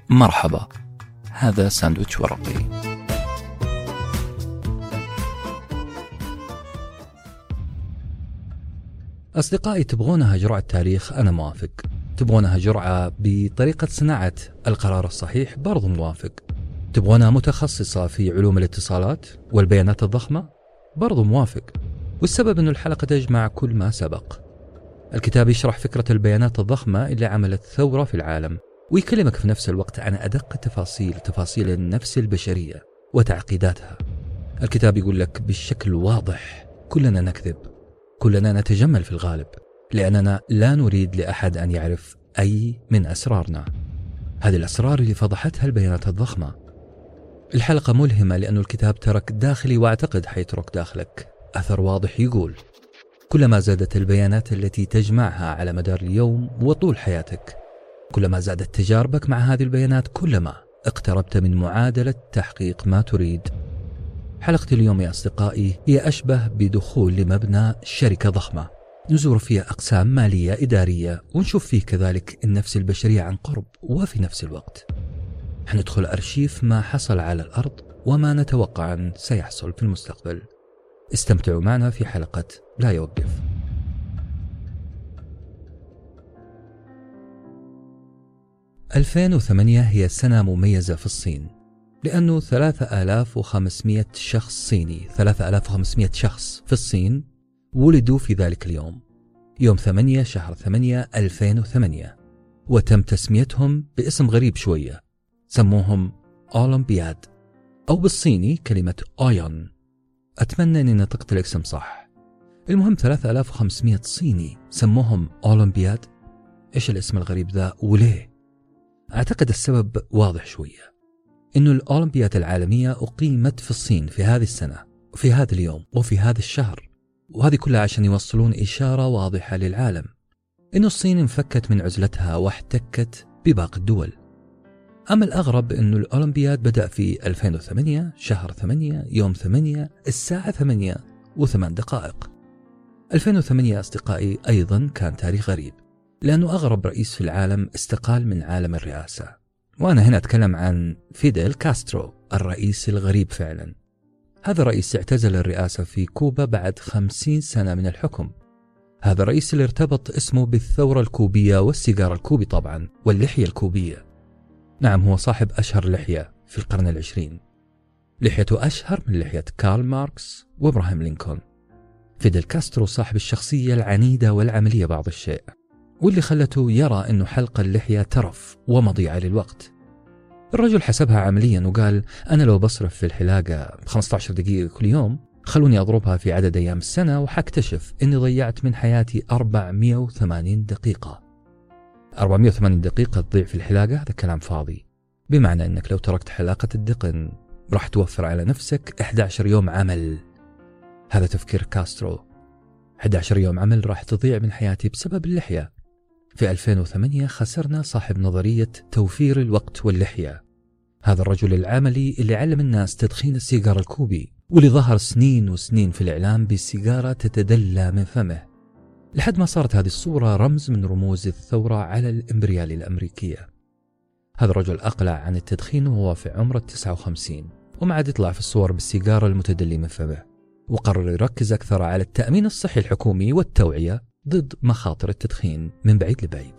مرحبا، هذا ساندويتش ورقي. أصدقائي، تبغونها جرعة تاريخ؟ أنا موافق. تبغونها جرعة بطريقة صناعة القرار الصحيح؟ برضو موافق. تبغونها متخصصة في علوم الاتصالات والبيانات الضخمة؟ برضو موافق. والسبب أن الحلقة تجمع كل ما سبق. الكتاب يشرح فكرة البيانات الضخمة اللي عملت ثورة في العالم، ويكلمك في نفس الوقت عن أدق تفاصيل النفس البشرية وتعقيداتها. الكتاب يقول لك بالشكل واضح: كلنا نكذب، كلنا نتجمل في الغالب، لأننا لا نريد لأحد أن يعرف أي من أسرارنا. هذه الأسرار اللي فضحتها البيانات الضخمة. الحلقة ملهمة لأن الكتاب ترك داخلي، وأعتقد حيترك داخلك أثر واضح يقول: كلما زادت البيانات التي تجمعها على مدار اليوم وطول حياتك، كلما زادت تجاربك مع هذه البيانات، كلما اقتربت من معادلة تحقيق ما تريد. حلقة اليوم يا أصدقائي هي أشبه بدخول لمبنى شركة ضخمة، نزور فيها أقسام مالية إدارية، ونشوف فيه كذلك النفس البشرية عن قرب. وفي نفس الوقت حندخل أرشيف ما حصل على الأرض وما نتوقع أن سيحصل في المستقبل. استمتعوا معنا في حلقة لا يوقف. – 2008 هي سنة مميزة في الصين، لأنه 3500 شخص صيني، 3500 شخص في الصين ولدوا في ذلك اليوم، يوم 8 شهر 8 2008، وتم تسميتهم باسم غريب شوية، سموهم أولمبياد، أو بالصيني كلمة أويون. أتمنى أني نطقت الاسم صح. المهم 3500 صيني سموهم أولمبياد. إيش الاسم الغريب ذا وليه؟ أعتقد السبب واضح شوية، إنه الأولمبياد العالمية أقيمت في الصين في هذه السنة وفي هذا اليوم وفي هذا الشهر، وهذه كلها عشان يوصلون إشارة واضحة للعالم إنه الصين انفكت من عزلتها واحتكت بباقي الدول. أما الأغرب إنه الأولمبياد بدأ في 2008 شهر 8 يوم 8 الساعة 8:08. 2008 أصدقائي أيضا كان تاريخ غريب، لأنه أغرب رئيس في العالم استقال من عالم الرئاسة، وأنا هنا أتكلم عن فيديل كاسترو، الرئيس الغريب فعلا. هذا الرئيس اعتزل الرئاسة في كوبا بعد 50 سنة من الحكم. هذا الرئيس اللي ارتبط اسمه بالثورة الكوبية والسيجار الكوبي طبعا واللحية الكوبية. نعم، هو صاحب أشهر لحية في القرن العشرين، لحيته أشهر من لحية كارل ماركس وإبراهيم لينكولن. فيديل كاسترو صاحب الشخصية العنيدة والعملية بعض الشيء، واللي خلته يرى أنه حلق اللحية ترف ومضيعة للوقت. الرجل حسبها عمليا وقال: أنا لو بصرف في الحلاقة 15 دقيقة كل يوم، خلوني أضربها في عدد أيام السنة وحاكتشف أني ضيعت من حياتي 480 دقيقة. 480 دقيقة تضيع في الحلاقة، هذا كلام فاضي. بمعنى أنك لو تركت حلاقة الدقن راح توفر على نفسك 11 يوم عمل. هذا تفكير كاسترو. 11 يوم عمل راح تضيع من حياتي بسبب اللحية. في 2008 خسرنا صاحب نظرية توفير الوقت واللحية، هذا الرجل العملي اللي علم الناس تدخين السيجار الكوبي، واللي ظهر سنين وسنين في الإعلام بالسيجارة تتدلى من فمه، لحد ما صارت هذه الصورة رمز من رموز الثورة على الإمبريالية الأمريكية. هذا الرجل أقلع عن التدخين وهو في عمر 59، وما عاد يطلع في الصور بالسيجارة المتدلي من فمه، وقرر يركز أكثر على التأمين الصحي الحكومي والتوعية ضد مخاطر التدخين من بعيد لبعيد.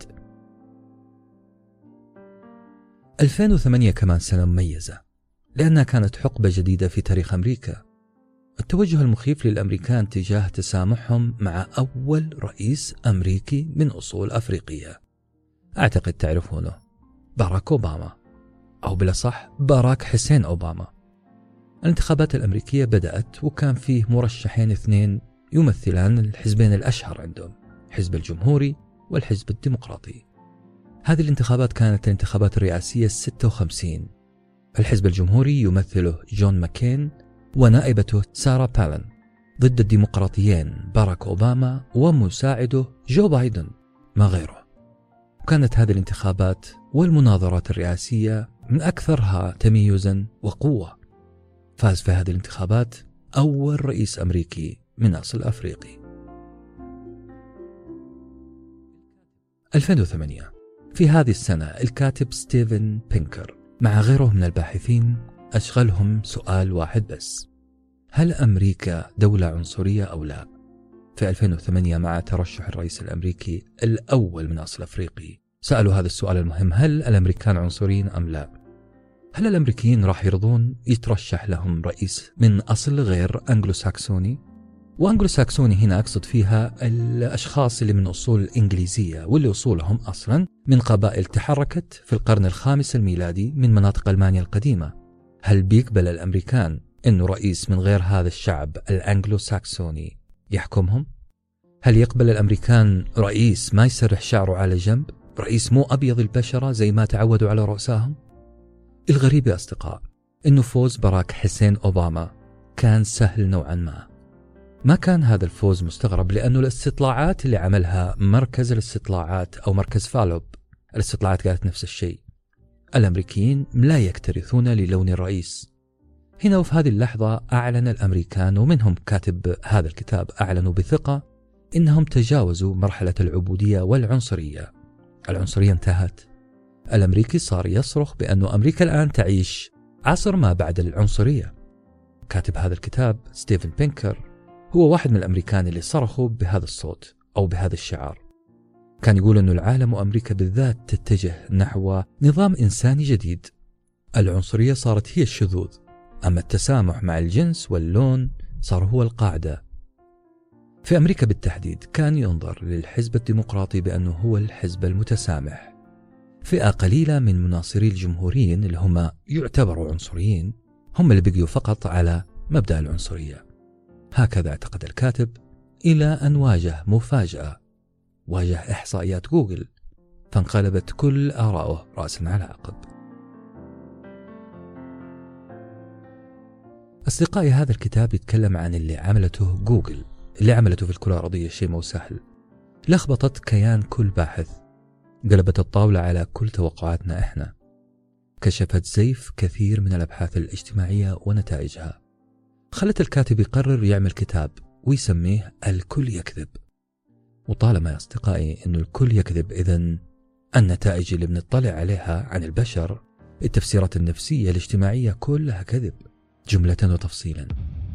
2008 كمان سنة مميزة، لأنها كانت حقبة جديدة في تاريخ أمريكا. التوجه المخيف للأمريكان تجاه تسامحهم مع أول رئيس أمريكي من أصول أفريقية، أعتقد تعرفونه، باراك أوباما، أو بالأصح باراك حسين أوباما. الانتخابات الأمريكية بدأت، وكان فيه مرشحين اثنين يمثلان الحزبين الأشهر عندهم، حزب الجمهوري والحزب الديمقراطي. هذه الانتخابات كانت الانتخابات الرئاسية 56. الحزب الجمهوري يمثله جون ماكين ونائبته سارة بالين، ضد الديمقراطيين باراك أوباما ومساعده جو بايدن ما غيره. وكانت هذه الانتخابات والمناظرات الرئاسية من أكثرها تميزا وقوة. فاز في هذه الانتخابات أول رئيس أمريكي من أصل أفريقي. 2008 في هذه السنة الكاتب ستيفن بينكر مع غيره من الباحثين أشغلهم سؤال واحد بس: هل أمريكا دولة عنصرية أو لا؟ في 2008 مع ترشح الرئيس الأمريكي الأول من أصل أفريقي سألوا هذا السؤال المهم: هل الأمريكان عنصريين أم لا؟ هل الأمريكيين راح يرضون يترشح لهم رئيس من أصل غير أنجلو ساكسوني؟ وأنجلو ساكسوني هنا أقصد فيها الأشخاص اللي من أصول إنجليزية، واللي أصولهم أصلا من قبائل تحركت في القرن الخامس الميلادي من مناطق ألمانيا القديمة. هل بيقبل الأمريكان أنه رئيس من غير هذا الشعب الأنجلو ساكسوني يحكمهم؟ هل يقبل الأمريكان رئيس ما يسرح شعره على جنب، رئيس مو أبيض البشرة زي ما تعودوا على رؤساهم؟ الغريب يا أصدقاء أنه فوز باراك حسين أوباما كان سهل نوعا ما كان هذا الفوز مستغرب، لأنه الاستطلاعات اللي عملها مركز الاستطلاعات أو مركز فالوب الاستطلاعات قالت نفس الشيء: الأمريكيين لا يكترثون للون الرئيس. هنا وفي هذه اللحظة أعلن الأمريكان، ومنهم كاتب هذا الكتاب، أعلنوا بثقة إنهم تجاوزوا مرحلة العبودية والعنصرية. العنصرية انتهت. الأمريكي صار يصرخ بأن أمريكا الآن تعيش عصر ما بعد العنصرية. كاتب هذا الكتاب ستيفن بينكر هو واحد من الأمريكان اللي صرخوا بهذا الصوت أو بهذا الشعار. كان يقول أن العالم وأمريكا بالذات تتجه نحو نظام إنساني جديد. العنصرية صارت هي الشذوذ، أما التسامح مع الجنس واللون صار هو القاعدة. في أمريكا بالتحديد كان ينظر للحزب الديمقراطي بأنه هو الحزب المتسامح. فئة قليلة من مناصري الجمهوريين اللي هم يعتبروا عنصريين هم اللي بقيوا فقط على مبدأ العنصرية. هكذا اعتقد الكاتب، إلى أن واجه مفاجأة، واجه إحصائيات جوجل فانقلبت كل آراءه رأسا على عقب. أصدقائي، هذا الكتاب يتكلم عن اللي عملته جوجل، اللي عملته في الكرة الأرضية شيء مو سهل. لخبطت كيان كل باحث، قلبت الطاولة على كل توقعاتنا إحنا، كشفت زيف كثير من الأبحاث الاجتماعية ونتائجها، خلت الكاتب يقرر يعمل كتاب ويسميه الكل يكذب. وطالما يا أصدقائي أنه الكل يكذب، إذن النتائج اللي بنطلع عليها عن البشر، التفسيرات النفسية الاجتماعية كلها كذب جملة وتفصيلا.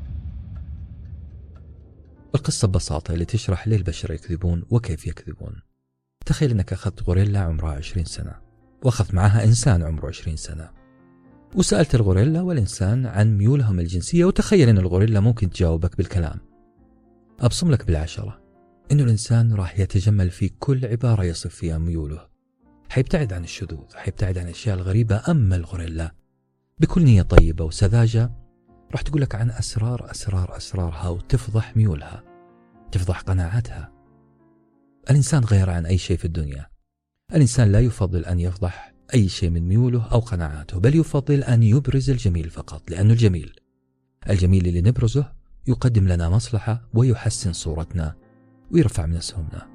القصة ببساطة اللي تشرح ليه البشر يكذبون وكيف يكذبون. تخيل أنك أخذت غوريلا عمرها 20 سنة وأخذت معها إنسان عمره 20 سنة، وسألت الغوريلا والإنسان عن ميولهم الجنسية، وتخيل أن الغوريلا ممكن تجاوبك بالكلام. أبصم لك بالعشرة أنه الإنسان راح يتجمل في كل عبارة يصف فيها ميوله، حيبتعد عن الشذوذ، حيبتعد عن الأشياء الغريبة. أما الغوريلا بكل نية طيبة وسذاجة راح تقول لك عن أسرارها وتفضح ميولها، تفضح قناعاتها. الإنسان غير عن أي شيء في الدنيا. الإنسان لا يفضل أن يفضح أي شيء من ميوله أو قناعاته، بل يفضل أن يبرز الجميل فقط، لأنه الجميل اللي نبرزه يقدم لنا مصلحة ويحسن صورتنا ويرفع من أسهمنا.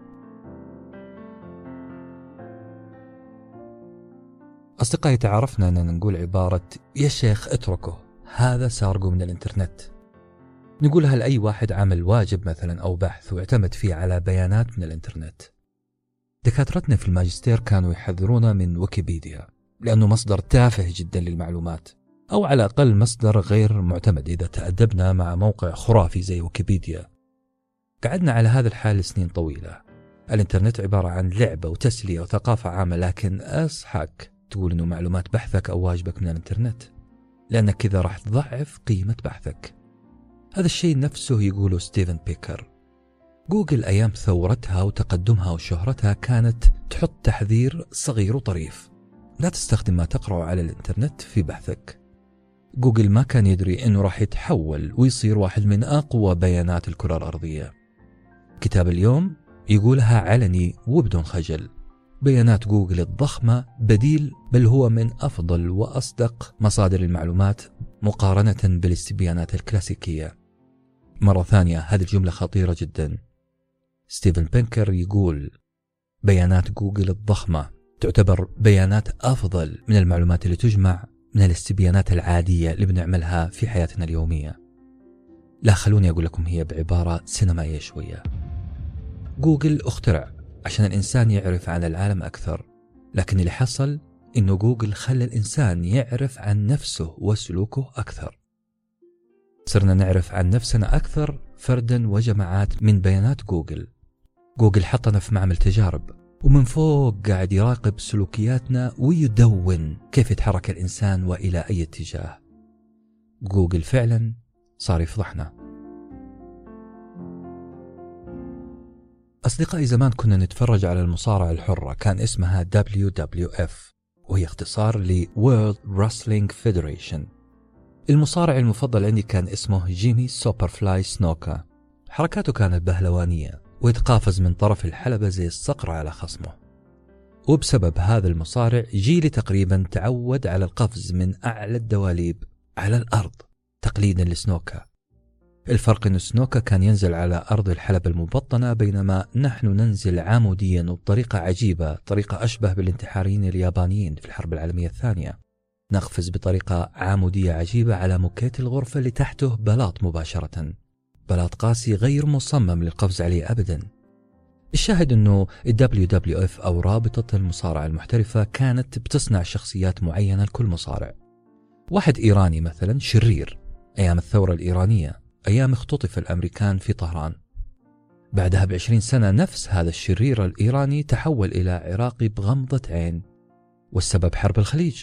أصدقائي، تعرفنا أننا نقول عبارة يا شيخ اتركه، هذا سارقه من الإنترنت. نقولها لأي واحد عمل واجب مثلا أو بحث واعتمد فيه على بيانات من الإنترنت. دكاترتنا في الماجستير كانوا يحذرونا من ويكيبيديا لأنه مصدر تافه جدا للمعلومات، أو على الأقل مصدر غير معتمد إذا تأدبنا مع موقع خرافي زي ويكيبيديا. قعدنا على هذا الحال لسنين طويلة. الإنترنت عبارة عن لعبة وتسلية وثقافة عامة، لكن أصحك تقول إنه معلومات بحثك أو واجبك من الإنترنت، لأنك كذا راح تضعف قيمة بحثك. هذا الشيء نفسه يقوله ستيفن بيكر. جوجل أيام ثورتها وتقدمها وشهرتها كانت تحط تحذير صغير وطريف: لا تستخدم ما تقرأه على الإنترنت في بحثك. جوجل ما كان يدري أنه راح يتحول ويصير واحد من أقوى بيانات الكرة الأرضية. كتاب اليوم يقولها علني وبدون خجل: بيانات جوجل الضخمة بديل، بل هو من أفضل وأصدق مصادر المعلومات مقارنة بالاستبيانات الكلاسيكية. مرة ثانية، هذه الجملة خطيرة جدا. ستيفن بينكر يقول بيانات جوجل الضخمة تعتبر بيانات أفضل من المعلومات اللي تجمع من الاستبيانات العادية اللي بنعملها في حياتنا اليومية. لا، خلوني أقول لكم هي بعبارة سينمائية شوية. جوجل اخترع عشان الإنسان يعرف عن العالم أكثر، لكن اللي حصل إنه جوجل خلى الإنسان يعرف عن نفسه وسلوكه أكثر. صرنا نعرف عن نفسنا أكثر فردا وجماعات من بيانات جوجل. جوجل حطنا في معمل تجارب، ومن فوق قاعد يراقب سلوكياتنا ويدون كيف يتحرك الإنسان وإلى أي اتجاه. جوجل فعلا صار يفضحنا. أصدقائي، زمان كنا نتفرج على المصارعة الحرة، كان اسمها WWF، وهي اختصار ل World Wrestling Federation. المصارع المفضل عندي كان اسمه جيمي سوبرفلاي سنوكا. حركاته كانت بهلوانية، ويتقافز من طرف الحلبة زي الصقر على خصمه. وبسبب هذا المصارع جيلي تقريبا تعود على القفز من أعلى الدواليب على الأرض تقليدا لسنوكا. الفرق أن سنوكا كان ينزل على أرض الحلبة المبطنة، بينما نحن ننزل عموديا وبطريقة عجيبة، طريقة أشبه بالانتحاريين اليابانيين في الحرب العالمية الثانية. نقفز بطريقة عمودية عجيبة على موكيت الغرفة اللي تحته بلاط مباشرة، بلاط قاسي غير مصمم للقفز عليه أبدا. الشاهد أنه WWF أو رابطة المصارعة المحترفة كانت بتصنع شخصيات معينة لكل مصارع. واحد إيراني مثلا شرير أيام الثورة الإيرانية، أيام اختطف الأمريكان في طهران. بعدها ب20 سنة نفس هذا الشرير الإيراني تحول إلى عراقي بغمضة عين، والسبب حرب الخليج.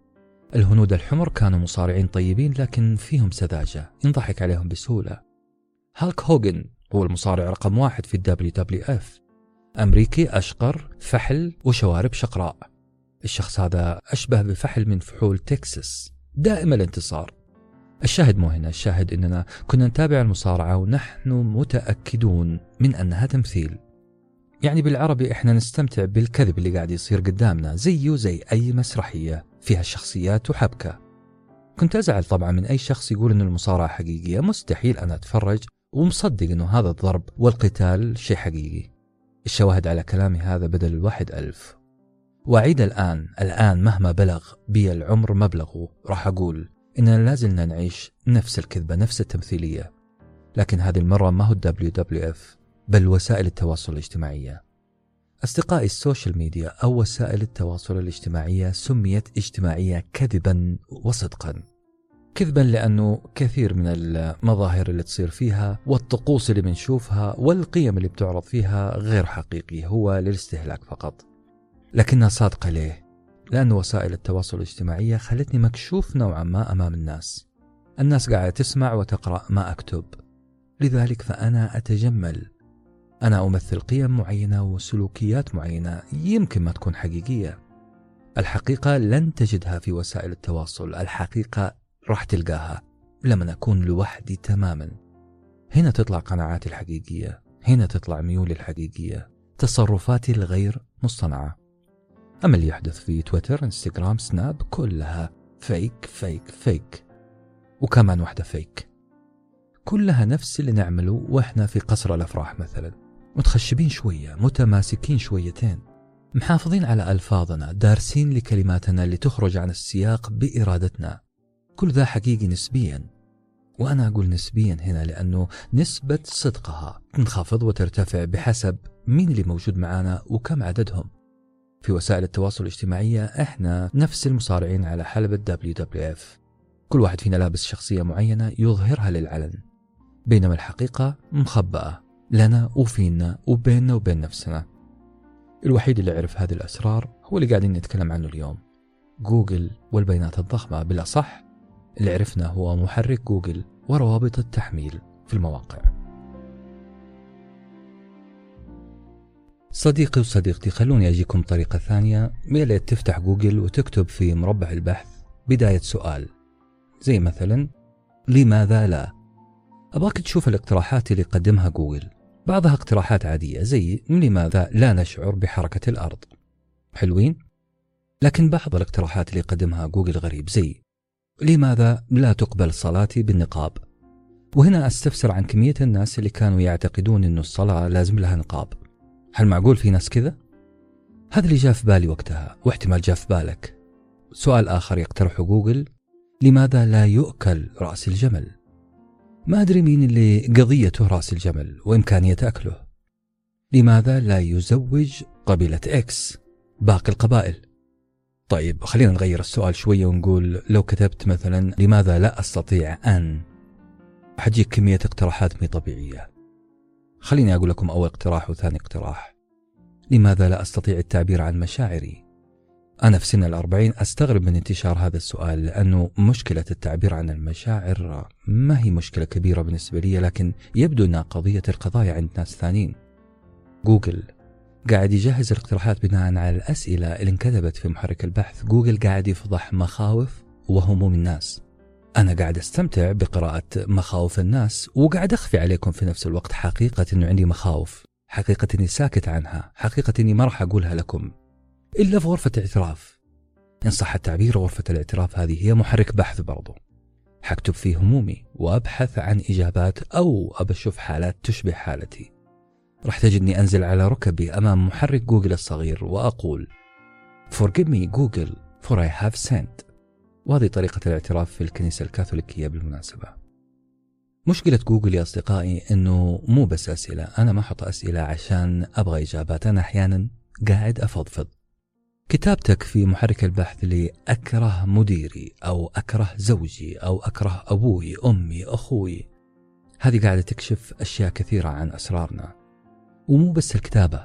الهنود الحمر كانوا مصارعين طيبين لكن فيهم سذاجة، ينضحك عليهم بسهولة. هالك هوغن هو المصارع رقم 1 في WWF، أمريكي أشقر فحل وشوارب شقراء. الشخص هذا أشبه بفحل من فحول تكساس، دائما الانتصار. الشاهد مو هنا، الشاهد إننا كنا نتابع المصارعة ونحن متأكدون من أنها تمثيل. يعني بالعربي إحنا نستمتع بالكذب اللي قاعد يصير قدامنا، زيه زي أي مسرحية فيها شخصيات وحبكة. كنت أزعل طبعا من أي شخص يقول إن المصارعة حقيقية. مستحيل أنا أتفرج ومصدق إنه هذا الضرب والقتال شيء حقيقي. الشواهد على كلامي هذا بدل 1,000. وأعيد الآن مهما بلغ بي العمر مبلغه، راح أقول إننا لازلنا نعيش نفس الكذبة، نفس التمثيلية. لكن هذه المرة ما هو WWF بل وسائل التواصل الاجتماعية. أصدقائي، السوشيال ميديا أو وسائل التواصل الاجتماعية سميت اجتماعية كذبا وصدقا. كذبا لأنه كثير من المظاهر اللي تصير فيها والطقوس اللي بنشوفها والقيم اللي بتعرض فيها غير حقيقي، هو للاستهلاك فقط. لكنها صادقة ليه؟ لأن وسائل التواصل الاجتماعية خلتني مكشوف نوعا ما أمام الناس. الناس قاعدة تسمع وتقرأ ما أكتب، لذلك فأنا أتجمل. أنا أمثل قيم معينة وسلوكيات معينة يمكن ما تكون حقيقية. الحقيقة لن تجدها في وسائل التواصل، الحقيقة راح تلقاها لما أكون لوحدي تماما. هنا تطلع قناعاتي الحقيقية، هنا تطلع ميولي الحقيقية، تصرفاتي الغير مصطنعة. أما اللي يحدث في تويتر، انستغرام، سناب، كلها فيك فيك فيك، وكمان واحدة فيك. كلها نفس اللي نعمله وإحنا في قصر الأفراح مثلا، متخشبين شوية، متماسكين شويتين، محافظين على ألفاظنا، دارسين لكلماتنا اللي تخرج عن السياق بإرادتنا. كل ذا حقيقي نسبيا، وأنا أقول نسبيا هنا لأنه نسبة صدقها تنخفض وترتفع بحسب مين اللي موجود معانا وكم عددهم. في وسائل التواصل الاجتماعية إحنا نفس المصارعين على حلبة WWF، كل واحد فينا لابس شخصية معينة يظهرها للعلن، بينما الحقيقة مخبأة لنا وفينا وبيننا وبين نفسنا. الوحيد اللي يعرف هذه الأسرار هو اللي قاعدين نتكلم عنه اليوم، جوجل والبيانات الضخمة. بلا صح، اللي عرفنا هو محرك جوجل وروابط التحميل في المواقع. صديقي وصديقتي، خلوني أجيكم طريقة ثانية. ميلة تفتح جوجل وتكتب في مربع البحث بداية سؤال، زي مثلا لماذا لا؟ أبغاك تشوف الاقتراحات اللي قدمها جوجل. بعضها اقتراحات عادية زي لماذا لا نشعر بحركة الأرض، حلوين. لكن بعض الاقتراحات اللي قدمها جوجل غريب، زي لماذا لا تقبل صلاتي بالنقاب. وهنا أستفسر عن كمية الناس اللي كانوا يعتقدون أن الصلاة لازم لها نقاب. هل معقول في ناس كذا؟ هذا اللي جاء في بالي وقتها، واحتمال جاء في بالك. سؤال آخر يقترحه جوجل، لماذا لا يؤكل رأس الجمل؟ ما أدري مين اللي قضيته رأس الجمل وإمكانية أكله. لماذا لا يزوج قبيلة إكس؟ باقي القبائل. طيب خلينا نغير السؤال شوية ونقول لو كتبت مثلا لماذا لا أستطيع أن، حتجيك كمية اقتراحات مي طبيعية. خليني أقول لكم أول اقتراح وثاني اقتراح. لماذا لا أستطيع التعبير عن مشاعري؟ أنا في سن 40 أستغرب من انتشار هذا السؤال، لأنه مشكلة التعبير عن المشاعر ما هي مشكلة كبيرة بالنسبة لي، لكن يبدو أنها قضية القضايا عند ناس ثانيين. جوجل قاعد يجهز الاقتراحات بناء على الأسئلة اللي انكتبت في محرك البحث. جوجل قاعد يفضح مخاوف وهموم الناس. أنا قاعد أستمتع بقراءة مخاوف الناس، وقاعد أخفي عليكم في نفس الوقت حقيقة أنه عندي مخاوف، حقيقة أني ساكت عنها، حقيقة أني ما راح أقولها لكم إلا في غرفة اعتراف. إن صح التعبير غرفة الاعتراف هذه هي محرك بحث برضو. حكتب فيه همومي وأبحث عن إجابات، أو أبشوف حالات تشبه حالتي. راح تجدني أنزل على ركبي أمام محرك جوجل الصغير وأقول Forgive me Google for I have sinned. وهذه طريقة الاعتراف في الكنيسة الكاثوليكية بالمناسبة. مشكلة جوجل يا أصدقائي أنه مو بس أسئلة. أنا ما أحط أسئلة عشان أبغى إجابات، أنا أحيانا قاعد أفضفض. كتابتك في محرك البحث لي أكره مديري أو أكره زوجي أو أكره أبوي أمي أخوي، هذه قاعدة تكشف أشياء كثيرة عن أسرارنا. ومو بس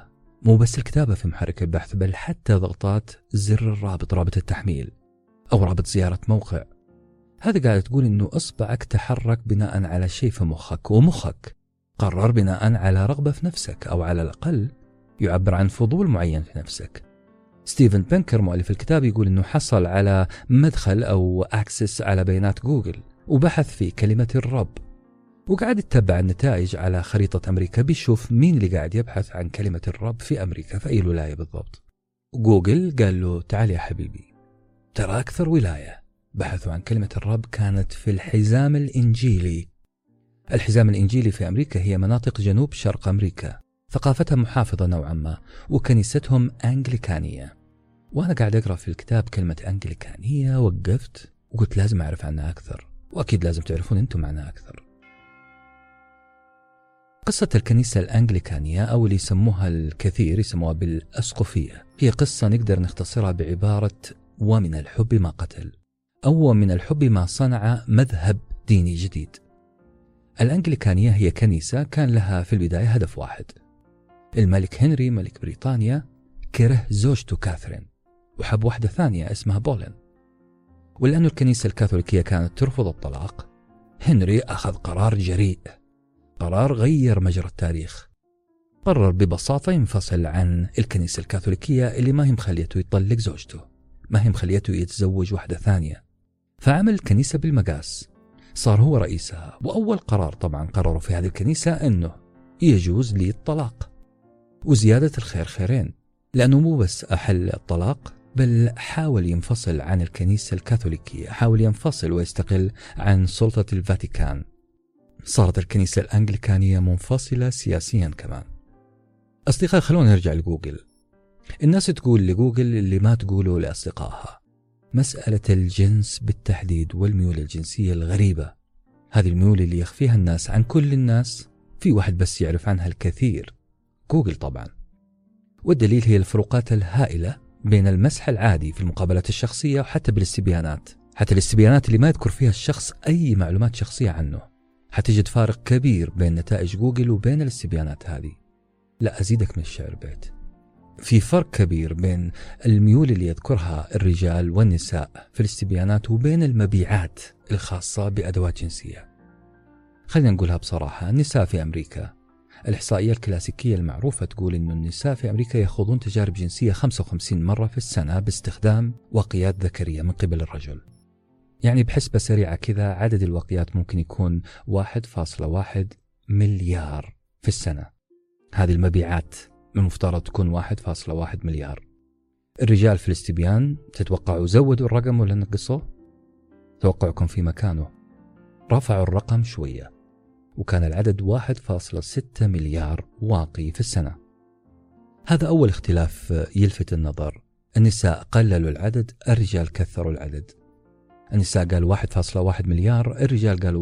الكتابة في محرك البحث، بل حتى ضغطات زر الرابط، رابط التحميل أو رابط زيارة موقع، هذه قاعدة تقول إنه إصبعك تحرك بناء على شيء في مخك، ومخك قرر بناء على رغبة في نفسك، أو على الأقل يعبر عن فضول معين في نفسك. ستيفن بنكر مؤلف الكتاب يقول إنه حصل على مدخل أو أكسس على بيانات جوجل، وبحث في كلمة الرب، وقاعد يتبع النتائج على خريطة أمريكا، بيشوف مين اللي قاعد يبحث عن كلمة الرب في أمريكا، في أي ولاية بالضبط. جوجل قال له تعال يا حبيبي، ترى أكثر ولاية بحثوا عن كلمة الرب كانت في الحزام الإنجيلي. الحزام الإنجيلي في أمريكا هي مناطق جنوب شرق أمريكا، ثقافتها محافظة نوعا ما، وكنيستهم أنجليكانية. وأنا قاعد أقرأ في الكتاب كلمة أنجليكانية، وقفت وقلت لازم أعرف عنها أكثر، وأكيد لازم تعرفون أنتم عنها أكثر. قصة الكنيسة الأنجليكانية، أو اللي يسموها الكثير يسموها بالأسقفية، هي قصة نقدر نختصرها بعبارة ومن الحب ما قتل، أو من الحب ما صنع مذهب ديني جديد. الأنجليكانية هي كنيسة كان لها في البداية هدف واحد. الملك هنري ملك بريطانيا كره زوجته كاثرين، وحب واحدة ثانية اسمها بولين. ولأن الكنيسة الكاثوليكية كانت ترفض الطلاق، هنري أخذ قرار جريء، قرار غير مجرى التاريخ. قرر ببساطة ينفصل عن الكنيسة الكاثوليكية اللي ما هي مخليته يطلق زوجته، ما هي مخليته يتزوج واحدة ثانية، فعمل الكنيسة بالمقاس، صار هو رئيسها. وأول قرار طبعا قرروا في هذه الكنيسة أنه يجوز لي الطلاق، وزيادة الخير خيرين، لأنه مو بس أحل الطلاق، بل حاول ينفصل عن الكنيسة الكاثوليكية، حاول ينفصل ويستقل عن سلطة الفاتيكان. صارت الكنيسة الأنجليكانية منفصلة سياسيا كمان. أصدقائي خلونا نرجع لجوجل. الناس تقول لجوجل اللي ما تقوله لأصدقائها. مسألة الجنس بالتحديد والميول الجنسية الغريبة، هذه الميول اللي يخفيها الناس عن كل الناس، في واحد بس يعرف عنها الكثير، جوجل طبعا. والدليل هي الفروقات الهائلة بين المسح العادي في المقابلات الشخصية، وحتى بالاستبيانات، حتى الاستبيانات اللي ما يذكر فيها الشخص أي معلومات شخصية عنه. حتجد فارق كبير بين نتائج جوجل وبين الاستبيانات هذه. لا أزيدك من الشعر بيت، في فرق كبير بين الميول اللي يذكرها الرجال والنساء في الاستبيانات وبين المبيعات الخاصة بأدوات جنسية. خلينا نقولها بصراحة، النساء في أمريكا، الإحصائية الكلاسيكية المعروفة تقول إنه النساء في أمريكا يخوضون تجارب جنسية 55 مرة في السنة باستخدام وقيات ذكرية من قبل الرجل. يعني بحسبة سريعة كذا عدد الوقيات ممكن يكون 1.1 مليار في السنة. هذه المبيعات من المفترض تكون 1.1 مليار. الرجال في الاستبيان تتوقعوا زودوا الرقم ولا نقصوه؟ توقعكم في مكانه، رفعوا الرقم شوية، وكان العدد 1.6 مليار واقي في السنة. هذا أول اختلاف يلفت النظر. النساء قللوا العدد، الرجال كثروا العدد. النساء قالوا 1.1 مليار، الرجال قالوا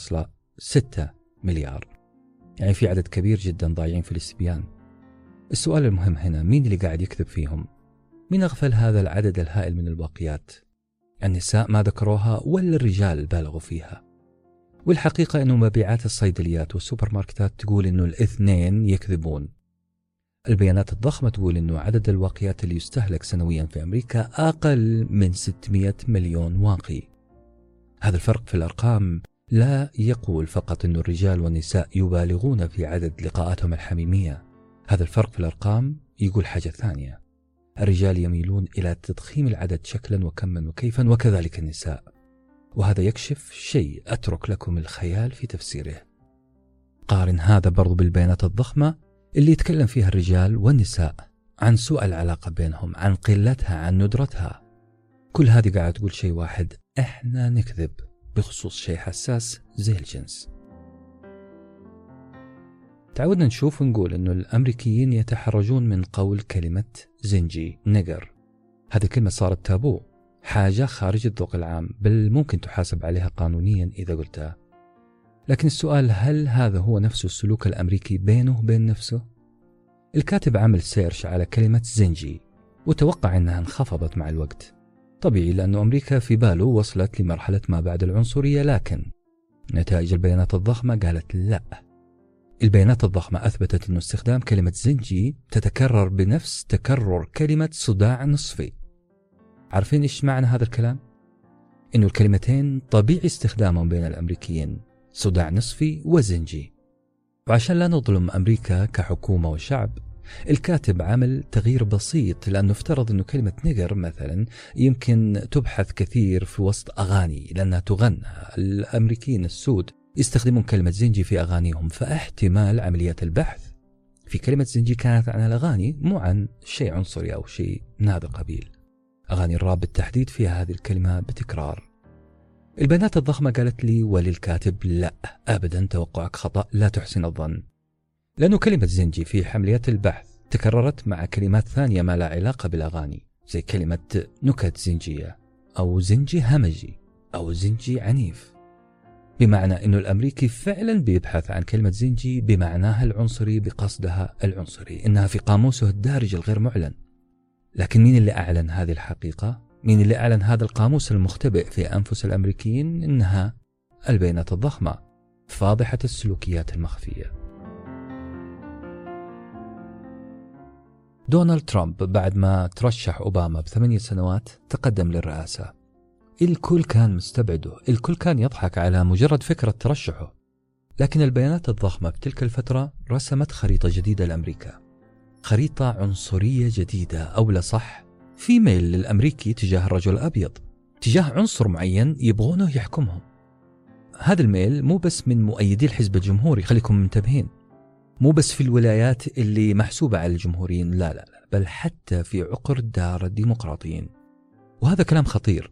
1.6 مليار. يعني في عدد كبير جدا ضايعين في الاستبيان. السؤال المهم هنا، مين اللي قاعد يكذب فيهم؟ مين أغفل هذا العدد الهائل من الواقيات؟ النساء ما ذكروها ولا الرجال بالغوا فيها؟ والحقيقة أنه مبيعات الصيدليات والسوبر ماركتات تقول أنه الاثنين يكذبون. البيانات الضخمة تقول أنه عدد الواقيات اللي يستهلك سنويا في أمريكا أقل من 600 مليون واقي. هذا الفرق في الأرقام لا يقول فقط أن الرجال والنساء يبالغون في عدد لقاءاتهم الحميمية. هذا الفرق في الأرقام يقول حاجة ثانية: الرجال يميلون إلى تضخيم العدد شكلا وكما وكيفا، وكذلك النساء. وهذا يكشف شيء أترك لكم الخيال في تفسيره. قارن هذا برضو بالبيانات الضخمة اللي يتكلم فيها الرجال والنساء عن سوء العلاقة بينهم، عن قلتها، عن ندرتها. كل هذه قاعد تقول شيء واحد: إحنا نكذب بخصوص شيء حساس زي الجنس. تعودنا نشوف ونقول أنه الأمريكيين يتحرجون من قول كلمة زنجي، نيجر. هذه الكلمة صارت تابو، حاجة خارج الذوق العام، بل ممكن تحاسب عليها قانونيا إذا قلتها. لكن السؤال: هل هذا هو نفس السلوك الأمريكي بينه وبين نفسه؟ الكاتب عمل سيرش على كلمة زنجي وتوقع أنها انخفضت مع الوقت. طبيعي، لأنه أمريكا في باله وصلت لمرحلة ما بعد العنصرية. لكن نتائج البيانات الضخمة قالت لا. البيانات الضخمة أثبتت أن استخدام كلمة زنجي تتكرر بنفس تكرر كلمة صداع نصفي. عارفين إيش معنى هذا الكلام؟ إنه الكلمتين طبيعي استخدامهم بين الأمريكيين، صداع نصفي وزنجي. وعشان لا نظلم أمريكا كحكومة وشعب، الكاتب عمل تغيير بسيط، لأنه افترض أنه كلمة نيجر مثلا يمكن تبحث كثير في وسط أغاني لأنها تغنى. الأمريكيين السود يستخدمون كلمة زنجي في أغانيهم، فاحتمال عمليات البحث في كلمة زنجي كانت عن الأغاني، مو عن شيء عنصري أو شيء من هذا القبيل. أغاني الراب بالتحديد فيها هذه الكلمة بتكرار. البيانات الضخمة قالت لي وللكاتب: لا أبدا، توقعك خطأ، لا تحسن الظن. لأنه كلمة زنجي في عمليات البحث تكررت مع كلمات ثانية ما لا علاقة بالأغاني، زي كلمة نكت زنجية، أو زنجي همجي، أو زنجي عنيف. بمعنى أنه الأمريكي فعلا بيبحث عن كلمة زنجي بمعناها العنصري بقصدها العنصري، إنها في قاموسه الدارج الغير معلن. لكن مين اللي أعلن هذه الحقيقة؟ مين اللي أعلن هذا القاموس المختبئ في أنفس الأمريكيين؟ إنها البيانات الضخمة، فاضحة السلوكيات المخفية. دونالد ترامب بعد ما ترشح أوباما ب8 سنوات تقدم للرئاسة. الكل كان مستبعده، الكل كان يضحك على مجرد فكرة ترشحه. لكن البيانات الضخمة بتلك الفترة رسمت خريطة جديدة لأمريكا، خريطة عنصرية جديدة، أو لا صح، في ميل للأمريكي تجاه الرجل الأبيض، تجاه عنصر معين يبغونه يحكمهم. هذا الميل مو بس من مؤيدي الحزب الجمهوري، خليكم منتبهين، مو بس في الولايات اللي محسوبة على الجمهوريين، لا لا لا، بل حتى في عقر دار الديمقراطيين. وهذا كلام خطير.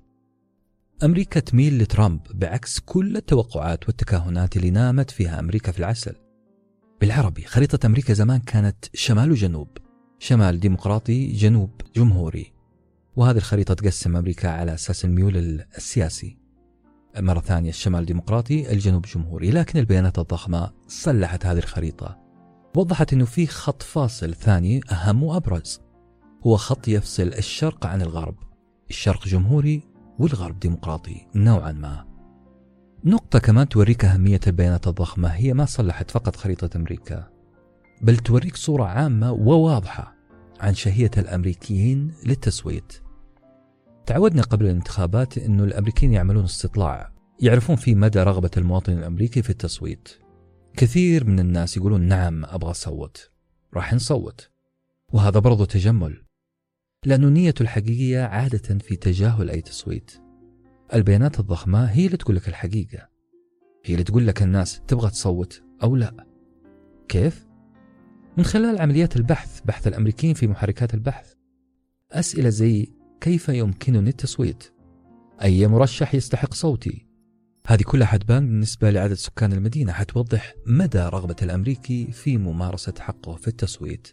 أمريكا تميل لترامب بعكس كل التوقعات والتكهنات اللي نامت فيها أمريكا في العسل. بالعربي، خريطة أمريكا زمان كانت شمال وجنوب، شمال ديمقراطي، جنوب جمهوري. وهذه الخريطة تقسم أمريكا على أساس الميول السياسي. مرة ثانية الشمال ديمقراطي، الجنوب جمهوري. لكن البيانات الضخمة صلحت هذه الخريطة، وضحت أنه في خط فاصل ثاني أهم وأبرز، هو خط يفصل الشرق عن الغرب. الشرق جمهوري والغرب ديمقراطي نوعا ما. نقطة كمان توريك أهمية البيانات الضخمة، هي ما صلحت فقط خريطة أمريكا، بل توريك صورة عامة وواضحة عن شهية الأمريكيين للتصويت. تعودنا قبل الانتخابات أنه الأمريكيين يعملون استطلاع يعرفون فيه مدى رغبة المواطن الأمريكي في التصويت. كثير من الناس يقولون نعم أبغى أصوت، راح نصوت. وهذا برضو تجمل، لأنه نيته الحقيقية عادة في تجاهل أي تصويت. البيانات الضخمة هي اللي تقول لك الحقيقة، هي اللي تقول لك الناس تبغى تصوت أو لا. كيف؟ من خلال عمليات البحث، بحث الأمريكيين في محركات البحث. أسئلة زي: كيف يمكنني التصويت؟ أي مرشح يستحق صوتي؟ هذه كلها حتبان بالنسبة لعدد سكان المدينة، حتوضح مدى رغبة الأمريكي في ممارسة حقه في التصويت.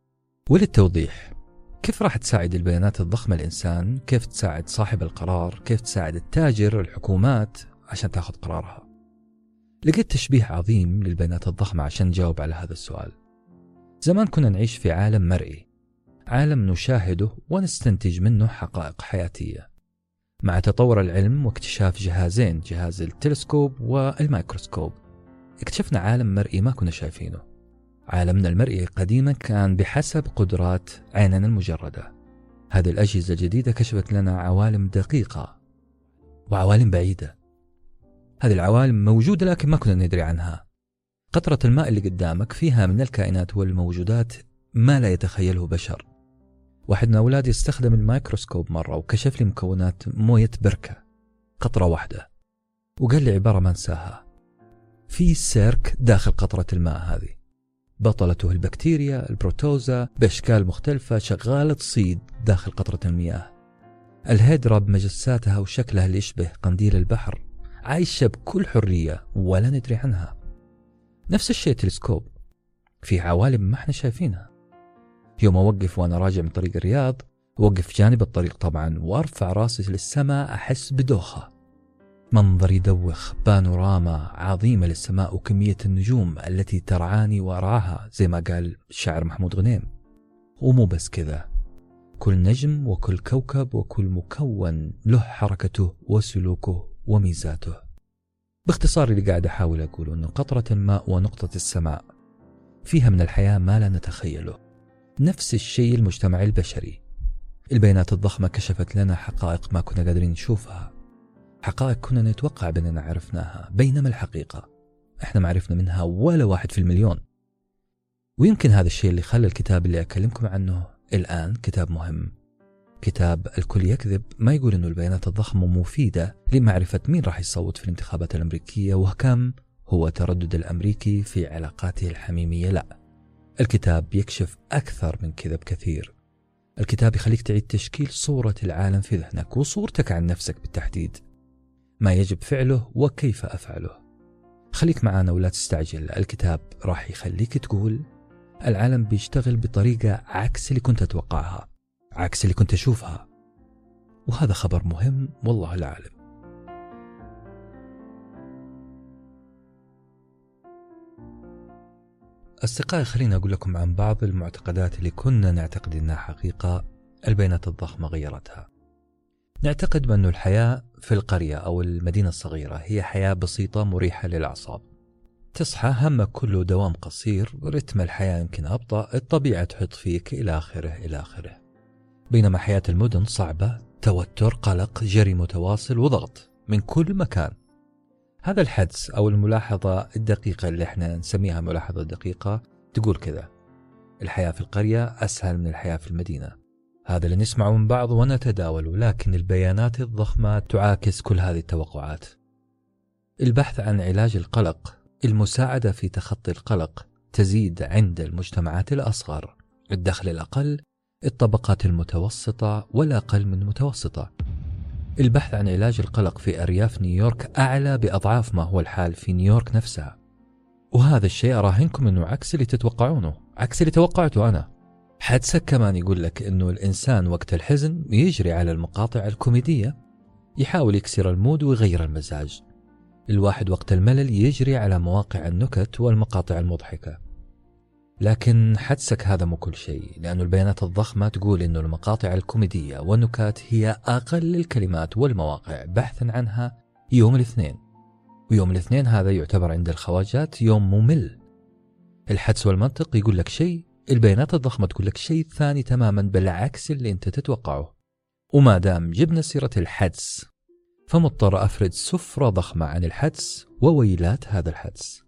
وللتوضيح، كيف راح تساعد البيانات الضخمة الإنسان؟ كيف تساعد صاحب القرار؟ كيف تساعد التاجر، الحكومات عشان تأخذ قرارها؟ لقيت تشبيه عظيم للبيانات الضخمة عشان نجاوب على هذا السؤال. زمان كنا نعيش في عالم مرئي، عالم نشاهده ونستنتج منه حقائق حياتية. مع تطور العلم واكتشاف جهازين، جهاز التلسكوب والميكروسكوب، اكتشفنا عالم مرئي ما كنا شايفينه. عالمنا المرئي قديما كان بحسب قدرات عيننا المجردة. هذه الأجهزة الجديدة كشفت لنا عوالم دقيقة وعوالم بعيدة. هذه العوالم موجودة لكن ما كنا ندري عنها. قطرة الماء اللي قدامك فيها من الكائنات والموجودات ما لا يتخيله بشر. واحد من أولادي استخدم الميكروسكوب مرة وكشف لي مكونات موية بركة، قطرة واحدة، وقال لي عبارة ما انساها: في سيرك داخل قطرة الماء هذه، بطلته البكتيريا البروتوزا بأشكال مختلفة شغالة تصيد داخل قطرة المياه. الهيدرا بمجساتها وشكلها اللي يشبه قنديل البحر عايشة بكل حرية ولا ندري عنها. نفس الشيء تلسكوب، في عوالم ما احنا شايفينها. يوم أوقف وأنا راجع من طريق الرياض، أوقف جانب الطريق طبعا وأرفع راسي للسماء، أحس بدوخة. منظر يدوخ، بانوراما عظيمة للسماء وكمية النجوم التي ترعاني وأرعاها زي ما قال الشاعر محمود غنيم. ومو بس كذا، كل نجم وكل كوكب وكل مكون له حركته وسلوكه وميزاته. باختصار اللي قاعد أحاول أقوله أنه قطرة الماء ونقطة السماء فيها من الحياة ما لا نتخيله. نفس الشيء المجتمع البشري. البيانات الضخمة كشفت لنا حقائق ما كنا قادرين نشوفها، حقائق كنا نتوقع بأننا عرفناها، بينما الحقيقة احنا ما عرفنا منها ولا 1 في المليون. ويمكن هذا الشيء اللي خلى الكتاب اللي أكلمكم عنه الآن كتاب مهم. كتاب الكل يكذب ما يقول أنه البيانات الضخمة مفيدة لمعرفة مين راح يصوت في الانتخابات الأمريكية وكم هو تردد الأمريكي في علاقاته الحميمية. لا، الكتاب يكشف أكثر من كذا بكثير. الكتاب يخليك تعيد تشكيل صورة العالم في ذهنك وصورتك عن نفسك بالتحديد، ما يجب فعله وكيف أفعله. خليك معانا ولا تستعجل. الكتاب راح يخليك تقول العالم بيشتغل بطريقة عكس اللي كنت أتوقعها، عكس اللي كنت أشوفها، وهذا خبر مهم والله العالم. أصدقائي، خليني أقول لكم عن بعض المعتقدات اللي كنا نعتقد أنها حقيقة البيانات الضخمة غيرتها. نعتقد بأن الحياة في القرية أو المدينة الصغيرة هي حياة بسيطة مريحة للأعصاب. تصحى همك كله دوام قصير، رتم الحياة يمكن أبطأ، الطبيعة تحط فيك إلى آخره إلى آخره. بينما حياة المدن صعبة، توتر، قلق، جري متواصل وضغط من كل مكان. هذا الحدس أو الملاحظة الدقيقة اللي احنا نسميها ملاحظة دقيقة تقول كذا: الحياة في القرية أسهل من الحياة في المدينة. هذا اللي نسمعه من بعض ونتداوله، لكن البيانات الضخمة تعاكس كل هذه التوقعات. البحث عن علاج القلق، المساعدة في تخطي القلق تزيد عند المجتمعات الأصغر، الدخل الأقل، الطبقات المتوسطة والأقل من المتوسطة. البحث عن علاج القلق في أرياف نيويورك أعلى بأضعاف ما هو الحال في نيويورك نفسها. وهذا الشيء أراهنكم أنه عكس اللي تتوقعونه، عكس اللي توقعته أنا. حدسك كمان يقول لك أنه الإنسان وقت الحزن يجري على المقاطع الكوميدية، يحاول يكسر المود ويغير المزاج. الواحد وقت الملل يجري على مواقع النكت والمقاطع المضحكة. لكن حدسك هذا مو كل شيء، لأن البيانات الضخمة تقول أنه المقاطع الكوميدية والنكات هي أقل الكلمات والمواقع بحثا عنها يوم الاثنين، ويوم الاثنين هذا يعتبر عند الخواجات يوم ممل. الحدس والمنطق يقول لك شيء، البيانات الضخمة تقول لك شيء ثاني تماما بالعكس اللي انت تتوقعه. وما دام جبنا سيرة الحدس فمضطر أفرد سفرة ضخمة عن الحدس وويلات هذا الحدس.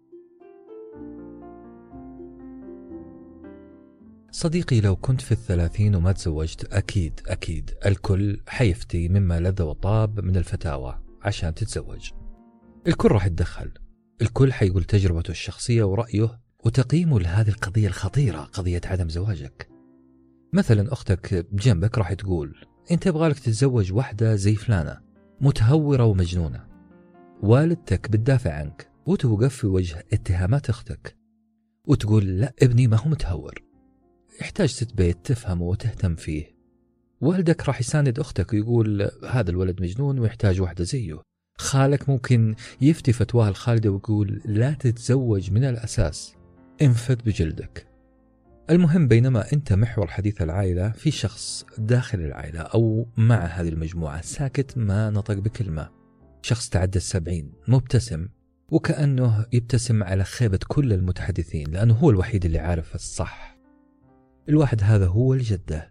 صديقي، لو كنت في 30 وما تزوجت أكيد الكل حيفتي مما لذ وطاب من الفتاوى عشان تتزوج. الكل راح يتدخل، الكل حيقول تجربته الشخصية ورأيه وتقييمه لهذه القضية الخطيرة، قضية عدم زواجك. مثلا أختك جنبك راح تقول أنت يبغالك تتزوج واحدة زي فلانة متهورة ومجنونة. والدتك بتدافع عنك وتوقف في وجه اتهامات أختك وتقول لا، ابني ما هو متهور، يحتاج ست بيت تفهمه وتهتم فيه. والدك راح يساند أختك ويقول هذا الولد مجنون ويحتاج واحدة زيه. خالك ممكن يفتي فتواه الخالدة ويقول لا تتزوج من الأساس، انفد بجلدك. المهم بينما أنت محور حديث العائلة، في شخص داخل العائلة أو مع هذه المجموعة ساكت ما نطق بكلمة، شخص تعدى 70 مبتسم وكأنه يبتسم على خيبة كل المتحدثين لأنه هو الوحيد اللي عارف الصح. الواحد هذا هو الجدة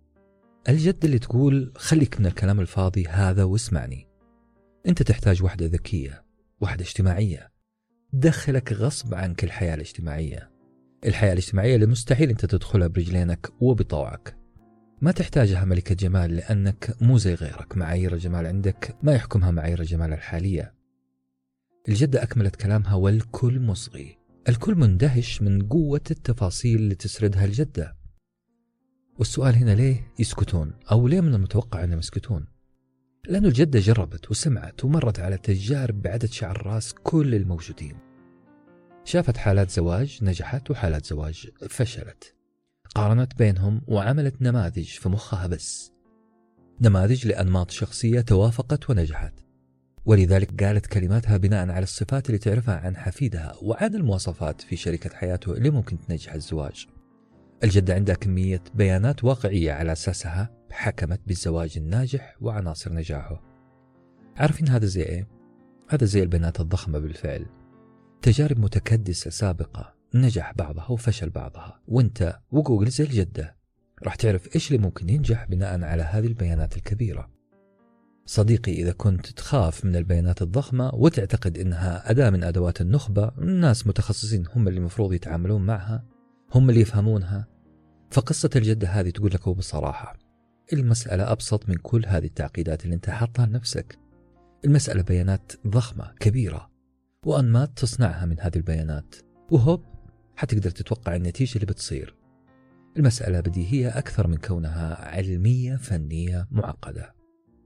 اللي تقول خليك من الكلام الفاضي هذا واسمعني. أنت تحتاج واحدة ذكية، واحدة اجتماعية، دخلك غصب عنك الحياة الاجتماعية اللي مستحيل أنت تدخلها برجلينك وبطوعك. ما تحتاجها ملكة جمال لأنك مو زي غيرك، معايير الجمال عندك ما يحكمها معايير الجمال الحالية. الجدة أكملت كلامها والكل مصغي، الكل مندهش من قوة التفاصيل اللي تسردها الجدة. والسؤال هنا ليه يسكتون، أو ليه من المتوقع أنهم يسكتون؟ لأنه الجدة جربت وسمعت ومرت على تجارب بعدد شعر راس كل الموجودين. شافت حالات زواج نجحت وحالات زواج فشلت، قارنت بينهم وعملت نماذج في مخها، بس نماذج لأنماط شخصية توافقت ونجحت. ولذلك قالت كلماتها بناء على الصفات اللي تعرفها عن حفيدها وعن المواصفات في شريكة حياته اللي ممكن تنجح الزواج. الجدة عندها كمية بيانات واقعية على أساسها حكمت بالزواج الناجح وعناصر نجاحه. عارفين هذا زي إيه؟ هذا زي البيانات الضخمة بالفعل، تجارب متكدسة سابقة نجح بعضها وفشل بعضها، وانت وجوجل زي الجدة راح تعرف إيش اللي ممكن ينجح بناء على هذه البيانات الكبيرة. صديقي، إذا كنت تخاف من البيانات الضخمة وتعتقد إنها أداة من أدوات النخبة، الناس متخصصين هم اللي المفروض يتعاملون معها، هم اللي يفهمونها، فقصة الجدة هذه تقول لك بصراحة المسألة أبسط من كل هذه التعقيدات اللي انت حاطها لنفسك. المسألة بيانات ضخمة كبيرة وأنماط تصنعها من هذه البيانات، وهوب حتقدر تتوقع النتيجة اللي بتصير. المسألة بديهية أكثر من كونها علمية فنية معقدة.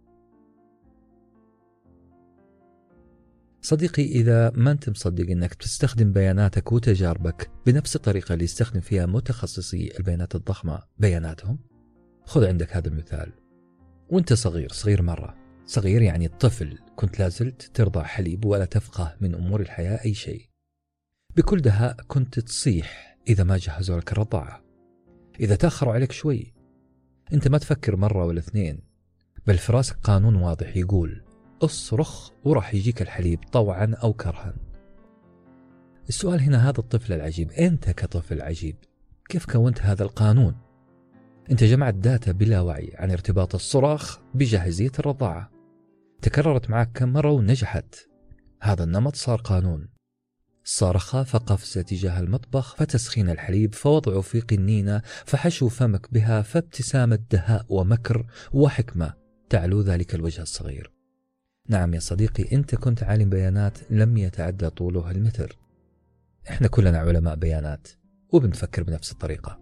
صديقي، إذا ما أنت مصدق أنك تستخدم بياناتك وتجاربك بنفس الطريقة اللي يستخدم فيها متخصصي البيانات الضخمة بياناتهم، خذ عندك هذا المثال. وانت صغير مرة، صغير يعني الطفل، كنت لازلت ترضع حليب ولا تفقه من أمور الحياة أي شيء. بكل دهاء كنت تصيح إذا ما جهزوا لك الرضاعة، إذا تأخروا عليك شوي. أنت ما تفكر مرة ولا اثنين، بل في راسك قانون واضح يقول اصرخ وراح يجيك الحليب طوعا أو كرها. السؤال هنا، هذا الطفل العجيب، أنت كطفل عجيب كيف كونت هذا القانون؟ أنت جمعت داتا بلا وعي عن ارتباط الصراخ بجاهزية الرضاعة، تكررت معك كم مرة ونجحت. هذا النمط صار قانون. صرخة فقفز تجاه المطبخ فتسخين الحليب فوضعه في قنينة فحشو فمك بها فابتسامة دهاء ومكر وحكمة تعلو ذلك الوجه الصغير. نعم يا صديقي، أنت كنت عالم بيانات لم يتعدى طوله المتر. إحنا كلنا علماء بيانات وبنفكر بنفس الطريقة.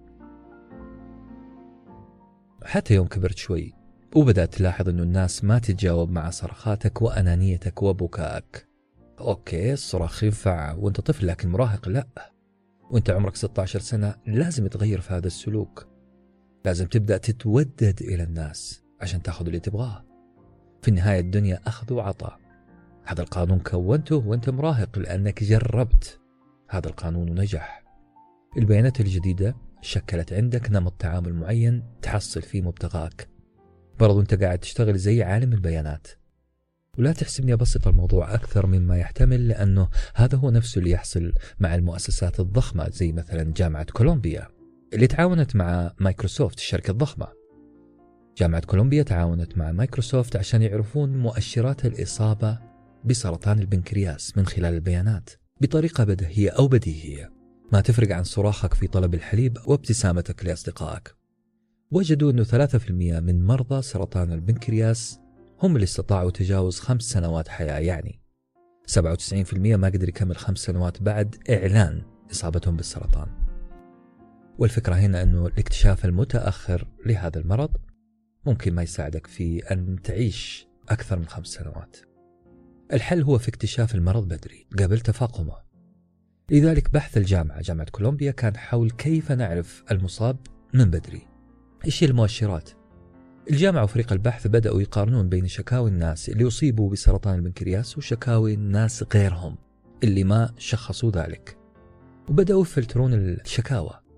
حتى يوم كبرت شوي وبدأت تلاحظ أنه الناس ما تتجاوب مع صرخاتك وأنانيتك وبكائك. أوكي، الصراخ ينفع وأنت طفل، لكن مراهق لا. وأنت عمرك 16 سنة لازم تغير في هذا السلوك، لازم تبدأ تتودد إلى الناس عشان تأخذ اللي تبغاه. في النهاية الدنيا أخذ وعطاء. هذا القانون كونته وأنت مراهق لأنك جربت هذا القانون ونجح. البيانات الجديدة شكلت عندك نمط تعامل معين تحصل فيه مبتغاك، برضو أنت قاعد تشتغل زي عالم البيانات. ولا تحسبني أبسط الموضوع أكثر مما يحتمل، لأنه هذا هو نفسه اللي يحصل مع المؤسسات الضخمة زي مثلا جامعة كولومبيا اللي تعاونت مع مايكروسوفت الشركة الضخمة. جامعة كولومبيا تعاونت مع مايكروسوفت عشان يعرفون مؤشرات الإصابة بسرطان البنكرياس من خلال البيانات بطريقة بديهية أو بديهية، ما تفرق عن صراخك في طلب الحليب وابتسامتك لأصدقائك. وجدوا أنه 3% من مرضى سرطان البنكرياس هم اللي استطاعوا تجاوز 5 سنوات حياة، يعني 97% ما قدر يكمل 5 سنوات بعد إعلان إصابتهم بالسرطان. والفكرة هنا أنه الاكتشاف المتأخر لهذا المرض ممكن ما يساعدك في أن تعيش أكثر من 5 سنوات. الحل هو في اكتشاف المرض بدري قبل تفاقمه. لذلك بحث جامعة كولومبيا كان حول كيف نعرف المصاب من بدري. إيش هي المؤشرات؟ الجامعة وفريق البحث بدأوا يقارنون بين شكاوي الناس اللي يصيبوا بسرطان البنكرياس وشكاوي الناس غيرهم اللي ما شخصوا ذلك، وبدأوا يفلترون الشكاوى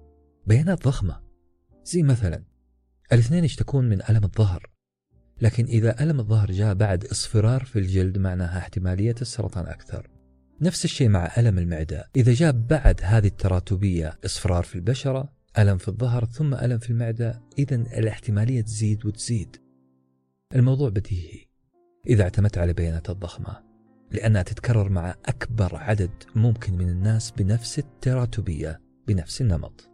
بيانات ضخمة، زي مثلا الاثنين يشتكون من ألم الظهر، لكن إذا ألم الظهر جاء بعد اصفرار في الجلد معناها احتمالية السرطان أكثر. نفس الشيء مع ألم المعدة، إذا جاء بعد هذه التراتبية اصفرار في البشرة، ألم في الظهر، ثم ألم في المعدة، إذن الاحتمالية تزيد وتزيد. الموضوع بديهي إذا اعتمدت على بيانات الضخمة، لأنها تتكرر مع أكبر عدد ممكن من الناس بنفس التراتبية بنفس النمط.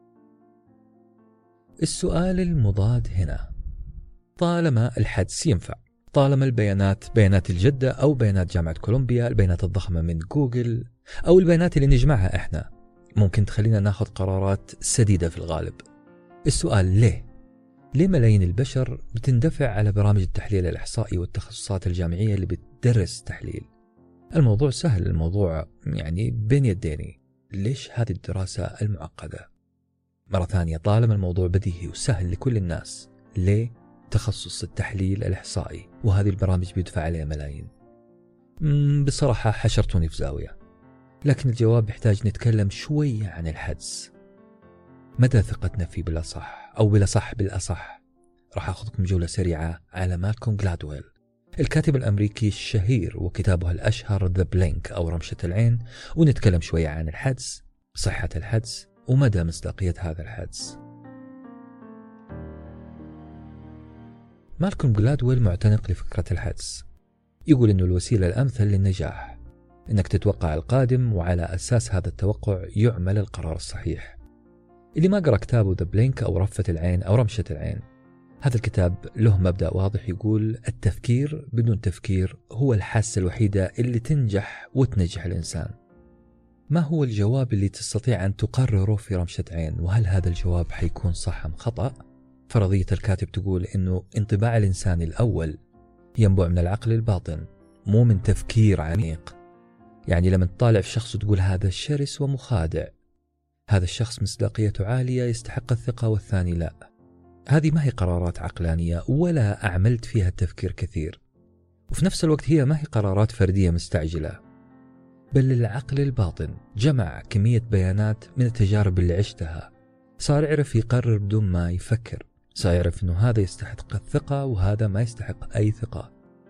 السؤال المضاد هنا، طالما الحدس ينفع، طالما البيانات بيانات الجدة أو بيانات جامعة كولومبيا، البيانات الضخمة من جوجل، أو البيانات اللي نجمعها إحنا ممكن تخلينا ناخذ قرارات سديدة في الغالب، السؤال ليه ملايين البشر بتندفع على برامج التحليل الإحصائي والتخصصات الجامعية اللي بتدرس تحليل؟ الموضوع سهل، الموضوع يعني بين يديني. ليش هذه الدراسة المعقدة؟ مرة ثانية، طالما الموضوع بديهي وسهل لكل الناس، ليه تخصص التحليل الإحصائي وهذه البرامج بيدفع عليها ملايين؟ بصراحة حشرتوني في زاوية، لكن الجواب يحتاج نتكلم شوية عن الحدس. مدى ثقتنا فيه بالأصح، أو بالأصح راح أخذكم جولة سريعة على مالكوم جلادويل، الكاتب الأمريكي الشهير وكتابه الأشهر The Blink أو رمشة العين، ونتكلم شوية عن الحدس، صحة الحدس، ومدى مصداقية هذا الحدس. مالكوم جلادويل معتنق لفكرة الحدس، يقول إنه الوسيلة الأمثل للنجاح إنك تتوقع القادم، وعلى أساس هذا التوقع يعمل القرار الصحيح. اللي ما قرأ كتابه The Blink أو رفة العين أو رمشة العين، هذا الكتاب له مبدأ واضح، يقول التفكير بدون تفكير هو الحاسة الوحيدة اللي تنجح وتنجح الإنسان. ما هو الجواب اللي تستطيع أن تقرره في رمشة عين، وهل هذا الجواب حيكون صح أم خطأ؟ فرضية الكاتب تقول إنه انطباع الإنسان الأول ينبع من العقل الباطن، مو من تفكير عميق. يعني لما تطالع في شخص وتقول هذا شرس ومخادع، هذا الشخص مصداقيته عالية يستحق الثقة والثاني لا، هذه ما هي قرارات عقلانية ولا أعملت فيها التفكير كثير، وفي نفس الوقت هي ما هي قرارات فردية مستعجلة، بل العقل الباطن جمع كمية بيانات من التجارب اللي عشتها، صار يعرف يقرر بدون ما يفكر، صار يعرف أنه هذا يستحق الثقة وهذا ما يستحق أي ثقة.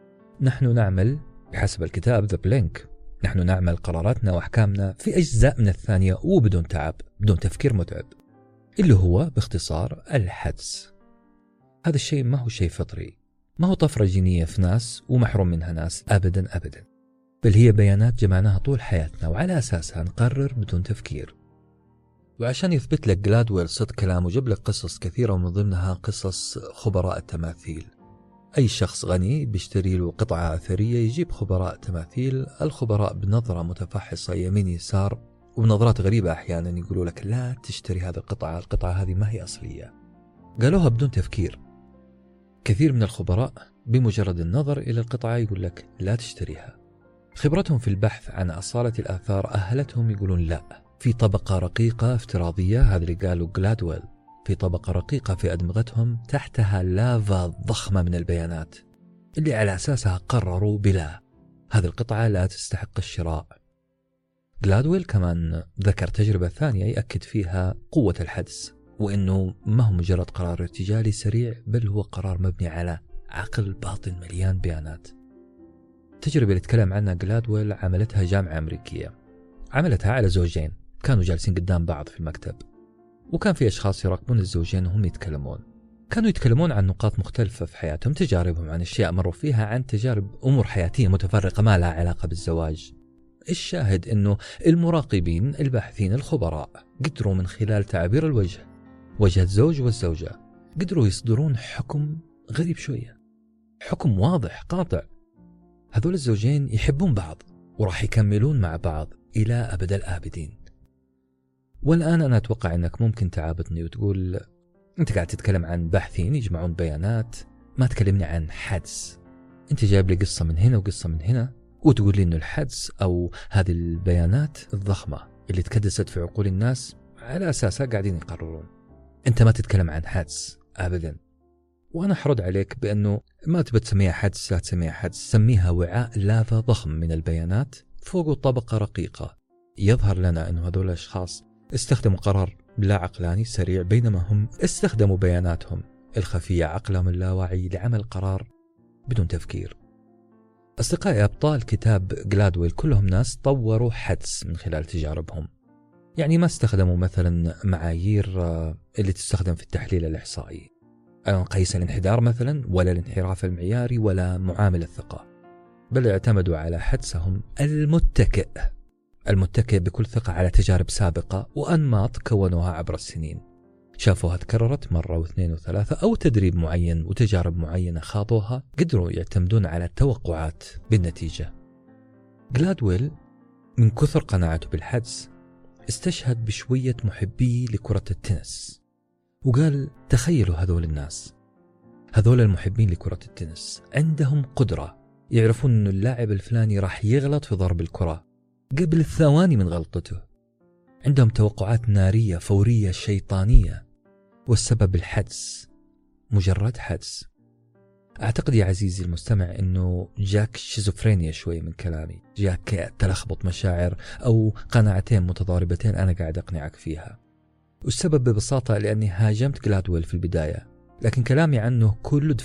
نحن نعمل بحسب الكتاب The Blink، نحن نعمل قراراتنا وأحكامنا في أجزاء من الثانية وبدون تعب، بدون تفكير متعب، اللي هو باختصار الحدس. هذا الشيء ما هو شيء فطري، ما هو طفرة جينية في ناس ومحروم منها ناس، أبدا أبدا، بل هي بيانات جمعناها طول حياتنا وعلى أساسها نقرر بدون تفكير. وعشان يثبت لك جلادويل صدق كلامه جاب لك قصص كثيرة، ومن ضمنها قصص خبراء التماثيل. أي شخص غني بيشتري له قطعة أثرية يجيب خبراء تماثيل، الخبراء بنظرة متفحصة يمين يسار وبنظرات غريبة أحيانا يقولوا لك لا تشتري هذه القطعة هذه ما هي أصلية، قالوها بدون تفكير. كثير من الخبراء بمجرد النظر إلى القطعة يقول لك لا تشتريها. خبرتهم في البحث عن أصالة الآثار أهلتهم يقولون لا، في طبقة رقيقة افتراضية، هذا اللي قالوا جلادويل، في طبقة رقيقة في أدمغتهم تحتها لافا ضخمة من البيانات اللي على أساسها قرروا بلا، هذه القطعة لا تستحق الشراء. جلادويل كمان ذكر تجربة ثانية يأكد فيها قوة الحدس، وإنه ما هو مجرد قرار ارتجالي سريع، بل هو قرار مبني على عقل باطن مليان بيانات. التجربة اللي تكلم عنها جلادويل عملتها جامعة أمريكية، عملتها على زوجين كانوا جالسين قدام بعض في المكتب، وكان في أشخاص يراقبون الزوجين وهم كانوا يتكلمون عن نقاط مختلفة في حياتهم، تجاربهم، عن أشياء مروا فيها، عن تجارب أمور حياتية متفرقة ما لها علاقة بالزواج. الشاهد أنه المراقبين الباحثين الخبراء قدروا من خلال تعبير الوجه، وجه الزوج والزوجة، قدروا يصدرون حكم غريب شوية، حكم واضح قاطع، هذول الزوجين يحبون بعض وراح يكملون مع بعض إلى أبد الآبدين. والآن أنا أتوقع أنك ممكن تعابطني وتقول أنت قاعد تتكلم عن باحثين يجمعون بيانات، ما تكلمني عن حدس، أنت جايب لي قصة من هنا وقصة من هنا وتقول لي أنه الحدس أو هذه البيانات الضخمة اللي تكدست في عقول الناس على أساسها قاعدين يقررون، أنت ما تتكلم عن حدس أبدا. وأنا حرد عليك بأنه ما تبى تسميها حدس، لا تسميها حدس، سميها وعاء لافا ضخم من البيانات فوق طبقة رقيقة. يظهر لنا أنه هذول الأشخاص استخدموا قرار لا عقلاني سريع، بينما هم استخدموا بياناتهم الخفية عقلهم اللاواعي لعمل قرار بدون تفكير. أصدقائي، أبطال كتاب جلادويل كلهم ناس طوروا حدس من خلال تجاربهم. يعني ما استخدموا مثلا معايير اللي تستخدم في التحليل الإحصائي، قيس الانحدار مثلا ولا الانحراف المعياري ولا معامل الثقة، بل اعتمدوا على حدسهم المتكئ بكل ثقة على تجارب سابقة وأنماط كونوها عبر السنين، شافوها تكررت مرة واثنين وثلاثة، أو تدريب معين وتجارب معينة خاضوها قدروا يعتمدون على التوقعات بالنتيجة. جلادويل من كثر قناعته بالحدس استشهد بشوية محبي لكرة التنس، وقال تخيلوا هذول الناس، هذول المحبين لكرة التنس عندهم قدرة يعرفون أن اللاعب الفلاني راح يغلط في ضرب الكرة قبل الثواني من غلطته، عندهم توقعات نارية فورية شيطانية، والسبب الحدس، مجرد حدس. أعتقد يا عزيزي المستمع أنه جاك شيزوفرينيا شوي من كلامي، جاك تلخبط مشاعر أو قناعتين متضاربتين أنا قاعد أقنعك فيها، والسبب ببساطة لأني هاجمت جلادويل في البداية، لكن كلامي عنه كله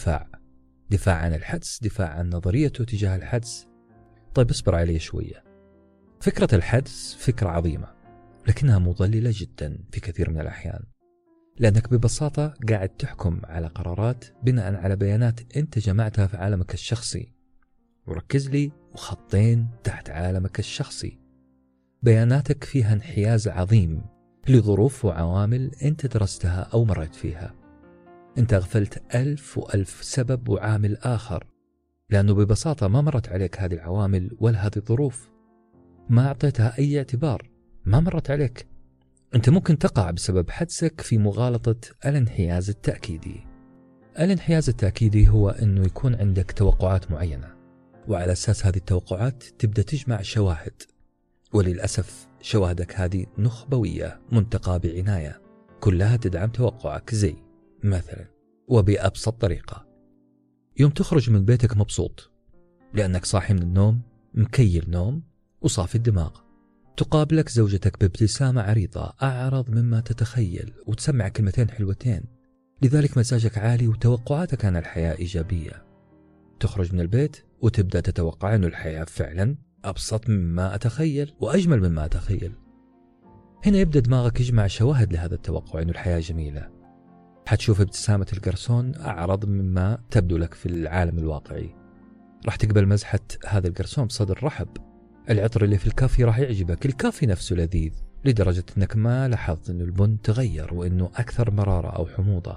دفاع عن الحدس، دفاع عن نظريته تجاه الحدس. طيب اصبر علي شوية. فكرة الحدس فكرة عظيمة، لكنها مضللة جدا في كثير من الأحيان، لأنك ببساطة قاعد تحكم على قرارات بناء على بيانات أنت جمعتها في عالمك الشخصي. وركز لي وخطين تحت عالمك الشخصي. بياناتك فيها انحياز عظيم لظروف وعوامل أنت درستها أو مريت فيها. أنت أغفلت 1000 سبب وعامل آخر، لأنه ببساطة ما مرت عليك هذه العوامل ولا هذه الظروف، ما أعطيتها أي اعتبار، ما مرت عليك. أنت ممكن تقع بسبب حدسك في مغالطة الانحياز التأكيدي. الانحياز التأكيدي هو أنه يكون عندك توقعات معينة، وعلى أساس هذه التوقعات تبدأ تجمع شواهد، وللأسف شواهدك هذه نخبوية منتقى بعناية، كلها تدعم توقعك. زي مثلا وبأبسط طريقة، يوم تخرج من بيتك مبسوط لأنك صاحي من النوم مكيل نوم وصافي الدماغ، تقابلك زوجتك بابتسامة عريضة أعرض مما تتخيل وتسمع كلمتين حلوتين، لذلك مزاجك عالي وتوقعاتك عن الحياة إيجابية. تخرج من البيت وتبدأ تتوقع أن الحياة فعلا أبسط مما أتخيل وأجمل مما أتخيل. هنا يبدأ دماغك يجمع شواهد لهذا التوقع أن الحياة جميلة. حتشوف ابتسامة القرصون أعرض مما تبدو لك في العالم الواقعي، راح تقبل مزحة هذا القرصون بصدر رحب. العطر اللي في الكافي راح يعجبك، الكافي نفسه لذيذ لدرجة أنك ما لاحظت أن البن تغير وأنه أكثر مرارة أو حموضة.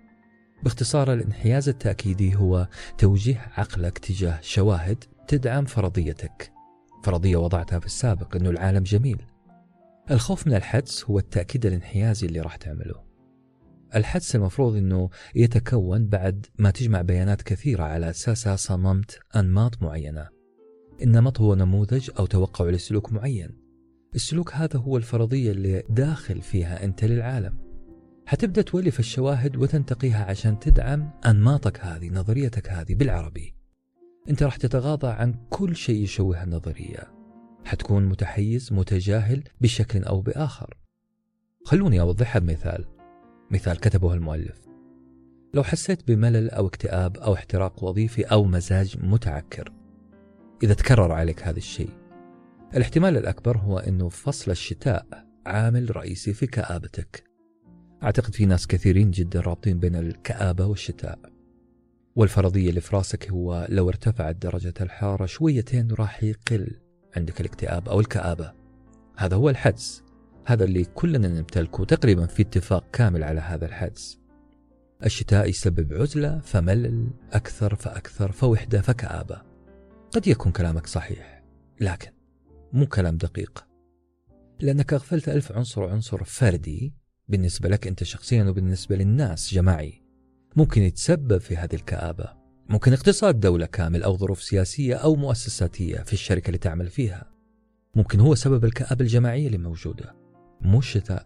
باختصار، الانحياز التأكيدي هو توجيه عقلك تجاه شواهد تدعم فرضيتك، فرضية وضعتها في السابق أنه العالم جميل. الخوف من الحدس هو التأكيد الانحيازي اللي راح تعمله. الحدس المفروض أنه يتكون بعد ما تجمع بيانات كثيرة على أساسها صممت أنماط معينة. النمط هو نموذج أو توقع لسلوك معين. السلوك هذا هو الفرضية اللي داخل فيها أنت للعالم. حتبدأ تولف الشواهد وتنتقيها عشان تدعم أنماطك هذه، نظريتك هذه. بالعربي أنت راح تتغاضى عن كل شيء يشوه النظرية، حتكون متحيز متجاهل بشكل أو بآخر. خلوني أوضحها بمثال كتبه المؤلف. لو حسيت بملل أو اكتئاب أو احتراق وظيفي أو مزاج متعكر، إذا تكرر عليك هذا الشيء، الاحتمال الأكبر هو أنه فصل الشتاء عامل رئيسي في كآبتك. أعتقد في ناس كثيرين جدا رابطين بين الكآبة والشتاء، والفرضية اللي في راسك هو لو ارتفعت درجة الحرارة شويتين راح يقل عندك الاكتئاب أو الكآبة. هذا هو الحدس، هذا اللي كلنا نمتلكه تقريبا، في اتفاق كامل على هذا الحدس. الشتاء يسبب عزلة فملل، أكثر فأكثر فوحدة فكآبة. قد يكون كلامك صحيح، لكن مو كلام دقيق، لأنك أغفلت 1000 عنصر فردي بالنسبة لك أنت شخصيا وبالنسبة للناس جماعي ممكن يتسبب في هذه الكآبة. ممكن اقتصاد دولة كامل أو ظروف سياسية أو مؤسساتية في الشركة اللي تعمل فيها، ممكن هو سبب الكآبة الجماعية اللي موجودة، مو الشتاء.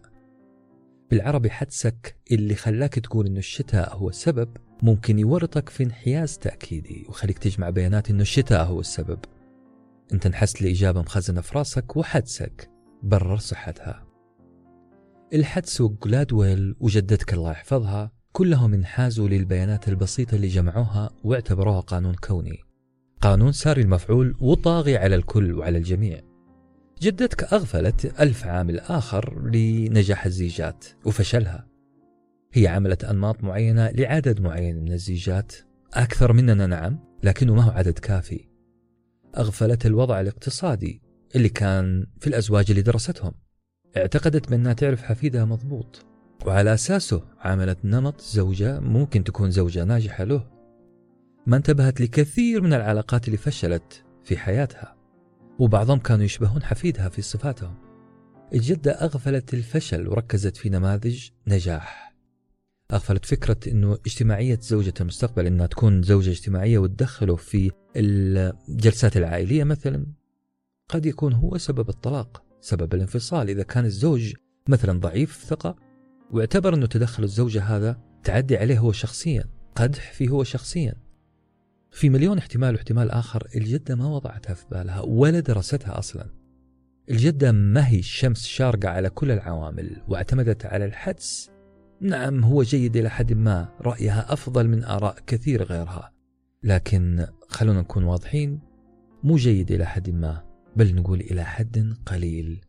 بالعربي حدسك اللي خلاك تقول إنه الشتاء هو السبب ممكن يورطك في انحياز تأكيدي وخليك تجمع بيانات إنه الشتاء هو السبب. أنت انحست لإجابة مخزنة في راسك، وحدسك برر صحتها. الحدس وجلادويل وجدتك الله يحفظها كلهم انحازوا للبيانات البسيطة اللي جمعوها واعتبروها قانون كوني، قانون ساري المفعول وطاغي على الكل وعلى الجميع. جدتك أغفلت 1000 عامل آخر لنجاح الزيجات وفشلها. هي عملت أنماط معينة لعدد معين من الزيجات، أكثر مننا نعم، لكنه ما هو عدد كافي. أغفلت الوضع الاقتصادي اللي كان في الأزواج اللي درستهم، اعتقدت بأنها تعرف حفيدها مضبوط، وعلى أساسه عملت نمط زوجة ممكن تكون زوجة ناجحة له. ما انتبهت لكثير من العلاقات اللي فشلت في حياتها، وبعضهم كانوا يشبهون حفيدها في صفاتهم. الجدة أغفلت الفشل وركزت في نماذج نجاح. أغفلت فكرة أنه اجتماعية زوجة المستقبل، أنها تكون زوجة اجتماعية وتدخله في الجلسات العائلية مثلا، قد يكون هو سبب الطلاق، سبب الانفصال. إذا كان الزوج مثلا ضعيف ثقة واعتبر أنه تدخل الزوجة هذا تعدي عليه هو شخصيا، قدح فيه هو شخصيا. في مليون احتمال واحتمال آخر الجدة ما وضعتها في بالها ولا درستها أصلا. الجدة ما هي الشمس شارقة على كل العوامل، واعتمدت على الحدس. نعم هو جيد إلى حد ما، رأيها أفضل من آراء كثير غيرها، لكن خلونا نكون واضحين، مو جيد إلى حد ما، بل نقول إلى حد قليل.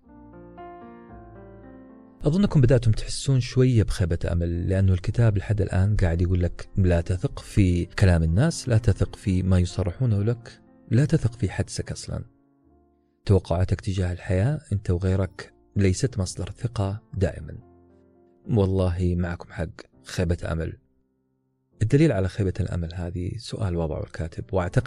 أظنكم بدأتم تحسون شوية بخيبة أمل، لأنه الكتاب لحد الآن قاعد يقول لك لا تثق في كلام الناس، لا تثق في ما يصرحونه لك، لا تثق في حدسك أصلا. توقعاتك تجاه الحياة أنت وغيرك ليست مصدر ثقة دائما. والله معكم حق، خيبة أمل. الدليل على خيبة الأمل هذه سؤال وضعه الكاتب،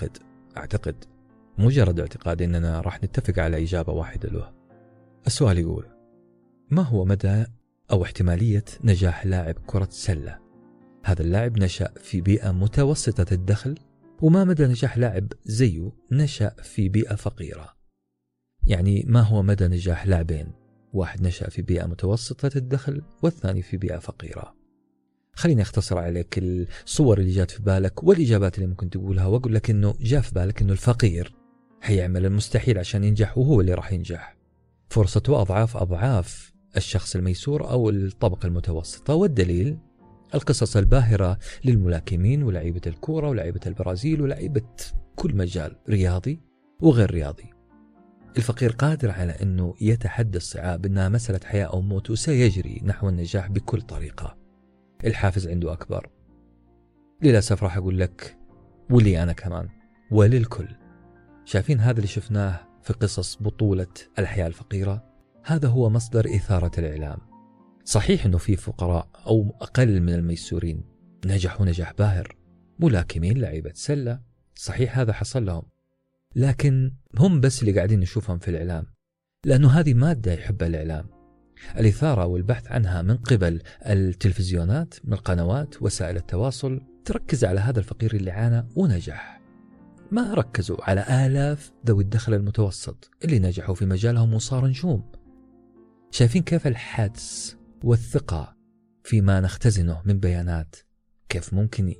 وأعتقد مجرد اعتقاد أننا راح نتفق على إجابة واحدة له. السؤال يقول: ما هو مدى أو احتمالية نجاح لاعب كرة سلة؟ هذا اللاعب نشأ في بيئة متوسطة الدخل، وما مدى نجاح لاعب زيه نشأ في بيئة فقيرة؟ يعني ما هو مدى نجاح لاعبين، واحد نشأ في بيئة متوسطة الدخل والثاني في بيئة فقيرة؟ خليني أختصر عليك الصور اللي جات في بالك والإجابات اللي ممكن تقولها، وأقول لك إنه جاء في بالك إنه الفقير هيعمل المستحيل عشان ينجح، وهو اللي راح ينجح. فرصته أضعاف الشخص الميسور أو الطبقة المتوسطة. والدليل القصص الباهرة للملاكمين ولعيبة الكورة ولعيبة البرازيل ولعيبة كل مجال رياضي وغير رياضي. الفقير قادر على أنه يتحدى الصعاب، إنها مسألة حياة أو موت، وسيجري نحو النجاح بكل طريقة. الحافز عنده أكبر. للأسف راح أقول لك، ولي أنا كمان، وللكل. شايفين هذا اللي شفناه في قصص بطولة الحياة الفقيرة؟ هذا هو مصدر إثارة الإعلام. صحيح أنه في فقراء أو أقل من الميسورين نجحوا نجاح باهر، ملاكمين، لعيبة سلة، صحيح هذا حصل لهم، لكن هم بس اللي قاعدين نشوفهم في الإعلام، لأنه هذه مادة يحبها الإعلام. الإثارة والبحث عنها من قبل التلفزيونات، من القنوات، وسائل التواصل، تركز على هذا الفقير اللي عانى ونجح. ما ركزوا على آلاف ذوي الدخل المتوسط اللي نجحوا في مجالهم وصاروا نجوم. شايفين كيف الحدس والثقة فيما نختزنه من بيانات كيف ممكن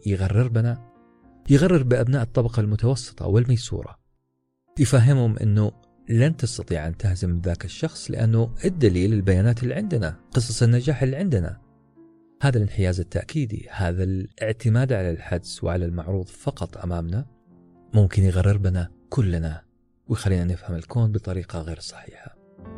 يغرر بأبناء الطبقة المتوسطة والميسورة، يفهمهم أنه لن تستطيع أن تهزم ذاك الشخص، لأنه الدليل البيانات اللي عندنا، قصص النجاح اللي عندنا. هذا الانحياز التأكيدي، هذا الاعتماد على الحدس وعلى المعروض فقط أمامنا، ممكن يغرر بنا كلنا ويخلينا نفهم الكون بطريقة غير صحيحة.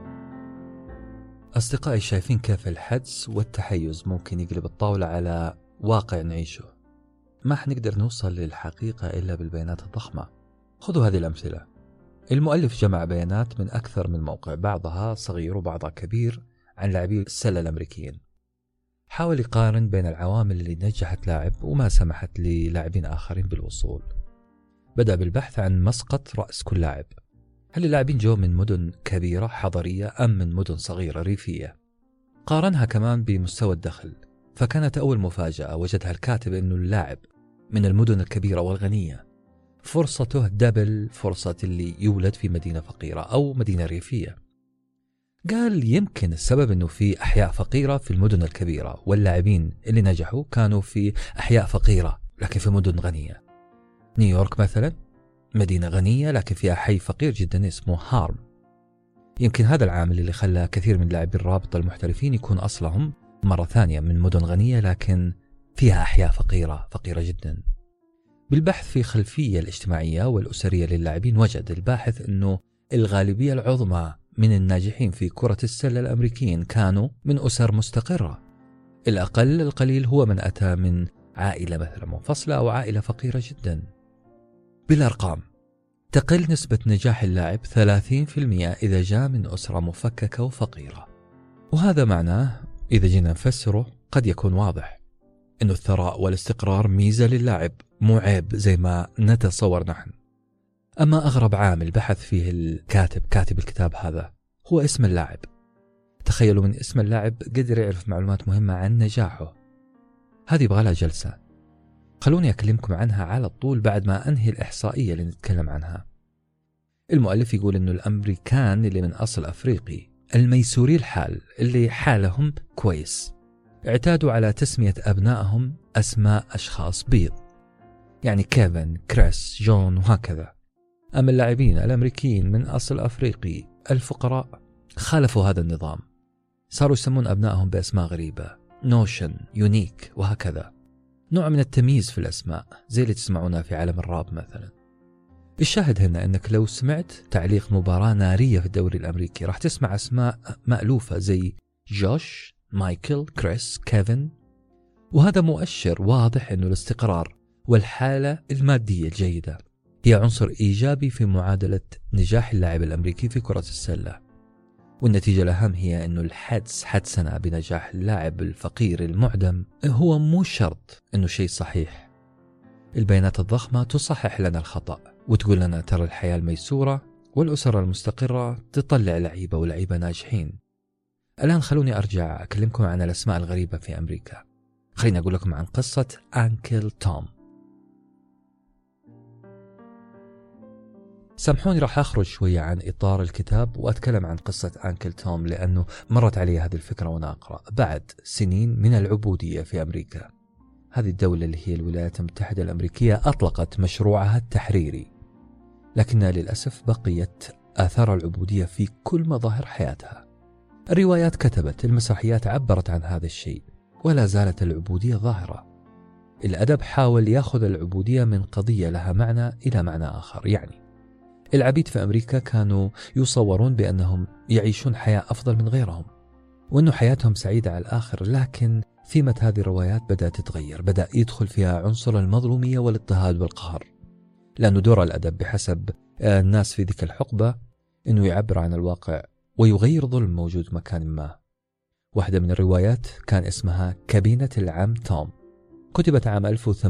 أصدقائي، شايفين كيف الحدس والتحيز ممكن يقلب الطاولة على واقع نعيشه؟ ما حنقدر نوصل للحقيقة إلا بالبيانات الضخمة. خذوا هذه الأمثلة. المؤلف جمع بيانات من أكثر من موقع، بعضها صغير وبعضها كبير، عن لاعبي السلة الأمريكيين. حاول يقارن بين العوامل اللي نجحت لاعب وما سمحت للاعبين آخرين بالوصول. بدأ بالبحث عن مسقط رأس كل لاعب. هل اللاعبين جو من مدن كبيرة حضرية أم من مدن صغيرة ريفية؟ قارنها كمان بمستوى الدخل، فكانت أول مفاجأة وجدها الكاتب أنه اللاعب من المدن الكبيرة والغنية فرصته دبل فرصة اللي يولد في مدينة فقيرة أو مدينة ريفية. قال يمكن السبب أنه في أحياء فقيرة في المدن الكبيرة، واللاعبين اللي نجحوا كانوا في أحياء فقيرة لكن في مدن غنية. نيويورك مثلا مدينة غنية لكن فيها حي فقير جدا اسمه هارم. يمكن هذا العامل اللي خلى كثير من لاعبي الرابطة المحترفين يكون أصلهم مرة ثانية من مدن غنية لكن فيها أحياء فقيرة جدا. بالبحث في خلفية الاجتماعية والأسرية للاعبين وجد الباحث أنه الغالبية العظمى من الناجحين في كرة السلة الأمريكيين كانوا من أسر مستقرة. القليل هو من أتى من عائلة مثلا منفصلة أو عائلة فقيرة جدا. بالأرقام تقل نسبة نجاح اللاعب 30% إذا جاء من أسرة مفككة وفقيرة. وهذا معناه إذا جينا نفسره قد يكون واضح إنه الثراء والاستقرار ميزة للاعب مو عيب زي ما نتصور نحن. أما أغرب عامل بحث فيه كاتب الكتاب هذا هو اسم اللاعب. تخيلوا من اسم اللاعب قدر يعرف معلومات مهمة عن نجاحه. هذه يبغى لها جلسة، خلوني أكلمكم عنها على الطول بعد ما أنهي الإحصائية اللي نتكلم عنها. المؤلف يقول إنه الأمريكان اللي من أصل أفريقي الميسوري الحال اللي حالهم كويس اعتادوا على تسمية أبنائهم أسماء أشخاص بيض، يعني كيفن، كريس، جون وهكذا. أما اللاعبين الأمريكيين من أصل أفريقي الفقراء خالفوا هذا النظام، صاروا يسمون أبنائهم بأسماء غريبة، نوشن، يونيك وهكذا، نوع من التمييز في الأسماء زي اللي تسمعونها في عالم الراب مثلا. الشاهد هنا أنك لو سمعت تعليق مباراة نارية في الدوري الأمريكي راح تسمع أسماء مألوفة زي جوش، مايكل، كريس، كيفن، وهذا مؤشر واضح أنه الاستقرار والحالة المادية الجيدة هي عنصر إيجابي في معادلة نجاح اللاعب الأمريكي في كرة السلة. والنتيجة الأهم هي أنه حدسنا بنجاح اللاعب الفقير المعدم هو مو شرط أنه شيء صحيح. البيانات الضخمة تصحح لنا الخطأ وتقول لنا ترى الحياة الميسورة والأسرة المستقرة تطلع لعيبة ناجحين. الآن خلوني أرجع أكلمكم عن الأسماء الغريبة في أمريكا. خليني أقول لكم عن قصة أنكل توم. سامحوني راح أخرج شوية عن إطار الكتاب وأتكلم عن قصة أنكل توم لأنه مرت علي هذه الفكرة وأنا أقرأ. بعد سنين من العبودية في أمريكا، هذه الدولة اللي هي الولايات المتحدة الأمريكية أطلقت مشروعها التحريري، لكنها للأسف بقيت آثار العبودية في كل مظاهر حياتها. الروايات كتبت، المسرحيات عبرت عن هذا الشيء، ولا زالت العبودية ظاهرة. الأدب حاول يأخذ العبودية من قضية لها معنى إلى معنى آخر. يعني العبيد في أمريكا كانوا يصورون بأنهم يعيشون حياة أفضل من غيرهم وأنه حياتهم سعيدة على الآخر، لكن ثيمة هذه الروايات بدأت تتغير، بدأ يدخل فيها عنصر المظلومية والاضطهاد والقهر، لأنه دور الأدب بحسب الناس في ذيك الحقبة أنه يعبر عن الواقع ويغير ظلم موجود مكان ما. واحدة من الروايات كان اسمها كابينة العم توم، كتبت عام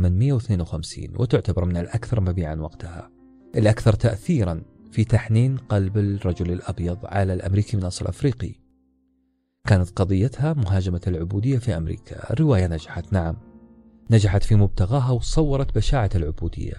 1852 وتعتبر من الأكثر مبيعا وقتها، الأكثر تأثيرا في تحنين قلب الرجل الأبيض على الأمريكي من أصل أفريقي. كانت قضيتها مهاجمة العبودية في أمريكا. الرواية نجحت، نعم نجحت في مبتغاها وصورت بشاعة العبودية،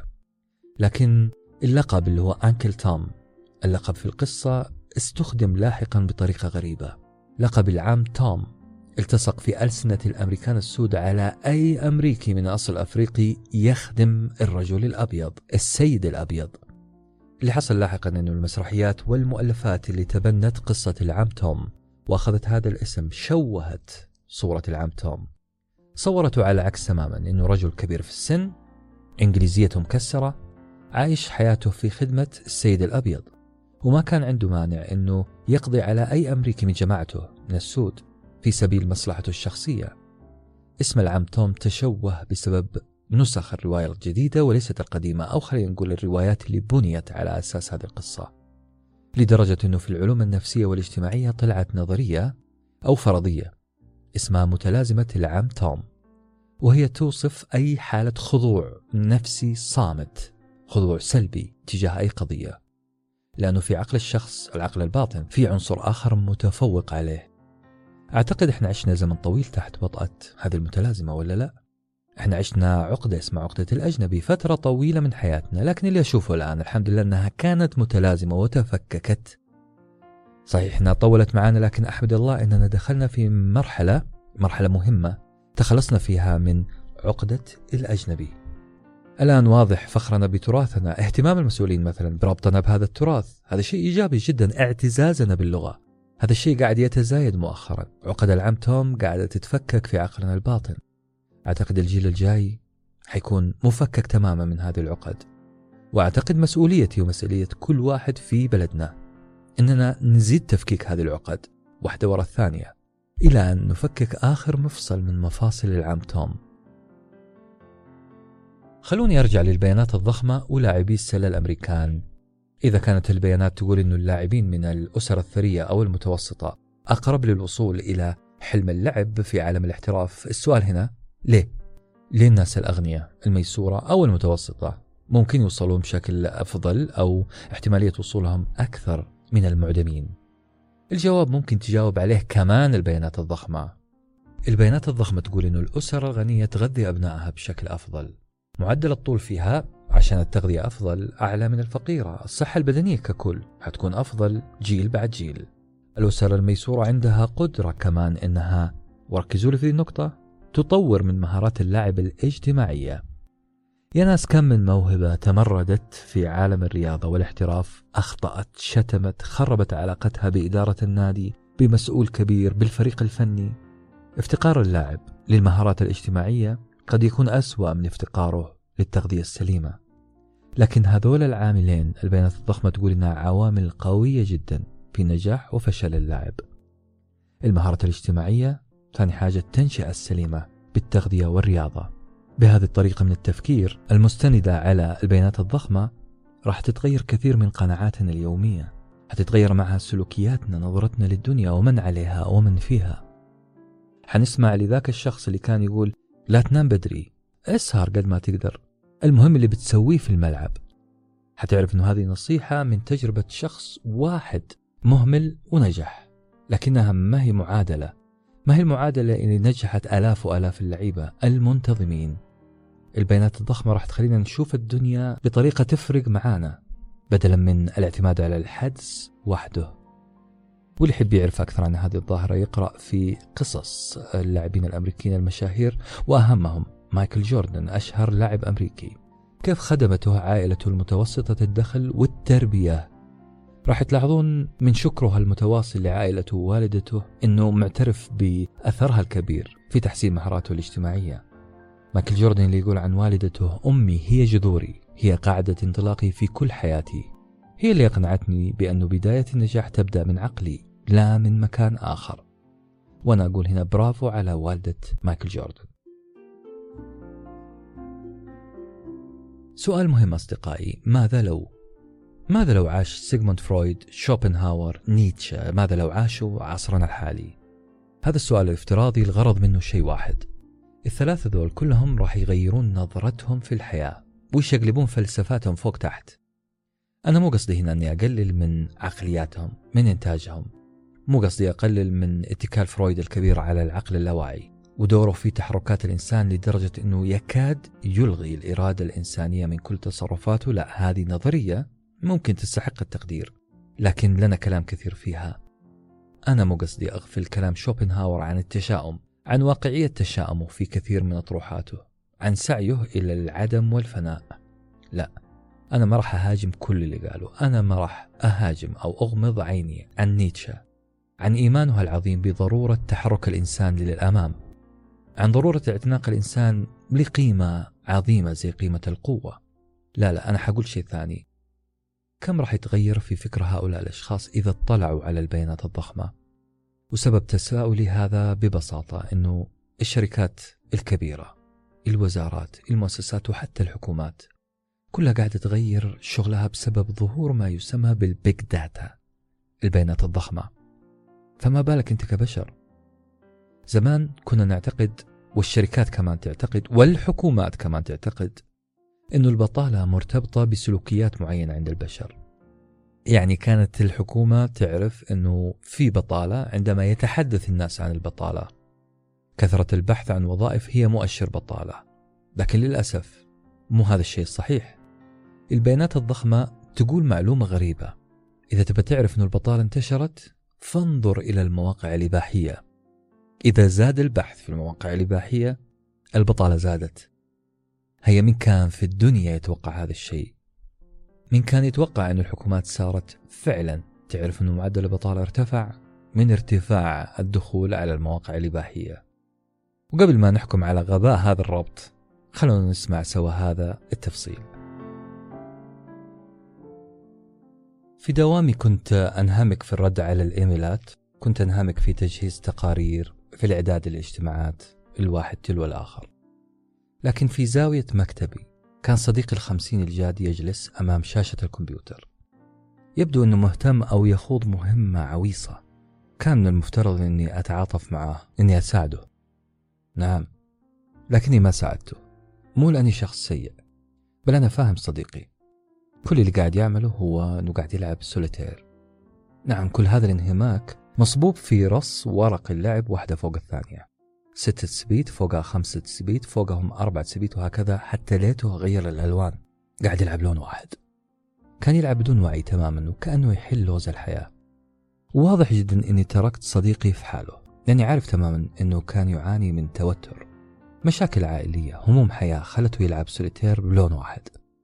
لكن اللقب اللي هو أنكل توم، اللقب في القصة استخدم لاحقا بطريقة غريبة. لقب العام توم التصق في ألسنة الأمريكان السود على أي أمريكي من أصل أفريقي يخدم الرجل الأبيض، السيد الأبيض. اللي حصل لاحقا أن المسرحيات والمؤلفات اللي تبنت قصة العام توم وأخذت هذا الاسم شوهت صورة العام توم، صورته على عكس تماما، أنه رجل كبير في السن، إنجليزيته مكسرة، عايش حياته في خدمة السيد الأبيض، وما كان عنده مانع أنه يقضي على أي أمريكي من جماعته من السود في سبيل مصلحته الشخصية. اسم العم توم تشوه بسبب نسخ الرواية الجديدة وليست القديمة، أو خلينا نقول الروايات اللي بنيت على أساس هذه القصة، لدرجة أنه في العلوم النفسية والاجتماعية طلعت نظرية أو فرضية اسمها متلازمة العم توم، وهي توصف أي حالة خضوع نفسي صامت، خضوع سلبي تجاه أي قضية، لأنه في عقل الشخص، العقل الباطن، في عنصر آخر متفوق عليه. أعتقد إحنا عشنا زمن طويل تحت وطأة هذه المتلازمة، ولا لا؟ إحنا عشنا عقدة اسمها عقدة الأجنبي فترة طويلة من حياتنا، لكن اللي أشوفه الآن الحمد لله أنها كانت متلازمة وتفككت. صحيح إنها طولت معنا، لكن أحمد الله أننا دخلنا في مرحلة مهمة تخلصنا فيها من عقدة الأجنبي. الآن واضح فخرنا بتراثنا، اهتمام المسؤولين مثلا بربطنا بهذا التراث، هذا شيء إيجابي جدا. اعتزازنا باللغة، هذا الشيء قاعد يتزايد مؤخرا. عقد العم توم قاعدة تتفكك في عقلنا الباطن. أعتقد الجيل الجاي حيكون مفكك تماما من هذه العقد، وأعتقد مسؤوليتي ومسؤولية كل واحد في بلدنا إننا نزيد تفكيك هذه العقد واحدة وراء الثانية إلى أن نفكك آخر مفصل من مفاصل العم توم. خلوني أرجع للبيانات الضخمة ولاعبي السلة الأمريكان. إذا كانت البيانات تقول إنه اللاعبين من الأسر الثرية أو المتوسطة أقرب للوصول إلى حلم اللعب في عالم الاحتراف، السؤال هنا ليه الناس الأغنياء الميسورة أو المتوسطة ممكن يوصلون بشكل أفضل أو احتمالية وصولهم أكثر من المعدمين؟ الجواب ممكن تجاوب عليه كمان البيانات الضخمة. البيانات الضخمة تقول إنه الأسر الغنية تغذي أبنائها بشكل أفضل، معدل الطول فيها عشان التغذية أفضل أعلى من الفقيرة، الصحة البدنية ككل هتكون أفضل جيل بعد جيل. الأسر الميسورة عندها قدرة كمان إنها، وركزوا لي في النقطة، تطور من مهارات اللاعب الاجتماعية. يا ناس كم من موهبة تمردت في عالم الرياضة والاحتراف، أخطأت، شتمت، خربت علاقتها بإدارة النادي، بمسؤول كبير، بالفريق الفني. افتقار اللاعب للمهارات الاجتماعية قد يكون أسوأ من افتقاره للتغذية السليمة. لكن هذول العاملين البيانات الضخمة تقول إنها عوامل قوية جدا في نجاح وفشل اللاعب. المهارات الاجتماعية، ثاني حاجة التنشئة السليمة بالتغذية والرياضة. بهذه الطريقة من التفكير المستندة على البيانات الضخمة راح تتغير كثير من قناعاتنا اليومية، هتتغير معها سلوكياتنا، نظرتنا للدنيا ومن عليها ومن فيها. حنسمع لذاك الشخص اللي كان يقول لا تنام بدري، اسهر قد ما تقدر، المهم اللي بتسويه في الملعب. حتعرف انه هذه نصيحة من تجربة شخص واحد مهمل ونجح، لكنها ما هي معادلة، ما هي المعادلة اللي نجحت آلاف وآلاف اللعيبة المنتظمين. البيانات الضخمة راح تخلينا نشوف الدنيا بطريقة تفرق معانا بدلا من الاعتماد على الحدس وحده. واللي يحب يعرف أكثر عن هذه الظاهرة يقرأ في قصص اللاعبين الأمريكيين المشاهير، وأهمهم مايكل جوردن، أشهر لاعب أمريكي، كيف خدمته عائلته المتوسطة الدخل والتربية. راح تلاحظون من شكرها المتواصل لعائلته ووالدته أنه معترف بأثرها الكبير في تحسين مهاراته الاجتماعية. مايكل جوردن اللي يقول عن والدته أمي هي جذوري، هي قاعدة انطلاقي في كل حياتي، هي اللي أقنعتني بأنه بداية النجاح تبدأ من عقلي لا من مكان آخر. وأنا أقول هنا برافو على والدة مايكل جوردن. سؤال مهم أصدقائي، ماذا لو عاش سيغموند فرويد، شوبنهاور، نيتشه؟ ماذا لو عاشوا عصرنا الحالي؟ هذا السؤال الافتراضي الغرض منه شيء واحد، الثلاثة ذول كلهم راح يغيرون نظرتهم في الحياة ويشقلبون فلسفاتهم فوق تحت. أنا مو قصدي هنا أني أقلل من عقلياتهم، من إنتاجهم، مو قصدي أقلل من اتكال فرويد الكبير على العقل اللاواعي ودوره في تحركات الإنسان لدرجة أنه يكاد يلغي الإرادة الإنسانية من كل تصرفاته. لا، هذه نظرية ممكن تستحق التقدير، لكن لنا كلام كثير فيها. أنا مو قصدي أغفل كلام شوبنهاور عن التشاؤم، عن واقعية تشاؤمه في كثير من أطروحاته، عن سعيه إلى العدم والفناء. لا، أنا ما راح أهاجم كل اللي قاله، أنا ما راح أهاجم أو أغمض عيني عن نيتشه، عن إيمانه العظيم بضرورة تحرك الإنسان للأمام، عن ضرورة اعتناق الإنسان لقيمة عظيمة زي قيمة القوة. لا، أنا حقول شيء ثاني. كم راح يتغير في فكر هؤلاء الأشخاص إذا اطلعوا على البيانات الضخمة؟ وسبب تساؤلي هذا ببساطة أنه الشركات الكبيرة، الوزارات، المؤسسات وحتى الحكومات كلها قاعدة تغير شغلها بسبب ظهور ما يسمى بالبيج داتا، البيانات الضخمة. فما بالك أنت كبشر؟ زمان كنا نعتقد، والشركات كمان تعتقد، والحكومات كمان تعتقد، أنه البطالة مرتبطة بسلوكيات معينة عند البشر. يعني كانت الحكومة تعرف أنه في بطالة عندما يتحدث الناس عن البطالة. كثرة البحث عن وظائف هي مؤشر بطالة، لكن للأسف مو هذا الشيء الصحيح. البيانات الضخمة تقول معلومة غريبة. إذا تبى تعرف أن البطالة انتشرت، فانظر إلى المواقع الإباحية. إذا زاد البحث في المواقع الإباحية، البطالة زادت. هيا من كان في الدنيا يتوقع هذا الشيء؟ من كان يتوقع أن الحكومات صارت فعلا تعرف أن معدل البطالة ارتفع من ارتفاع الدخول على المواقع الإباحية؟ وقبل ما نحكم على غباء هذا الربط، خلونا نسمع سوا هذا التفصيل. في دوامي كنت أنهمك في الرد على الإيميلات، كنت أنهمك في تجهيز تقارير، في الإعداد للاجتماعات الواحد تلو الآخر. لكن في زاوية مكتبي كان صديقي ال50 الجاد يجلس أمام شاشة الكمبيوتر، يبدو أنه مهتم أو يخوض مهمة عويصة. كان من المفترض أني أتعاطف معه، أني أساعده، نعم، لكني ما ساعدته. مو لأني شخص سيء، بل أنا فاهم صديقي. كل اللي قاعد يعمله هو أنه قاعد يلعب سوليتير. نعم، كل هذا الانهماك مصبوب في رص ورق اللعب واحدة فوق الثانية، 6 سبيت فوقها 5 سبيت فوقهم 4 سبيت، وهكذا حتى ليته غير الألوان. قاعد يلعب لون واحد. كان يلعب بدون وعي تماما، وكأنه يحل لغز الحياة. وواضح جدا أني تركت صديقي في حاله، لأني عارف تماما أنه كان يعاني من توتر، مشاكل عائلية، هموم حياة خلته يلعب سوليتير بلون واحد.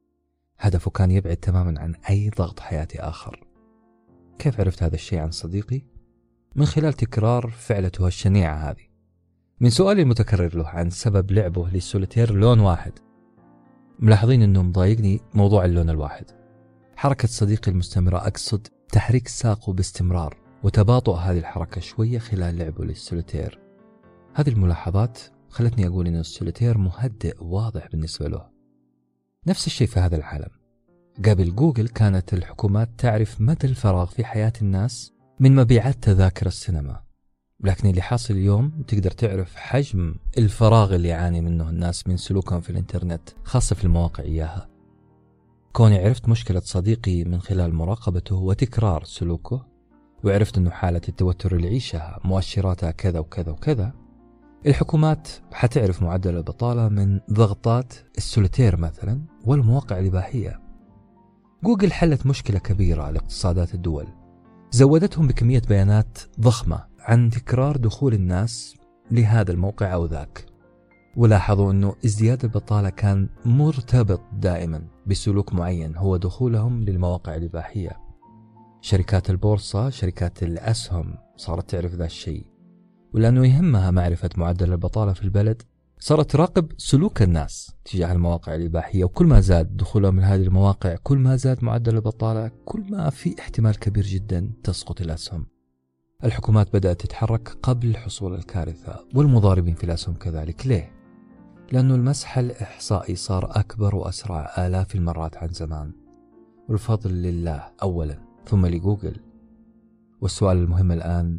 هدفه كان يبعد تماما عن أي ضغط حياتي آخر. كيف عرفت هذا الشيء عن صديقي؟ من خلال تكرار فعلته الشنيعة هذه، من سؤالي المتكرر له عن سبب لعبه للسوليتير لون واحد. ملاحظين أنه مضايقني موضوع اللون الواحد. حركة صديقي المستمرة، أقصد تحريك ساقه باستمرار وتباطؤ هذه الحركة شوية خلال لعبه للسوليتير. هذه الملاحظات خلتني أقول أن السوليتير مهدئ واضح بالنسبة له. نفس الشيء في هذا العالم. قبل جوجل كانت الحكومات تعرف مدى الفراغ في حياة الناس من مبيعات تذاكر السينما، لكن اللي حاصل اليوم تقدر تعرف حجم الفراغ اللي يعاني منه الناس من سلوكهم في الإنترنت، خاصة في المواقع إياها. كوني عرفت مشكلة صديقي من خلال مراقبته وتكرار سلوكه، وعرفت أنه حالة التوتر اللي يعيشها مؤشراتها كذا وكذا وكذا، الحكومات حتعرف معدل البطالة من ضغطات السوليتير مثلا والمواقع الإباحية. جوجل حلت مشكلة كبيرة على اقتصادات الدول، زودتهم بكمية بيانات ضخمة عن تكرار دخول الناس لهذا الموقع أو ذاك، ولاحظوا أنه ازدياد البطالة كان مرتبط دائما بسلوك معين هو دخولهم للمواقع الإباحية. شركات البورصة، شركات الأسهم صارت تعرف ذا الشيء، ولأنه يهمها معرفة معدل البطالة في البلد صارت تراقب سلوك الناس تجاه المواقع الإباحية، وكل ما زاد دخولهم من هذه المواقع كل ما زاد معدل البطالة، كل ما في احتمال كبير جدا تسقط الأسهم. الحكومات بدأت تتحرك قبل حصول الكارثة، والمضاربين في الأسهم كذلك. ليه؟ لأنه المسح الإحصائي صار أكبر وأسرع آلاف المرات عن زمان، والفضل لله أولا ثم لجوجل. والسؤال المهم الآن،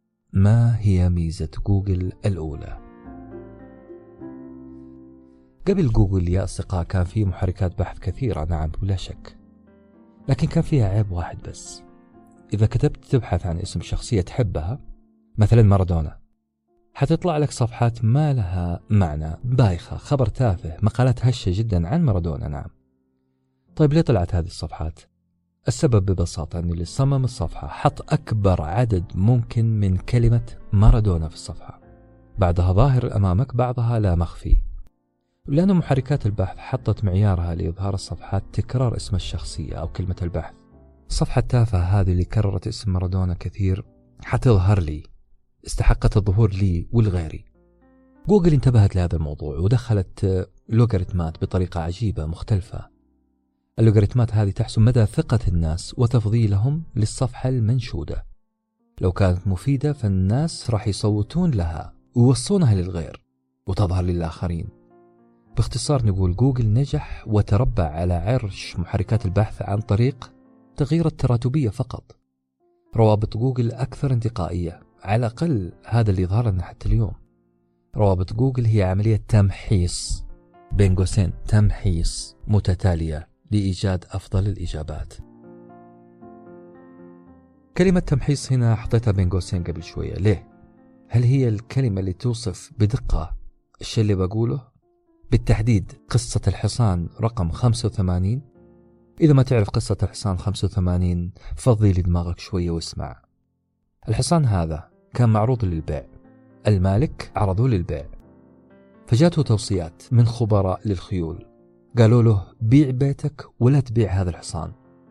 ما هي ميزة جوجل الأولى؟ قبل جوجل يا أصدقاء كان فيه محركات بحث كثيرة، نعم بلا شك، لكن كان فيها عيب واحد بس. إذا كتبت تبحث عن اسم شخصية تحبها، مثلا مارادونا، حتطلع لك صفحات ما لها معنى، بايخة، خبر تافه، مقالات هشة جدا عن مارادونا. نعم، طيب ليه طلعت هذه الصفحات؟ السبب ببساطة أن اللي صمم الصفحة حط أكبر عدد ممكن من كلمة مارادونا في الصفحة، بعضها ظاهر أمامك بعضها لا مخفي. لأن محركات البحث حطت معيارها لإظهار الصفحات تكرار اسم الشخصية أو كلمة البحث. الصفحة التافهة هذه اللي كررت اسم مارادونا كثير حتظهر لي، استحقت الظهور لي والغيري. جوجل انتبهت لهذا الموضوع ودخلت لوغاريتمات بطريقة عجيبة مختلفة. اللوغاريتمات هذه تحسب مدى ثقة الناس وتفضيلهم للصفحة المنشودة. لو كانت مفيدة فالناس راح يصوتون لها ويوصونها للغير وتظهر للآخرين. باختصار نقول جوجل نجح وتربع على عرش محركات البحث عن طريق تغيير التراتبية فقط. روابط جوجل أكثر انتقائية، على الأقل هذا اللي ظهر لنا حتى اليوم. روابط جوجل هي عملية تمحيص بين قوسين، تمحيص متتالية لإيجاد أفضل الإجابات. كلمة تمحيص هنا حطيتها بين قوسين قبل شوية. ليه؟ هل هي الكلمة اللي توصف بدقة الشيء اللي بقوله؟ بالتحديد قصة الحصان رقم 85. إذا ما تعرف قصة الحصان 85 فضي لدماغك شوية واسمع. الحصان هذا كان معروض للبيع، المالك عرضه للبيع، فجاته توصيات من خبراء للخيول قالوا له بيع بيتك ولا تبيع هذا الحصان.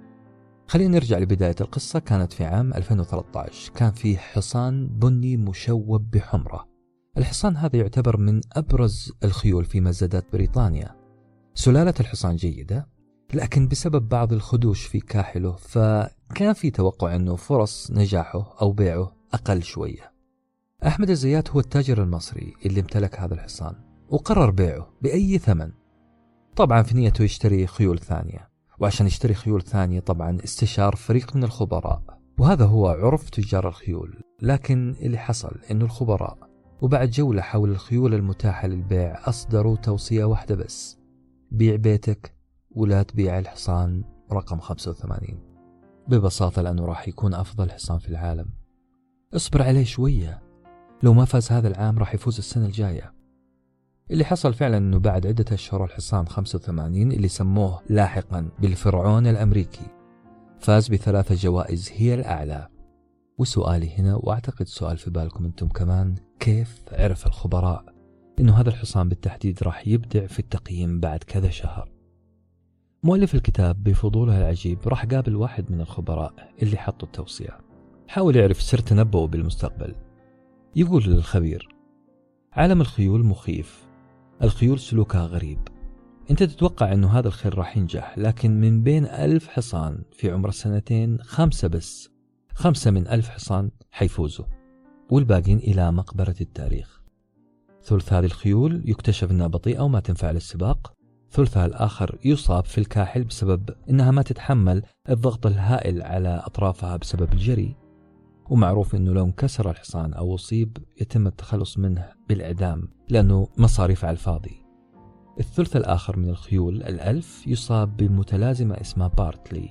خلينا نرجع لبداية القصة. كانت في عام 2013. كان في حصان بني مشوب بحمرة. الحصان هذا يعتبر من أبرز الخيول في مزادات بريطانيا. سلالة الحصان جيدة، لكن بسبب بعض الخدوش في كاحله فكان في توقع أنه فرص نجاحه أو بيعه أقل شوية. أحمد الزيات هو التاجر المصري اللي امتلك هذا الحصان، وقرر بيعه بأي ثمن. طبعا في نيته يشتري خيول ثانية، وعشان يشتري خيول ثانية طبعا استشار فريق من الخبراء، وهذا هو عرف تجار الخيول. لكن اللي حصل أنه الخبراء وبعد جولة حول الخيول المتاحة للبيع أصدروا توصية واحدة بس: بيع بيتك ولا تبيع الحصان رقم 85. ببساطة لأنه راح يكون أفضل حصان في العالم. اصبر عليه شوية، لو ما فاز هذا العام راح يفوز السنة الجاية. اللي حصل فعلا أنه بعد عدة أشهر الحصان 85 اللي سموه لاحقا بالفرعون الأمريكي فاز ب3 جوائز هي الأعلى. وسؤالي هنا، وأعتقد سؤال في بالكم أنتم كمان، كيف عرف الخبراء أنه هذا الحصان بالتحديد راح يبدع في التقييم بعد كذا شهر؟ مؤلف الكتاب بفضوله العجيب راح قابل واحد من الخبراء اللي حطوا التوصية، حاول يعرف سر تنبؤه بالمستقبل. يقول للخبير: عالم الخيول مخيف، الخيول سلوكها غريب، انت تتوقع انه هذا الخيل راح ينجح، لكن من بين 1000 حصان في عمر 2 5 بس، 5 من 1000 حصان حيفوزوا، والباقين إلى مقبرة التاريخ. ثلث هذه الخيول يكتشف أنها بطيئة وما تنفع للسباق، ثلثها الآخر يصاب في الكاحل بسبب أنها ما تتحمل الضغط الهائل على أطرافها بسبب الجري، ومعروف أنه لو انكسر الحصان أو أصيب يتم التخلص منه بالإعدام لأنه مصاريف على الفاضي. الثلث الآخر من الخيول 1000 يصاب بمتلازمة اسمها بارتلي،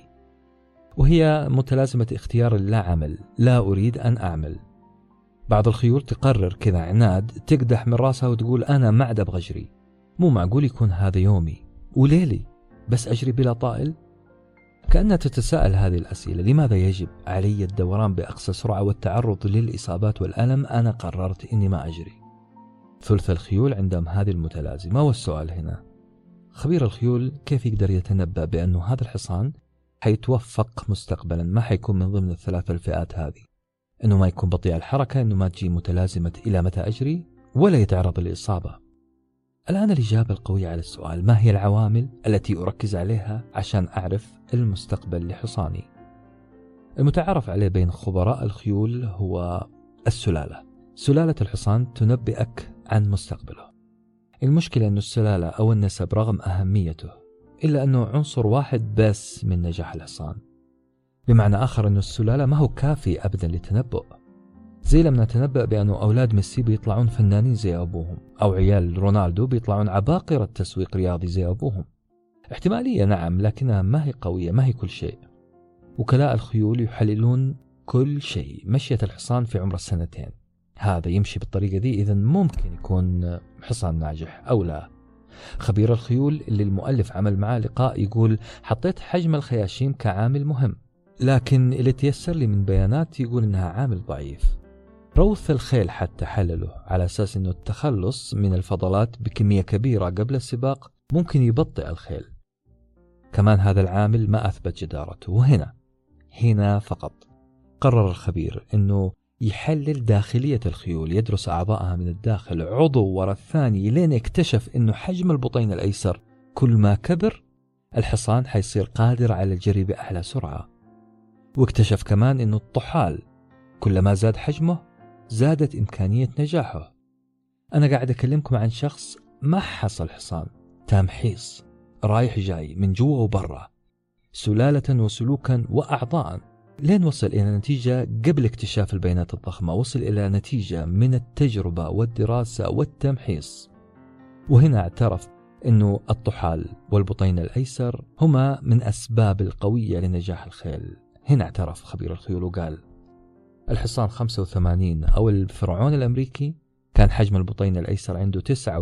وهي متلازمة اختيار اللا عمل، لا أريد أن أعمل. بعض الخيول تقرر كذا عناد تقدح من راسها وتقول أنا ما عاد أبغى أجري، مو معقول يكون هذا يومي وليلي بس أجري بلا طائل. كأنها تتساءل هذه الأسئلة: لماذا يجب علي الدوران بأقصى سرعة والتعرض للإصابات والألم؟ أنا قررت إني ما أجري. ثلث الخيول عندهم هذه المتلازمة. والسؤال هنا: خبير الخيول كيف يقدر يتنبأ بأنه هذا الحصان حيتوفق مستقبلا، ما حيكون من ضمن ال3 الفئات هذه؟ إنه ما يكون بطيء الحركة، إنه ما تجي متلازمة إلى متى أجري، ولا يتعرض للإصابة. الآن الإجابة القوية على السؤال: ما هي العوامل التي أركز عليها عشان أعرف المستقبل لحصاني؟ المتعارف عليه بين خبراء الخيول هو السلالة. سلالة الحصان تنبئك عن مستقبله. المشكلة أن السلالة أو النسب رغم أهميته إلا أنه عنصر واحد بس من نجاح الحصان. بمعنى آخر أن السلالة ما هو كافي أبدا للتنبؤ. زي لما نتنبأ بأنه أولاد ميسي بيطلعون فنانين زي أبوهم، أو عيال رونالدو بيطلعون عباقرة تسويق رياضي زي أبوهم. احتمالية نعم، لكنها ما هي قوية، ما هي كل شيء. وكلاء الخيول يحللون كل شيء. مشية الحصان في عمر 2 هذا يمشي بالطريقة دي، إذن ممكن يكون حصان ناجح أو لا. خبير الخيول اللي المؤلف عمل معاه لقاء يقول: حطيت حجم الخياشيم كعامل مهم، لكن اللي تيسر لي من بيانات يقول إنها عامل ضعيف. روث الخيل حتى حلله على أساس أنه التخلص من الفضلات بكمية كبيرة قبل السباق ممكن يبطئ الخيل. كمان هذا العامل ما أثبت جدارته. وهنا فقط قرر الخبير أنه يحلل داخلية الخيول، يدرس أعضائها من الداخل عضو ورا الثاني، لين اكتشف أنه حجم البطين الأيسر كل ما كبر الحصان حيصير قادر على الجري بأعلى سرعة. واكتشف كمان أنه الطحال كلما زاد حجمه زادت إمكانية نجاحه. أنا قاعد أكلمكم عن شخص ما حصل حصان، تمحيص رايح جاي من جوا وبرا، سلالة وسلوكا وأعضاء، لين وصل إلى نتيجة قبل اكتشاف البيانات الضخمة. وصل إلى نتيجة من التجربة والدراسة والتمحيص. وهنا اعترف أنه الطحال والبطين الأيسر هما من أسباب القوية لنجاح الخيل. هنا اعترف خبير الخيول وقال: الحصان 85 أو الفرعون الأمريكي كان حجم البطين الأيسر عنده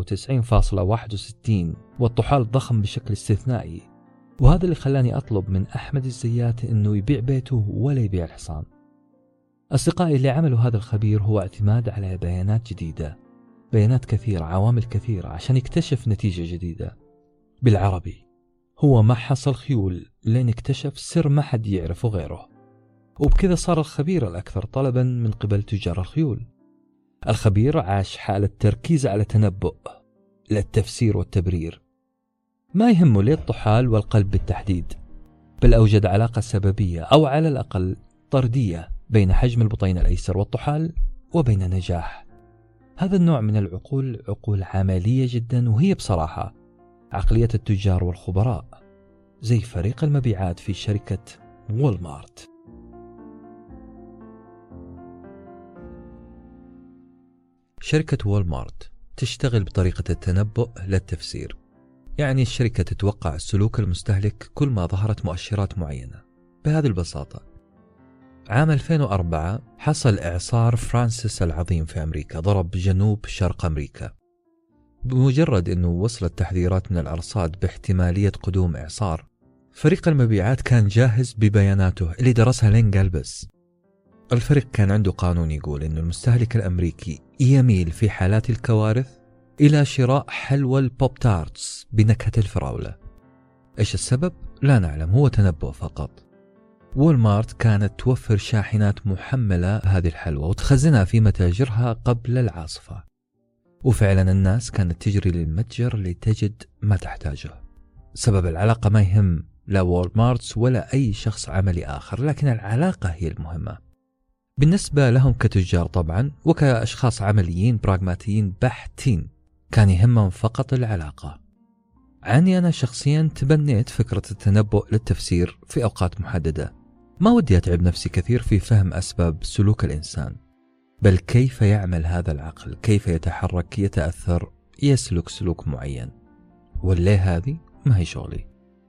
99.61، والطحال ضخم بشكل استثنائي. وهذا اللي خلاني أطلب من أحمد الزيات أنه يبيع بيته ولا يبيع الحصان. أصدقائي، اللي عملوا هذا الخبير هو اعتماد على بيانات جديدة، بيانات كثيرة، عوامل كثيرة، عشان يكتشف نتيجة جديدة. بالعربي هو ما حصل خيول لين اكتشف سر ما حد يعرفه غيره، وبكذا صار الخبير الأكثر طلبا من قبل تجار الخيول. الخبير عاش حالة تركيز على تنبؤ، لا التفسير والتبرير، ما يهمه ليه الطحال والقلب بالتحديد، بل أوجد علاقة سببية أو على الأقل طردية بين حجم البطين الأيسر والطحال وبين نجاح. هذا النوع من العقول عقول عملية جدا، وهي بصراحة عقلية التجار والخبراء، زي فريق المبيعات في شركة وولمارت. شركة وولمارت تشتغل بطريقة التنبؤ لا التفسير، يعني الشركة تتوقع سلوك المستهلك كل ما ظهرت مؤشرات معينة. بهذه البساطة، عام 2004 حصل إعصار فرانسيس العظيم في أمريكا، ضرب جنوب شرق أمريكا. بمجرد أنه وصلت تحذيرات من الأرصاد باحتمالية قدوم إعصار، فريق المبيعات كان جاهز ببياناته اللي درسها لين قلبس. الفريق كان عنده قانون يقول أن المستهلك الأمريكي يميل في حالات الكوارث إلى شراء حلوى البوب تارتس بنكهة الفراولة. إيش السبب؟ لا نعلم، هو تنبؤ فقط. وولمارت كانت توفر شاحنات محملة هذه الحلوى وتخزنها في متاجرها قبل العاصفة، وفعلا الناس كانت تجري للمتجر لتجد ما تحتاجه. سبب العلاقة ما يهم لا وولمارت ولا أي شخص عملي آخر، لكن العلاقة هي المهمة بالنسبة لهم كتجار طبعا، وكأشخاص عمليين براغماتيين بحتين كان يهمهم فقط العلاقة. عني أنا شخصيا تبنيت فكرة التنبؤ للتفسير في أوقات محددة. ما ودي أتعب نفسي كثير في فهم أسباب سلوك الإنسان، بل كيف يعمل هذا العقل، كيف يتحرك، يتأثر، يسلك سلوك معين. والليه هذه ما هي شغلي.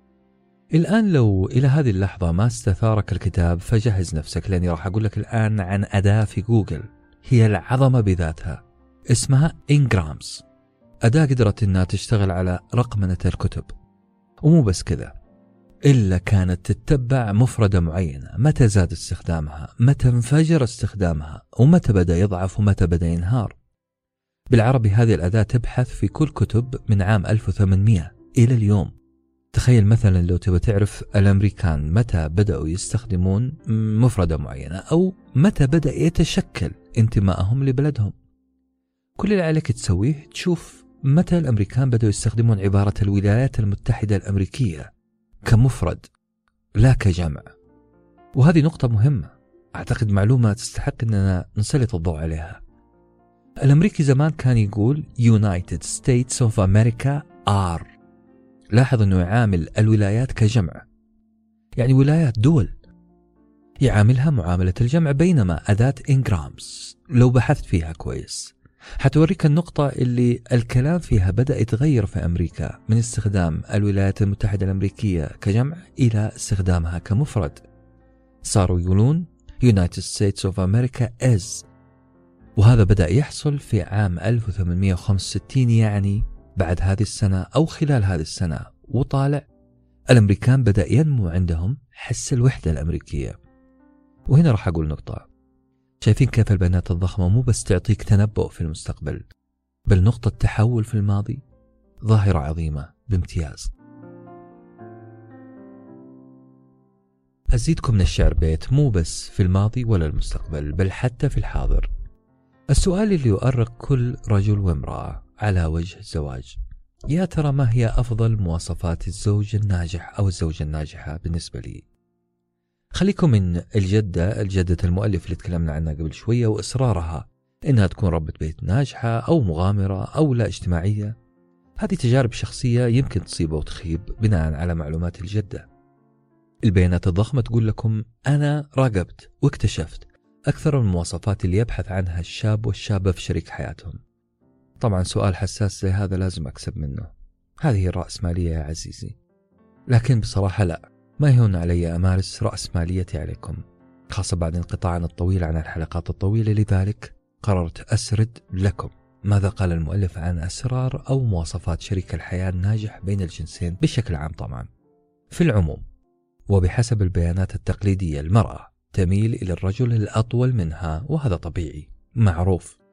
الآن لو إلى هذه اللحظة ما استثارك الكتاب فجهز نفسك، لأني راح أقول لك الآن عن أداة في جوجل هي العظمة بذاتها، اسمها إنغرامز. أداة قدرت أنها تشتغل على رقمنة الكتب، ومو بس كذا، إلا كانت تتبع مفردة معينة، متى زاد استخدامها، متى انفجر استخدامها، ومتى بدأ يضعف ومتى بدأ ينهار. بالعربي هذه الأداة تبحث في كل كتب من عام 1800 إلى اليوم. تخيل مثلا لو تبى تعرف الأمريكان متى بدأوا يستخدمون مفردة معينة، أو متى بدأ يتشكل انتمائهم لبلدهم، كل اللي عليك تسويه تشوف متى الأمريكان بدأوا يستخدمون عبارة الولايات المتحدة الأمريكية كمفرد لا كجمع. وهذه نقطة مهمة، أعتقد معلومة تستحق أننا نسلط الضوء عليها. الأمريكي زمان كان يقول United States of America are. لاحظ أنه يعامل الولايات كجمع، يعني ولايات دول يعاملها معاملة الجمع، بينما أداة إنغرامز لو بحثت فيها كويس حتوريك النقطة اللي الكلام فيها بدأ يتغير في أمريكا من استخدام الولايات المتحدة الأمريكية كجمع إلى استخدامها كمفرد. صاروا يقولون United States of America is، وهذا بدأ يحصل في عام 1865، يعني بعد هذه السنة أو خلال هذه السنة وطالع الأمريكان بدأ ينمو عندهم حس الوحدة الأمريكية. وهنا راح أقول نقطة، شايفين كيف البيانات الضخمة مو بس تعطيك تنبؤ في المستقبل، بل نقطة تحول في الماضي، ظاهرة عظيمة بامتياز. أزيدكم من الشعر بيت، مو بس في الماضي ولا المستقبل، بل حتى في الحاضر. السؤال اللي يؤرق كل رجل وامرأة على وجه الزواج، يا ترى ما هي أفضل مواصفات الزوج الناجح أو الزوجة الناجحة بالنسبة لي؟ خليكم من الجدة المؤلف اللي تكلمنا عنها قبل شوية وإصرارها إنها تكون ربة بيت ناجحة أو مغامرة أو لا اجتماعية. هذه تجارب شخصية يمكن تصيب وتخيب بناء على معلومات الجدة. البيانات الضخمة تقول لكم أنا راقبت واكتشفت أكثر المواصفات اللي يبحث عنها الشاب والشابة في شريك حياتهم. طبعا سؤال حساس زي هذا لازم أكسب منه، هذه الرأسمالية يا عزيزي. لكن بصراحة لا، ما يهون علي أمارس رأسماليتي عليكم، خاصة بعد انقطاعنا الطويل عن الحلقات الطويلة. لذلك قررت أسرد لكم ماذا قال المؤلف عن أسرار أو مواصفات شريك الحياة الناجح بين الجنسين بشكل عام. طبعا في العموم وبحسب البيانات التقليدية، المرأة تميل إلى الرجل الأطول منها، وهذا طبيعي معروف.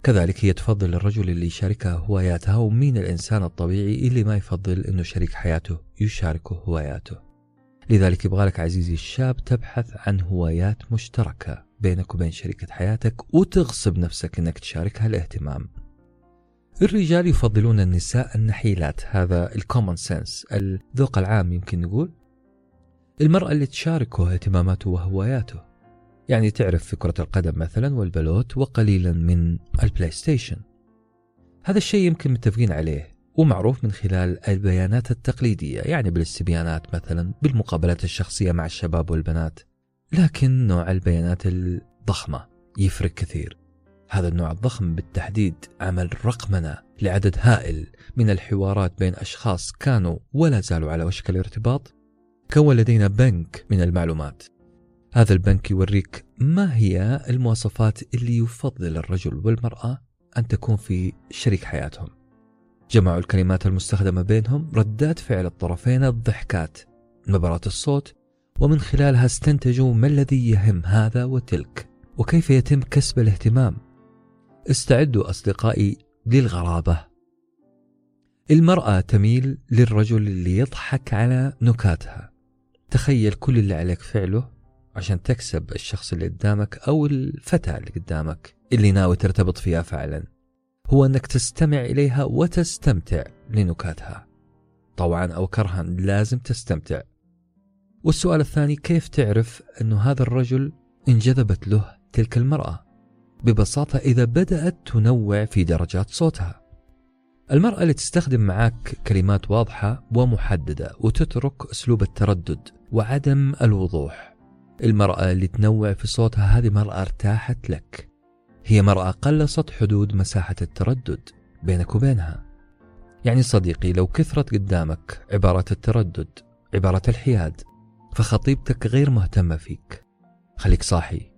كذلك هي تفضل الرجل اللي يشاركها هواياتها، ومين الإنسان الطبيعي اللي ما يفضل أنه شريك حياته يشاركه هواياته. لذلك يبغالك عزيزي الشاب تبحث عن هوايات مشتركة بينك وبين شريكة حياتك، وتغصب نفسك أنك تشاركها الاهتمام. الرجال يفضلون النساء النحيلات، هذا الكومن سنس، الذوق العام يمكن نقول. المرأة اللي تشاركه اهتماماته وهواياته، يعني تعرف في كرة القدم مثلا والبلوت وقليلا من البلاي ستيشن. هذا الشيء يمكن متفقين عليه ومعروف من خلال البيانات التقليدية، يعني بالاستبيانات مثلا، بالمقابلات الشخصية مع الشباب والبنات. لكن نوع البيانات الضخمة يفرق كثير. هذا النوع الضخم بالتحديد عمل رقمنة لعدد هائل من الحوارات بين أشخاص كانوا ولا زالوا على وشك الارتباط. كون لدينا بنك من المعلومات. هذا البنك يوريك ما هي المواصفات اللي يفضل الرجل والمرأة أن تكون في شريك حياتهم. جمعوا الكلمات المستخدمة بينهم، ردات فعل الطرفين، الضحكات، نبرات الصوت، ومن خلالها استنتجوا ما الذي يهم هذا وتلك وكيف يتم كسب الاهتمام. استعدوا أصدقائي للغرابة. المرأة تميل للرجل اللي يضحك على نكاتها. تخيل كل اللي عليك فعله عشان تكسب الشخص اللي قدامك أو الفتاة اللي قدامك اللي ناوي ترتبط فيها فعلا، هو أنك تستمع إليها وتستمتع لنكاتها. طوعا أو كرها لازم تستمتع. والسؤال الثاني، كيف تعرف أنه هذا الرجل انجذبت له تلك المرأة؟ ببساطة إذا بدأت تنوع في درجات صوتها. المرأة اللي تستخدم معك كلمات واضحة ومحددة وتترك أسلوب التردد وعدم الوضوح. المرأة اللي تنوع في صوتها، هذه مرأة ارتاحت لك. هي مرأة قلصت حدود مساحة التردد بينك وبينها. يعني صديقي، لو كثرت قدامك عبارات التردد، عبارات الحياد، فخطيبتك غير مهتمة فيك. خليك صاحي.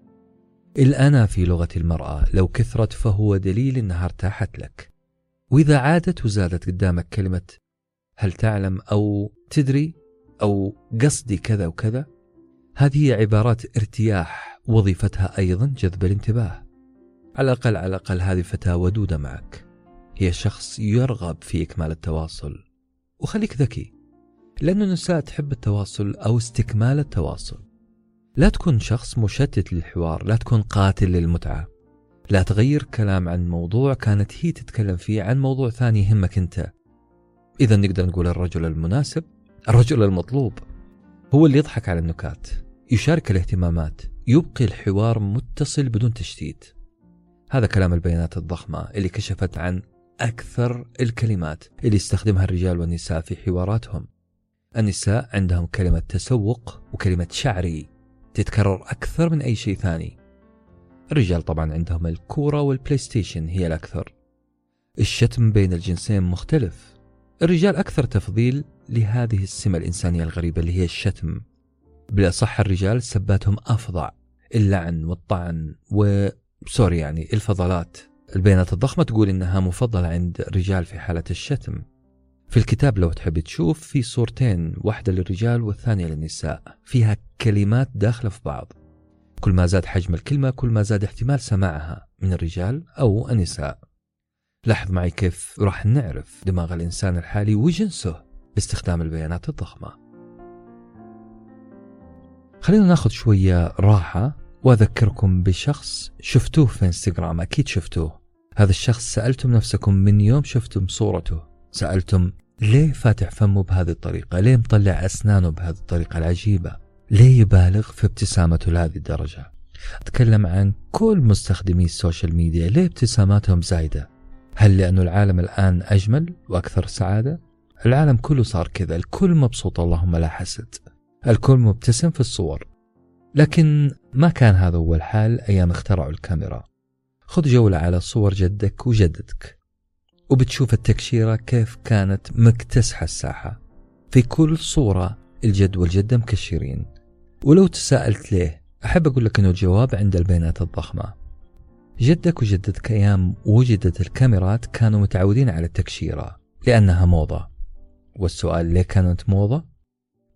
الأنا في لغة المرأة لو كثرت فهو دليل أنها ارتاحت لك. وإذا عادت وزادت قدامك كلمة هل تعلم أو تدري أو قصدي كذا وكذا، هذه عبارات ارتياح، وظيفتها أيضا جذب الانتباه. على الأقل هذه فتاة ودودة معك، هي شخص يرغب في إكمال التواصل. وخليك ذكي، لأن النساء تحب التواصل أو استكمال التواصل. لا تكون شخص مشتت للحوار، لا تكون قاتل للمتعة. لا تغير كلام عن موضوع كانت هي تتكلم فيه عن موضوع ثاني يهمك أنت. إذا نقدر نقول الرجل المناسب، الرجل المطلوب، هو اللي يضحك على النكات، يشارك الاهتمامات، يبقي الحوار متصل بدون تشتيت. هذا كلام البيانات الضخمة اللي كشفت عن أكثر الكلمات اللي يستخدمها الرجال والنساء في حواراتهم. النساء عندهم كلمة تسوق وكلمة شعري تتكرر أكثر من أي شيء ثاني. الرجال طبعا عندهم الكورة والبلاي ستيشن هي الأكثر. الشتم بين الجنسين مختلف. الرجال أكثر تفضيل لهذه السمة الإنسانية الغريبة اللي هي الشتم. بالأصح الرجال سباتهم أفظع، اللعن والطعن وسوري يعني الفضلات. البيانات الضخمة تقول إنها مفضلة عند الرجال في حالة الشتم. في الكتاب لو تحب تشوف في صورتين، واحدة للرجال والثانية للنساء، فيها كلمات داخلة في بعض. كل ما زاد حجم الكلمة كل ما زاد احتمال سماعها من الرجال أو النساء. لاحظ معي كيف راح نعرف دماغ الإنسان الحالي وجنسه باستخدام البيانات الضخمة. خلينا ناخذ شوية راحة وأذكركم بشخص شفتوه في انستغرام، أكيد شفتوه. هذا الشخص سألتم نفسكم من يوم شفتم صورته، سألتم ليه فاتح فمه بهذه الطريقة؟ ليه مطلع أسنانه بهذه الطريقة العجيبة؟ ليه يبالغ في ابتسامته لهذه الدرجة؟ أتكلم عن كل مستخدمي السوشيال ميديا، ليه ابتساماتهم زايدة؟ هل لأنه العالم الآن أجمل وأكثر سعادة؟ العالم كله صار كذا، الكل مبسوط، اللهم لا حسد، الكل مبتسم في الصور. لكن ما كان هذا هو الحال أيام اخترعوا الكاميرا. خذ جولة على صور جدك وجدتك وبتشوف التكشيرة كيف كانت مكتسحة الساحة. في كل صورة الجد والجدة مكشرين. ولو تساءلت ليه، أحب أقول لك أنه الجواب عند البيانات الضخمة. جدك وجدتك أيام وجدت الكاميرات كانوا متعودين على التكشيرة لأنها موضة. والسؤال ليه كانت موضة؟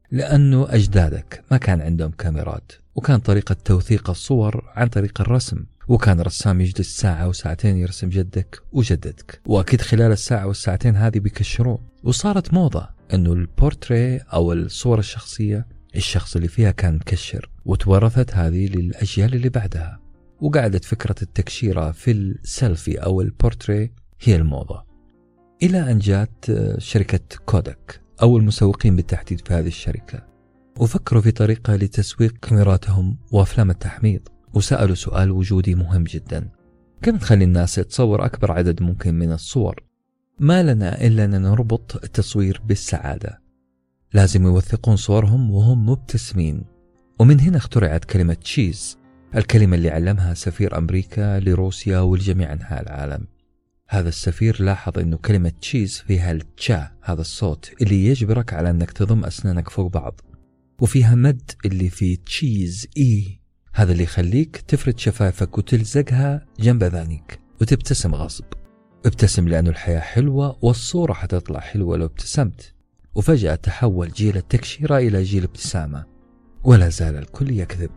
لأنه أجدادك ما كان عندهم كاميرات، وكان طريقة توثيق الصور عن طريق الرسم، وكان رسام يجلس ساعة وساعتين يرسم جدك وجدتك، وأكيد خلال الساعة والساعتين هذه بيكشروه. وصارت موضة أنه البورتري أو الصور الشخصية الشخص اللي فيها كان مكشر، وتورثت هذه للأجيال اللي بعدها، وقعدت فكرة التكشيرة في السيلفي أو البورتري هي الموضة، إلى أن جاءت شركة كوداك أو المسوقين بالتحديد في هذه الشركة، وفكروا في طريقة لتسويق كاميراتهم وأفلام التحميض، وسألوا سؤال وجودي مهم جدا: كيف نخلي الناس تصور أكبر عدد ممكن من الصور؟ ما لنا إلا أن نربط التصوير بالسعادة، لازم يوثقون صورهم وهم مبتسمين. ومن هنا اخترعت كلمة تشيز، الكلمة اللي علمها سفير أمريكا لروسيا ولجميع أنحاء العالم. هذا السفير لاحظ أنه كلمة تشيز فيها التشا، هذا الصوت اللي يجبرك على أنك تضم أسنانك فوق بعض، وفيها مد اللي في تشيز إي، هذا اللي يخليك تفرد شفايفك وتلزقها جنب أذانك وتبتسم غصب. ابتسم لأنه الحياة حلوة والصورة حتطلع حلوة لو ابتسمت. وفجأة تحول جيل التكشيرة إلى جيل ابتسامة، ولا زال الكل يكذب.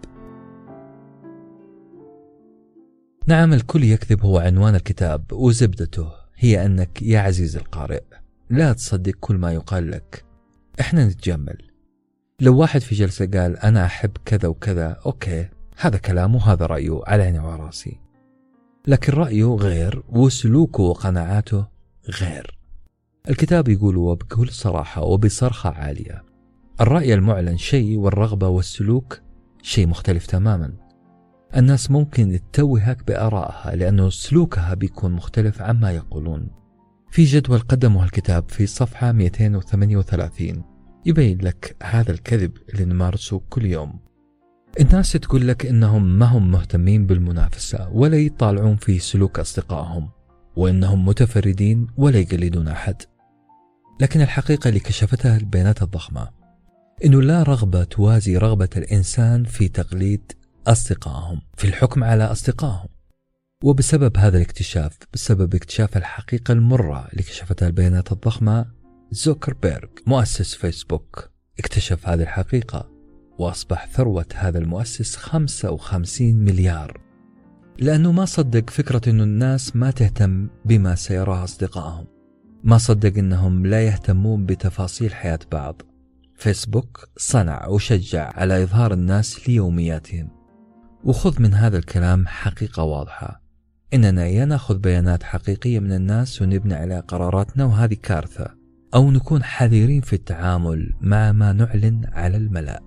نعم، الكل يكذب هو عنوان الكتاب، وزبدته هي أنك يا عزيز القارئ لا تصدق كل ما يقال لك. إحنا نتجمل. لو واحد في جلسة قال أنا أحب كذا وكذا، أوكي، هذا كلامه، هذا رأيه على عيني وراسي، لكن رأيه غير وسلوكه وقناعاته غير. الكتاب يقول وبكل صراحة وبصرخة عالية: الرأي المعلن شيء والرغبة والسلوك شيء مختلف تماما. الناس ممكن تتوهك بآرائها لأنه سلوكها بيكون مختلف عما يقولون. في جدول قدمه الكتاب في صفحة 238 يبين لك هذا الكذب اللي نمارسه كل يوم. الناس تقول لك إنهم ما هم مهتمين بالمنافسة ولا يطالعون في سلوك أصدقائهم، وإنهم متفردين ولا يقلدون أحد. لكن الحقيقة اللي كشفتها البيانات الضخمة إنه لا رغبة توازي رغبة الإنسان في تقليد أصدقائهم، في الحكم على أصدقائهم. وبسبب هذا الاكتشاف، بسبب اكتشاف الحقيقة المرة اللي كشفتها البيانات الضخمة، زوكربيرغ مؤسس فيسبوك اكتشف هذه الحقيقة، وأصبح ثروة هذا المؤسس 55 مليار، لأنه ما صدق فكرة أن الناس ما تهتم بما سيراه أصدقائهم، ما صدق أنهم لا يهتمون بتفاصيل حياة بعض. فيسبوك صنع وشجع على إظهار الناس ليومياتهم. وخذ من هذا الكلام حقيقة واضحة: إننا يا نأخذ بيانات حقيقية من الناس ونبني على قراراتنا، وهذه كارثة، أو نكون حذرين في التعامل مع ما نعلن على الملأ.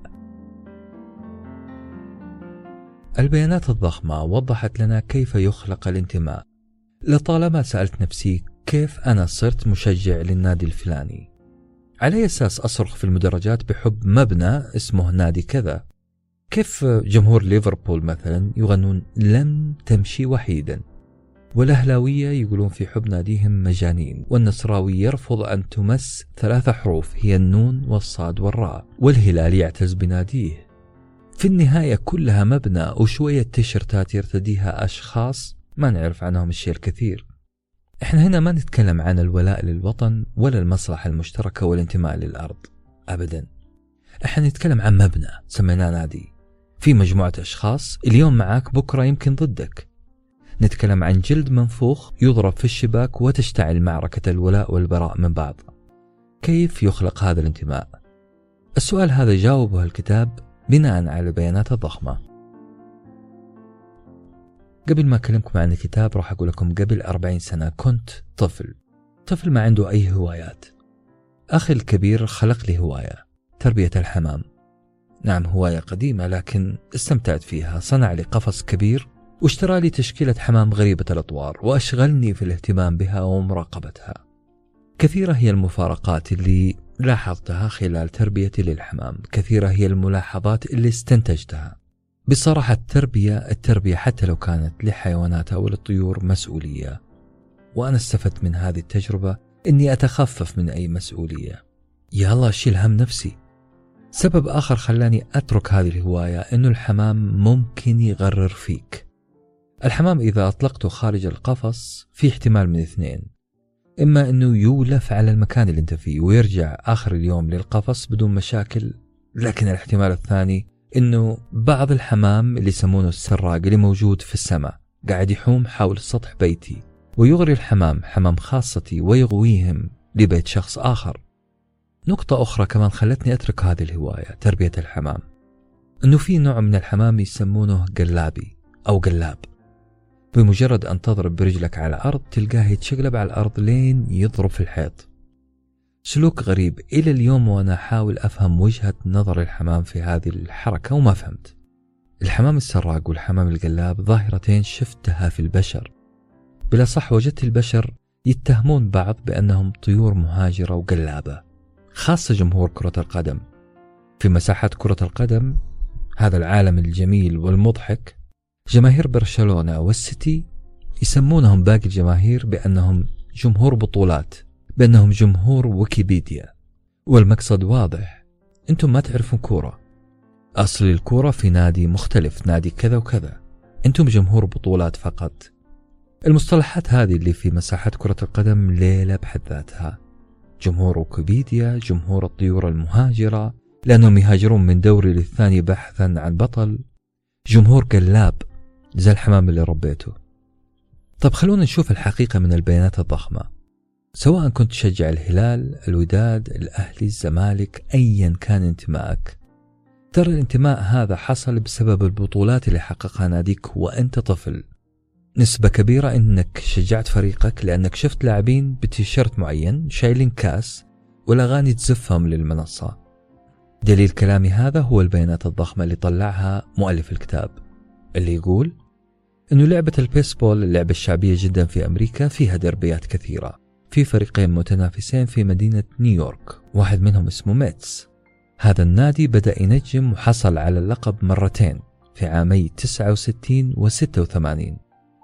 البيانات الضخمة وضحت لنا كيف يخلق الانتماء. لطالما سألت نفسي كيف أنا صرت مشجع للنادي الفلاني؟ على أساس أصرخ في المدرجات بحب مبنى اسمه نادي كذا؟ كيف جمهور ليفربول مثلا يغنون لن تمشي وحيدا، والأهلاوية يقولون في حب ناديهم مجانين، والنصراوي يرفض أن تمس 3 حروف هي النون والصاد والراء، والهلال يعتز بناديه؟ في النهاية كلها مبنى وشوية تيشرتات يرتديها أشخاص ما نعرف عنهم الشيء الكثير. احنا هنا ما نتكلم عن الولاء للوطن ولا المصلحة المشتركة والانتماء للأرض أبدا. احنا نتكلم عن مبنى سميناه نادي، في مجموعة أشخاص اليوم معاك بكرة يمكن ضدك. نتكلم عن جلد منفوخ يضرب في الشباك وتشتعل معركة الولاء والبراء من بعض. كيف يخلق هذا الانتماء؟ السؤال هذا جاوبه الكتاب بناء على البيانات الضخمة. قبل ما أكلمكم عن الكتاب راح أقول لكم قبل 40 سنة كنت طفل ما عنده أي هوايات. أخي الكبير خلق لي هواية، تربية الحمام. نعم، هواية قديمة لكن استمتعت فيها. صنع لي قفص كبير واشترى لي تشكيلة حمام غريبة الأطوار، وأشغلني في الاهتمام بها ومراقبتها. كثيرة هي المفارقات اللي لاحظتها خلال تربيتي للحمام، كثيرة هي الملاحظات اللي استنتجتها. بصراحة التربية حتى لو كانت لحيوانات أو للطيور مسؤولية، وأنا استفدت من هذه التجربة إني أتخفف من أي مسؤولية. يلا أشيل هم نفسي. سبب آخر خلاني أترك هذه الهواية إنه الحمام ممكن يغرر فيك. الحمام إذا أطلقته خارج القفص في احتمال من 2: إما إنه يولف على المكان اللي أنت فيه ويرجع آخر اليوم للقفص بدون مشاكل، لكن الاحتمال الثاني إنه بعض الحمام اللي يسمونه السراق اللي موجود في السماء قاعد يحوم حول سطح بيتي ويغري الحمام، حمام خاصتي، ويغويهم لبيت شخص آخر. نقطة أخرى كمان خلتني أترك هذه الهواية تربية الحمام، إنه في نوع من الحمام يسمونه قلابي أو قلاب. بمجرد أن تضرب برجلك على الأرض تلقاه يتشقلب على الأرض لين يضرب في الحيط. سلوك غريب إلى اليوم وأنا أحاول أفهم وجهة نظر الحمام في هذه الحركة وما فهمت. الحمام السراق والحمام القلاب ظاهرتين شفتها في البشر، بلا صح وجدت البشر يتهمون بعض بأنهم طيور مهاجرة وقلابة، خاصة جمهور كرة القدم. في مساحة كرة القدم، هذا العالم الجميل والمضحك، جماهير برشلونة والسيتي يسمونهم باقي الجماهير بأنهم جمهور بطولات، بأنهم جمهور ويكيبيديا. والمقصد واضح، أنتم ما تعرفون كورة، أصل الكورة في نادي مختلف، نادي كذا وكذا، أنتم جمهور بطولات فقط. المصطلحات هذه اللي في مساحة كرة القدم ليلة بحد ذاتها. جمهور ويكيبيديا، جمهور الطيور المهاجرة لأنهم يهاجرون من دوري للثاني بحثا عن بطل، جمهور قلاب زي الحمام اللي ربيته. طب خلونا نشوف الحقيقة من البيانات الضخمة. سواء كنت تشجع الهلال، الوداد، الأهلي، الزمالك، أيا كان انتمائك، ترى الانتماء هذا حصل بسبب البطولات اللي حققها ناديك وأنت طفل. نسبة كبيرة إنك شجعت فريقك لأنك شفت لاعبين بتيشيرت معين شايلين كاس والأغاني تزفهم للمنصة. دليل كلامي هذا هو البيانات الضخمة اللي طلعها مؤلف الكتاب، اللي يقول إنه لعبة البيسبول، اللعبة الشعبية جدا في أمريكا، فيها دربيات كثيرة في فريقين متنافسين في مدينة نيويورك، واحد منهم اسمه ميتس. هذا النادي بدأ ينجم وحصل على اللقب مرتين في عامي 69 و 86.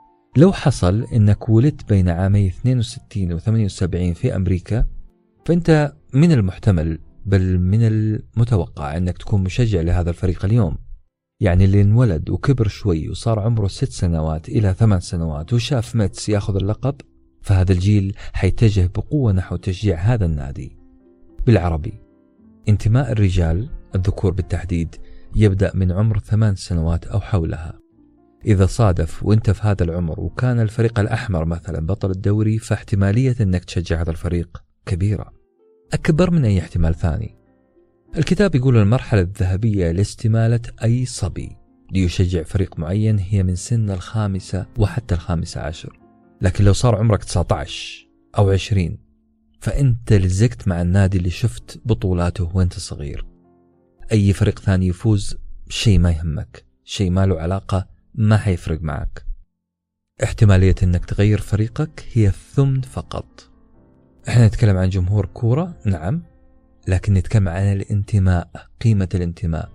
لو حصل إنك ولدت بين عامي 62 و 78 في أمريكا، فأنت من المحتمل بل من المتوقع أنك تكون مشجع لهذا الفريق اليوم. يعني اللي انولد وكبر شوي وصار عمره 6 سنوات إلى 8 سنوات وشاف ميتس ياخذ اللقب، فهذا الجيل حيتجه بقوة نحو تشجيع هذا النادي. بالعربي، انتماء الرجال، الذكور بالتحديد، يبدأ من عمر 8 سنوات أو حولها. إذا صادف وانت في هذا العمر وكان الفريق الأحمر مثلا بطل الدوري، فاحتمالية أنك تشجع هذا الفريق كبيرة، أكبر من أي احتمال ثاني. الكتاب يقول المرحلة الذهبية لاستمالة أي صبي ليشجع فريق معين هي من سن 5 وحتى 15. لكن لو صار عمرك 19 أو 20 فأنت لزقت مع النادي اللي شفت بطولاته وانت صغير. أي فريق ثاني يفوز شيء ما يهمك، شيء ما له علاقة، ما حيفرق معك. احتمالية أنك تغير فريقك هي الثمن فقط. احنا نتكلم عن جمهور كورة، نعم، لكن نتكلم عن الانتماء، قيمة الانتماء.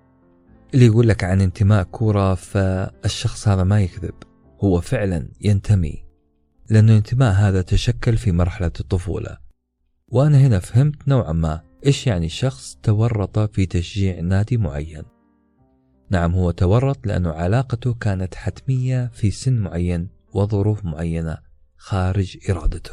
اللي يقول لك عن انتماء كورة فالشخص هذا ما يكذب، هو فعلا ينتمي، لأنه الانتماء هذا تشكل في مرحلة الطفولة. وأنا هنا فهمت نوعا ما إيش يعني شخص تورط في تشجيع نادي معين. نعم، هو تورط لأنه علاقته كانت حتمية في سن معين وظروف معينة خارج إرادته.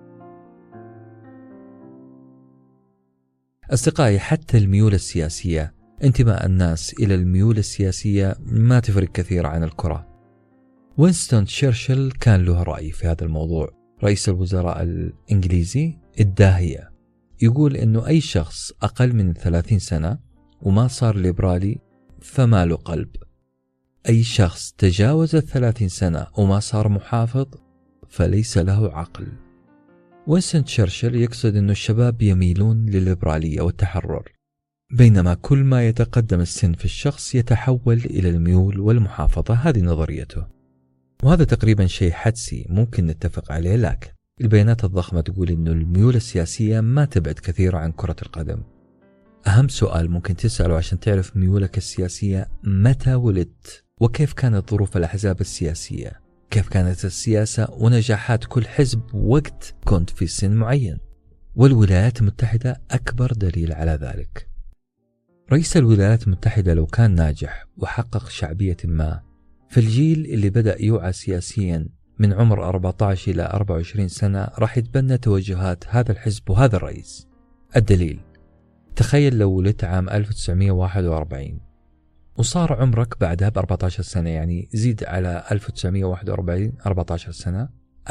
أصدقائي، حتى الميول السياسية، انتماء الناس إلى الميول السياسية ما تفرق كثير عن الكرة. وينستون تشرشل كان له رأي في هذا الموضوع، رئيس الوزراء الإنجليزي الداهية. يقول إنه أي شخص أقل من 30 سنة وما صار ليبرالي فما له قلب. أي شخص تجاوز 30 سنة وما صار محافظ فليس له عقل. وينستون تشرشل يقصد أنه الشباب يميلون للليبرالية والتحرر، بينما كل ما يتقدم السن في الشخص يتحول إلى الميول والمحافظة. هذه نظريته، وهذا تقريبا شيء حدسي ممكن نتفق عليه. لكن البيانات الضخمة تقول أنه الميول السياسية ما تبعد كثير عن كرة القدم. أهم سؤال ممكن تسأله عشان تعرف ميولك السياسية: متى ولدت؟ وكيف كانت ظروف الأحزاب السياسية؟ كيف كانت السياسة ونجاحات كل حزب وقت كنت في سن معين؟ والولايات المتحدة أكبر دليل على ذلك. رئيس الولايات المتحدة لو كان ناجح وحقق شعبية ما، في الجيل اللي بدأ يوعى سياسيا من عمر 14 إلى 24 سنة راح يتبنى توجهات هذا الحزب وهذا الرئيس. الدليل تخيل لو ولدت عام 1941 وصار عمرك بعدها ب14 سنة، يعني زيد على 1941 14 سنة،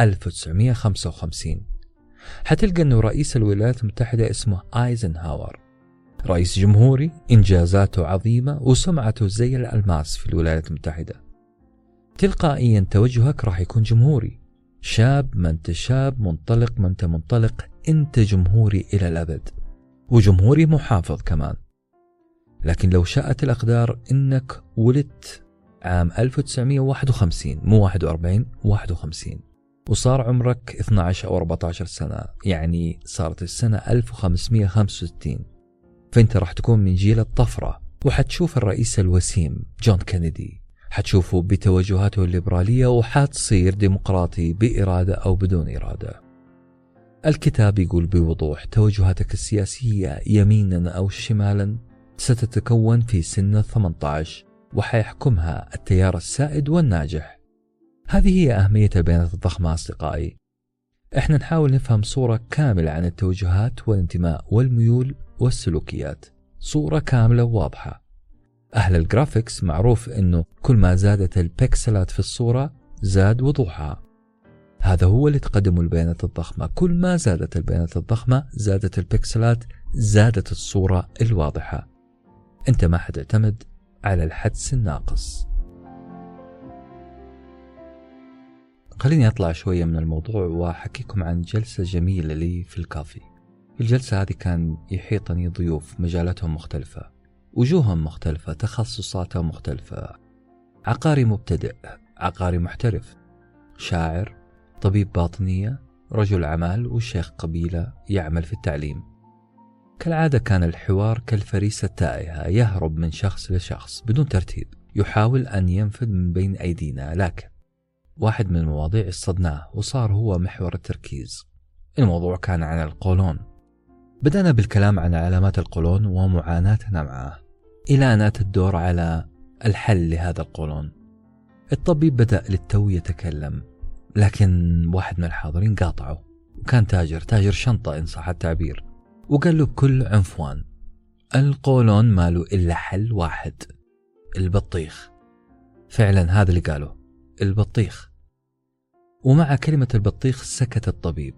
1955 حتلقى أنه رئيس الولايات المتحدة اسمه آيزنهاور، رئيس جمهوري، إنجازاته عظيمة وسمعته زي الألماس في الولايات المتحدة. تلقائيا توجهك راح يكون جمهوري، شاب ما أنت شاب، منطلق ما أنت منطلق، أنت جمهوري إلى الأبد، وجمهوري محافظ كمان. لكن لو شاءت الأقدار إنك ولدت عام 1951 مو 41 51 وصار عمرك 12 أو 14 سنة، يعني صارت السنة 1565، فأنت راح تكون من جيل الطفرة، وحتشوف الرئيس الوسيم جون كينيدي، حتشوفه بتوجهاته الليبرالية، وحتصير ديمقراطي بإرادة أو بدون إرادة. الكتاب يقول بوضوح توجهاتك السياسية يمينا أو شمالا ستتكون في سن 18، وحيحكمها التيار السائد والناجح. هذه هي أهمية البيانات الضخمة أصدقائي. إحنا نحاول نفهم صورة كاملة عن التوجهات والانتماء والميول والسلوكيات، صورة كاملة وواضحة. أهل الجرافيكس معروف أنه كل ما زادت البكسلات في الصورة زاد وضوحها. هذا هو اللي تقدمه البيانات الضخمة، كل ما زادت البيانات الضخمة زادت البكسلات، زادت الصورة الواضحة. أنت ما حتعتمد على الحدس الناقص. خليني أطلع شوية من الموضوع وأحكيكم عن جلسة جميلة لي في الكافي. الجلسة هذه كان يحيطني ضيوف مجالاتهم مختلفة، وجوههم مختلفة، تخصصاتهم مختلفة، عقاري مبتدئ، عقاري محترف، شاعر، طبيب باطنية، رجل أعمال، وشيخ قبيلة يعمل في التعليم. كالعادة كان الحوار كالفريسة التائهة، يهرب من شخص لشخص بدون ترتيب، يحاول أن ينفذ من بين أيدينا. لكن واحد من المواضيع اصطدناه وصار هو محور التركيز. الموضوع كان عن القولون. بدأنا بالكلام عن علامات القولون ومعاناتنا معه، إلى أن أتى الدور على الحل لهذا القولون. الطبيب بدأ للتو يتكلم، لكن واحد من الحاضرين قاطعه، وكان تاجر شنطة إن صح التعبير، وقال له بكل عنفوان: القولون ما له إلا حل واحد، البطيخ. فعلا هذا اللي قاله، البطيخ. ومع كلمة البطيخ سكت الطبيب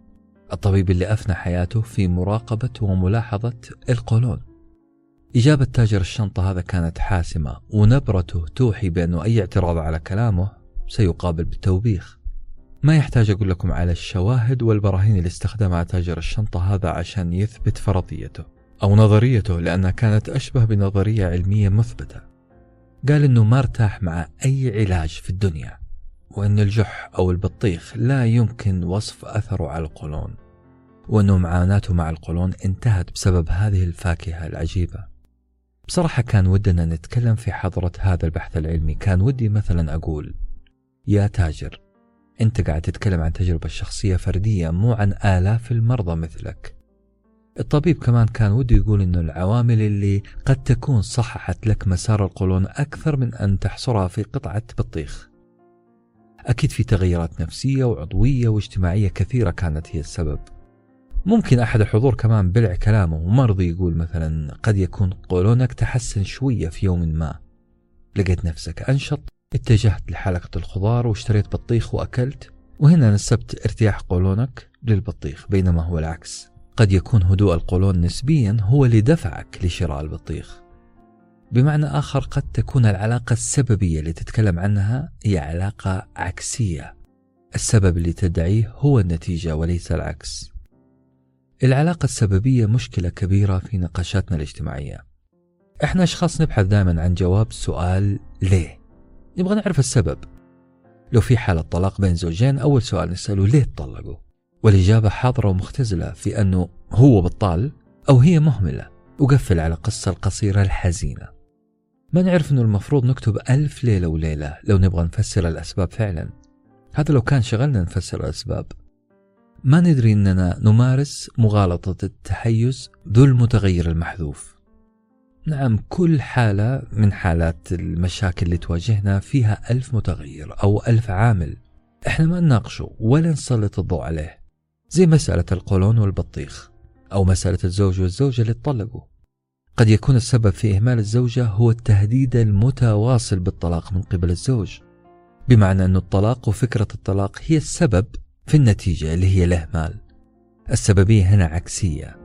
اللي أفنى حياته في مراقبة وملاحظة القولون. إجابة تاجر الشنطة هذا كانت حاسمة، ونبرته توحي بأنه أي اعتراض على كلامه سيقابل بالتوبيخ. ما يحتاج أقول لكم على الشواهد والبراهين اللي استخدمها تاجر الشنطة هذا عشان يثبت فرضيته أو نظريته، لأنها كانت أشبه بنظرية علمية مثبتة. قال إنه ما ارتاح مع أي علاج في الدنيا، وأن الجح أو البطيخ لا يمكن وصف أثره على القولون، وأنه معاناته مع القولون انتهت بسبب هذه الفاكهة العجيبة. بصراحة كان ودنا نتكلم في حضرة هذا البحث العلمي. كان ودي مثلا أقول: يا تاجر، أنت قاعد تتكلم عن تجربة شخصية فردية، مو عن آلاف المرضى مثلك. الطبيب كمان كان ودي يقول إنه العوامل اللي قد تكون صححت لك مسار القولون أكثر من أن تحصرها في قطعة بطيخ. أكيد في تغيرات نفسية وعضوية واجتماعية كثيرة كانت هي السبب. ممكن أحد الحضور كمان بلع كلامه ومرضي يقول مثلا: قد يكون قولونك تحسن شوية في يوم ما، لقيت نفسك أنشط، اتجهت لحلقة الخضار واشتريت بطيخ وأكلت، وهنا نسبت ارتياح قولونك للبطيخ. بينما هو العكس، قد يكون هدوء القولون نسبيا هو اللي دفعك لشراء البطيخ. بمعنى آخر، قد تكون العلاقة السببية اللي تتكلم عنها هي علاقة عكسية، السبب اللي تدعيه هو النتيجة وليس العكس. العلاقة السببية مشكلة كبيرة في نقاشاتنا الاجتماعية. احنا اشخاص نبحث دائما عن جواب سؤال ليه، نبغى نعرف السبب. لو في حالة طلاق بين زوجين، أول سؤال نسأله: ليه تطلقوا؟ والإجابة حاضرة ومختزلة في أنه هو بطال أو هي مهملة، وقفل على قصة القصيرة الحزينة. ما نعرف أنه المفروض نكتب 1000 ليلة وليلة لو نبغى نفسر الأسباب فعلا. هذا لو كان شغلنا نفسر الأسباب. ما ندري أننا نمارس مغالطة التحيز ذو المتغير المحذوف. نعم، كل حالة من حالات المشاكل اللي تواجهنا فيها 1000 متغير أو 1000 عامل، إحنا ما نناقشه ولا نسلط الضوء عليه. زي مسألة القولون والبطيخ، أو مسألة الزوج والزوجة اللي اتطلقوا. قد يكون السبب في إهمال الزوجة هو التهديد المتواصل بالطلاق من قبل الزوج، بمعنى أن الطلاق وفكرة الطلاق هي السبب في النتيجة اللي هي الإهمال. السببية هنا عكسية.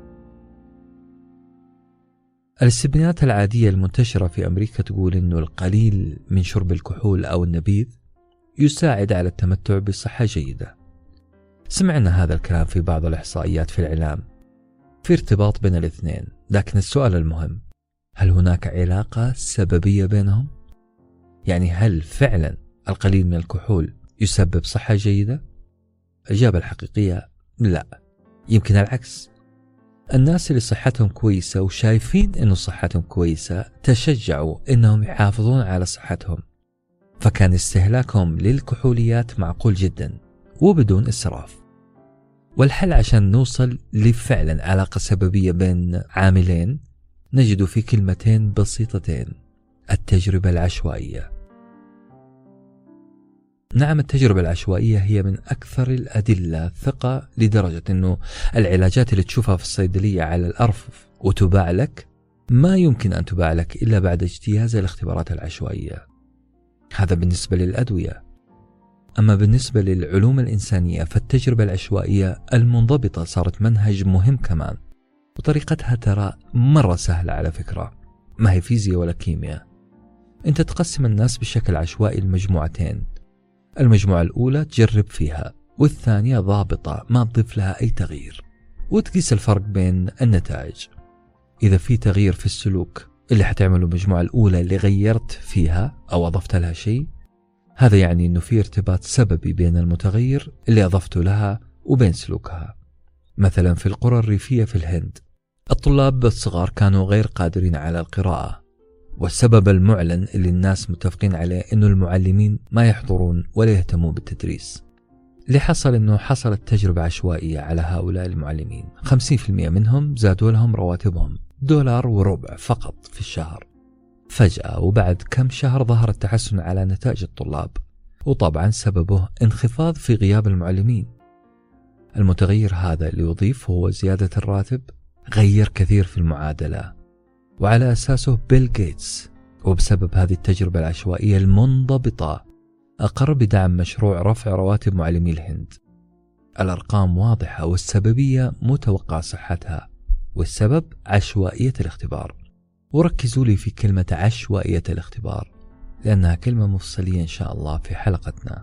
الاستبيانات العادية المنتشرة في أمريكا تقول أنه القليل من شرب الكحول أو النبيذ يساعد على التمتع بصحة جيدة. سمعنا هذا الكلام في بعض الإحصائيات في الإعلام، في ارتباط بين الاثنين، لكن السؤال المهم، هل هناك علاقة سببية بينهم؟ يعني هل فعلا القليل من الكحول يسبب صحة جيدة؟ الإجابة الحقيقية لا، يمكن العكس. الناس اللي صحتهم كويسة وشايفين إنه صحتهم كويسة تشجعوا إنهم يحافظون على صحتهم، فكان استهلاكهم للكحوليات معقول جدا وبدون إسراف. والحل عشان نوصل لفعلا علاقة سببية بين عاملين نجد في كلمتين بسيطتين: التجربة العشوائية. نعم، التجربة العشوائية هي من أكثر الأدلة ثقة، لدرجة أنه العلاجات اللي تشوفها في الصيدلية على الأرفف وتباع لك ما يمكن أن تباع لك إلا بعد اجتياز الاختبارات العشوائية. هذا بالنسبة للأدوية. أما بالنسبة للعلوم الإنسانية فالتجربة العشوائية المنضبطة صارت منهج مهم كمان، وطريقتها ترى مرة سهلة على فكرة، ما هي فيزياء ولا كيمياء. أنت تقسم الناس بشكل عشوائي لمجموعتين، المجموعة الأولى تجرب فيها، والثانية ضابطة ما تضيف لها أي تغيير، وتقيس الفرق بين النتائج. إذا في تغيير في السلوك اللي حتعمله المجموعة الأولى اللي غيرت فيها أو أضفت لها شيء، هذا يعني أنه في ارتباط سببي بين المتغير اللي أضفته لها وبين سلوكها. مثلا في القرى الريفية في الهند، الطلاب الصغار كانوا غير قادرين على القراءة، والسبب المعلن اللي الناس متفقين عليه أنه المعلمين ما يحضرون ولا يهتمون بالتدريس. اللي حصل أنه حصلت تجربة عشوائية على هؤلاء المعلمين، 50% منهم زادوا لهم رواتبهم $1.25 فقط في الشهر. فجأة وبعد كم شهر ظهر التحسن على نتائج الطلاب، وطبعا سببه انخفاض في غياب المعلمين. المتغير هذا اللي يضيف هو زيادة الراتب غير كثير في المعادلة، وعلى أساسه بيل غيتس وبسبب هذه التجربة العشوائية المنضبطة أقر بدعم مشروع رفع رواتب معلمي الهند. الأرقام واضحة والسببية متوقع صحتها، والسبب عشوائية الاختبار. وركزوا لي في كلمة عشوائية الاختبار لأنها كلمة مفصلية إن شاء الله في حلقتنا.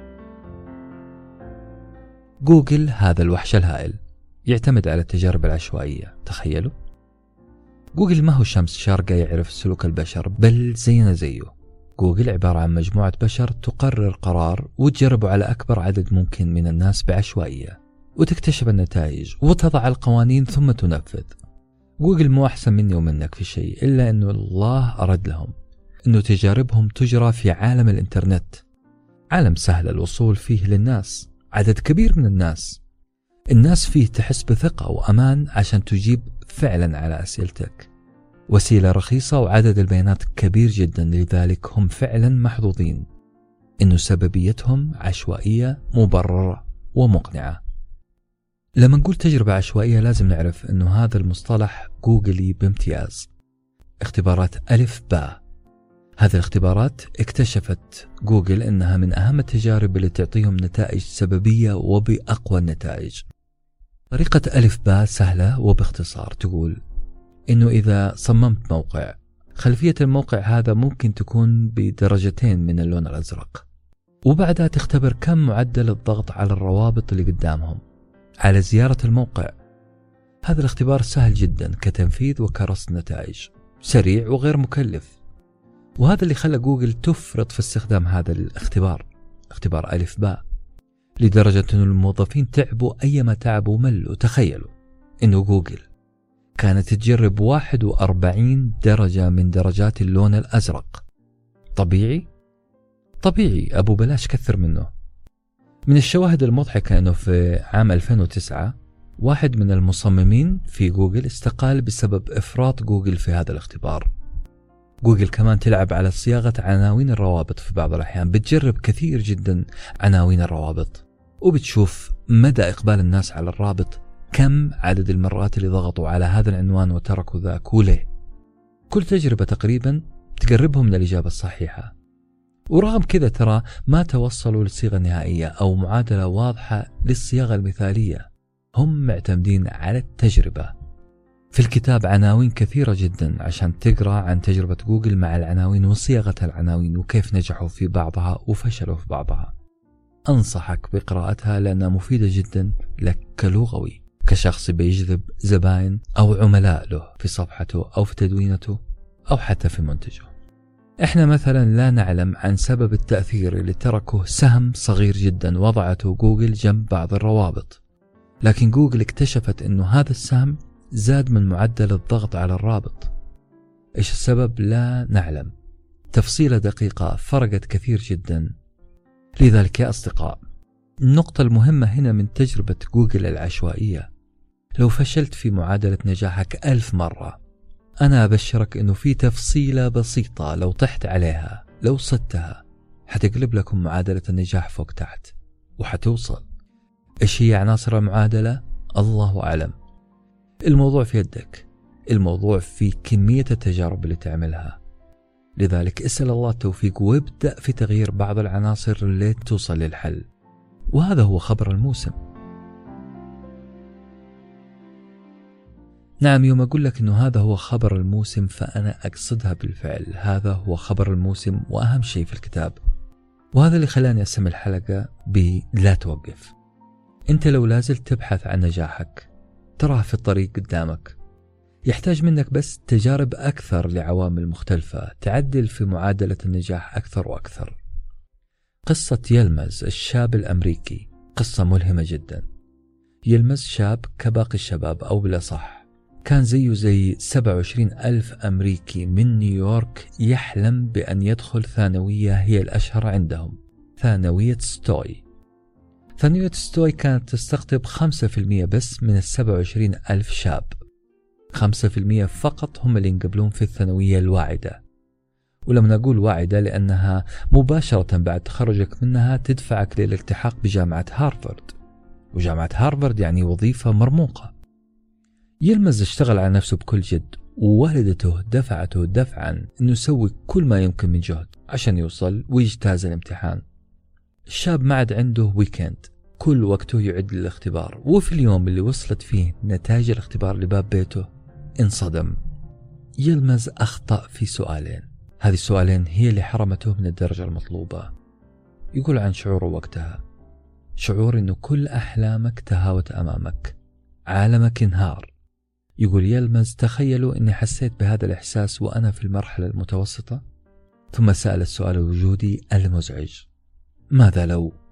جوجل هذا الوحش الهائل يعتمد على التجارب العشوائية. تخيلوا، جوجل ما هو شمس شارقة يعرف سلوك البشر، بل زينا زيه. جوجل عبارة عن مجموعة بشر تقرر قرار وتجربه على أكبر عدد ممكن من الناس بعشوائية، وتكتشف النتائج وتضع القوانين ثم تنفذ. جوجل مو أحسن مني ومنك في شيء، إلا أنه الله أراد لهم أنه تجاربهم تجرى في عالم الإنترنت، عالم سهل الوصول فيه للناس، عدد كبير من الناس فيه تحس بثقة وأمان عشان تجيب فعلا على أسئلتك. وسيلة رخيصة وعدد البيانات كبير جدا، لذلك هم فعلا محظوظين أنه سببيتهم عشوائية مبررة ومقنعة. لما نقول تجربة عشوائية لازم نعرف أنه هذا المصطلح جوجلي بامتياز. اختبارات ألف باء، هذه الاختبارات اكتشفت جوجل أنها من أهم التجارب اللي تعطيهم نتائج سببية وبأقوى النتائج. طريقة ألف باء سهلة وباختصار تقول إنه إذا صممت موقع، خلفية الموقع هذا ممكن تكون بدرجتين من اللون الأزرق، وبعدها تختبر كم معدل الضغط على الروابط اللي قدامهم على زيارة الموقع. هذا الاختبار سهل جدا كتنفيذ وكرصد نتائج، سريع وغير مكلف، وهذا اللي خلى جوجل تفرط في استخدام هذا الاختبار، اختبار ألف باء، لدرجة أن الموظفين تعبوا أيما تعبوا ملوا. تخيلوا أنه جوجل كانت تجرب 41 درجة من درجات اللون الأزرق. طبيعي أبو بلاش كثر منه. من الشواهد المضحكة أنه في عام 2009 واحد من المصممين في جوجل استقال بسبب إفراط جوجل في هذا الاختبار. جوجل كمان تلعب على صياغة عناوين الروابط في بعض الأحيان، بتجرب كثير جدا عناوين الروابط وبتشوف مدى إقبال الناس على الرابط كم عدد المرات اللي ضغطوا على هذا العنوان وتركوا ذاك وليه. كل تجربة تقريبا تقربهم من الإجابة الصحيحة، ورغم كذا ترى ما توصلوا للصيغة النهائية أو معادلة واضحة للصياغة المثالية. هم معتمدين على التجربة. في الكتاب عناوين كثيرة جدا عشان تقرأ عن تجربة جوجل مع العناوين وصياغة العناوين وكيف نجحوا في بعضها وفشلوا في بعضها. أنصحك بقراءتها لأنها مفيدة جدا لك كلغوي، كشخص بيجذب زبائن أو عملاء له في صفحته أو في تدوينته أو حتى في منتجه. إحنا مثلا لا نعلم عن سبب التأثير اللي تركه سهم صغير جدا وضعته جوجل جنب بعض الروابط، لكن جوجل اكتشفت أنه هذا السهم زاد من معدل الضغط على الرابط. إيش السبب؟ لا نعلم. تفصيلة دقيقة فرقت كثير جدا. لذلك يا أصدقاء، النقطة المهمة هنا من تجربة جوجل العشوائية، لو فشلت في معادلة نجاحك 1000 مرة، أنا أبشرك أنه في تفصيلة بسيطة لو طحت عليها، لو صدتها، حتقلب لكم معادلة النجاح فوق تحت وحتوصل. إيش هي عناصر المعادلة؟ الله أعلم. الموضوع في يدك، الموضوع في كمية التجارب اللي تعملها. لذلك اسأل الله التوفيق وابدأ في تغيير بعض العناصر اللي توصل للحل. وهذا هو خبر الموسم. نعم، يوم أقول لك أنه هذا هو خبر الموسم فأنا أقصدها بالفعل. هذا هو خبر الموسم وأهم شيء في الكتاب. وهذا اللي خلاني أسمي الحلقة بلا توقف. أنت لو لازلت تبحث عن نجاحك تراه في الطريق قدامك، يحتاج منك بس تجارب أكثر لعوامل مختلفة تعدل في معادلة النجاح أكثر وأكثر. قصة يلمز الشاب الأمريكي قصة ملهمة جدا. يلمز شاب كباقي الشباب، أو بالأصح كان زيه زي 27,000 أمريكي من نيويورك يحلم بأن يدخل ثانوية هي الأشهر عندهم، ثانوية ستوي. ثانوية ستوي كانت تستقطب 5% بس من 27,000 شاب. 5% فقط هم اللي ينقبلون في الثانوية الواعدة. ولما نقول واعدة لأنها مباشرة بعد تخرجك منها تدفعك للالتحاق بجامعة هارفارد، وجامعة هارفارد يعني وظيفة مرموقة. يلمز اشتغل على نفسه بكل جد، ووالدته دفعته دفعا أنه يسوي كل ما يمكن من جهد عشان يوصل ويجتاز الامتحان. الشاب ما عاد عنده ويكند، كل وقته يعد للاختبار. وفي اليوم اللي وصلت فيه نتائج الاختبار لباب بيته انصدم. يلمز أخطأ في سؤالين، هذه السؤالين هي اللي حرمته من الدرجة المطلوبة. يقول عن شعوره وقتها، شعور إنه كل أحلامك تهاوت أمامك، عالمك انهار. يقول يلمز تخيلوا إني حسيت بهذا الإحساس وأنا في المرحلة المتوسطة. ثم سأل السؤال الوجودي المزعج، ماذا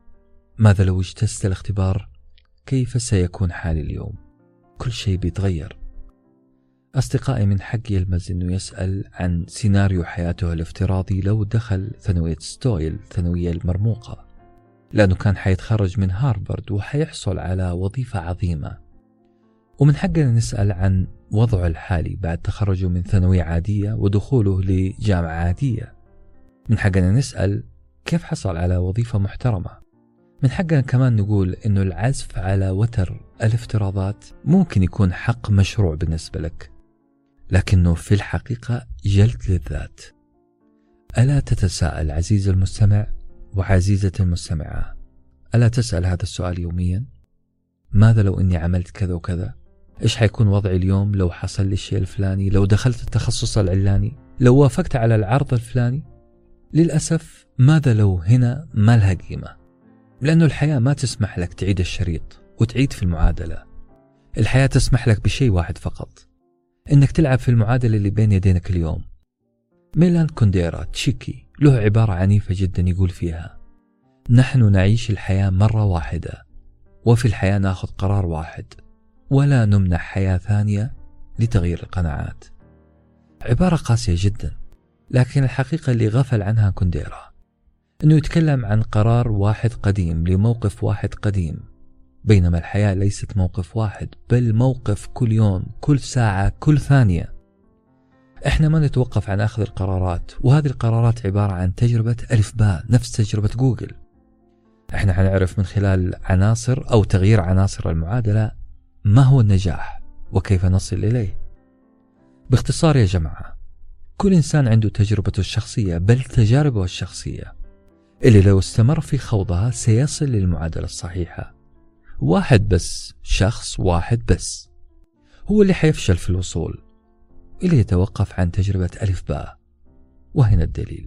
لو اجتزت الاختبار؟ كيف سيكون حالي اليوم؟ كل شيء بيتغير. أصدقائي، من حق يلمز أنه يسأل عن سيناريو حياته الافتراضي لو دخل ثانوية ستوي، الثانوية المرموقة، لأنه كان حيتخرج من هارفارد وحيحصل على وظيفة عظيمة. ومن حقنا نسأل عن وضعه الحالي بعد تخرجه من ثانوية عادية ودخوله لجامعة عادية. من حقنا نسأل كيف حصل على وظيفة محترمة. من حقنا كمان نقول إنه العزف على وتر الافتراضات ممكن يكون حق مشروع بالنسبة لك، لكنه في الحقيقة جلد للذات. ألا تتساءل عزيزي المستمع وعزيزة المستمعة؟ ألا تسأل هذا السؤال يوميا؟ ماذا لو إني عملت كذا وكذا؟ إيش حيكون وضعي اليوم لو حصل لي الشيء الفلاني؟ لو دخلت التخصص العلاني؟ لو وافقت على العرض الفلاني؟ للأسف ماذا لو هنا ما لها قيمة، لأنه الحياة ما تسمح لك تعيد الشريط وتعيد في المعادلة. الحياة تسمح لك بشيء واحد فقط، إنك تلعب في المعادلة اللي بين يدينك اليوم. ميلان كونديرا تشيكي له عبارة عنيفة جدا يقول فيها: نحن نعيش الحياة مرة واحدة، وفي الحياة نأخذ قرار واحد، ولا نمنح حياة ثانية لتغيير القناعات. عبارة قاسية جدا، لكن الحقيقة اللي غفل عنها كونديرا أنه يتكلم عن قرار واحد قديم لموقف واحد قديم، بينما الحياة ليست موقف واحد، بل موقف كل يوم، كل ساعة، كل ثانية. احنا ما نتوقف عن أخذ القرارات، وهذه القرارات عبارة عن تجربة ألف باء، نفس تجربة جوجل. احنا حنعرف من خلال عناصر أو تغيير عناصر المعادلة ما هو النجاح وكيف نصل إليه؟ باختصار يا جماعة، كل إنسان عنده تجربته الشخصية، بل تجاربه الشخصية اللي لو استمر في خوضها سيصل للمعادلة الصحيحة. واحد بس، شخص واحد بس هو اللي حيفشل في الوصول، اللي يتوقف عن تجربة ألف باء. وهنا الدليل.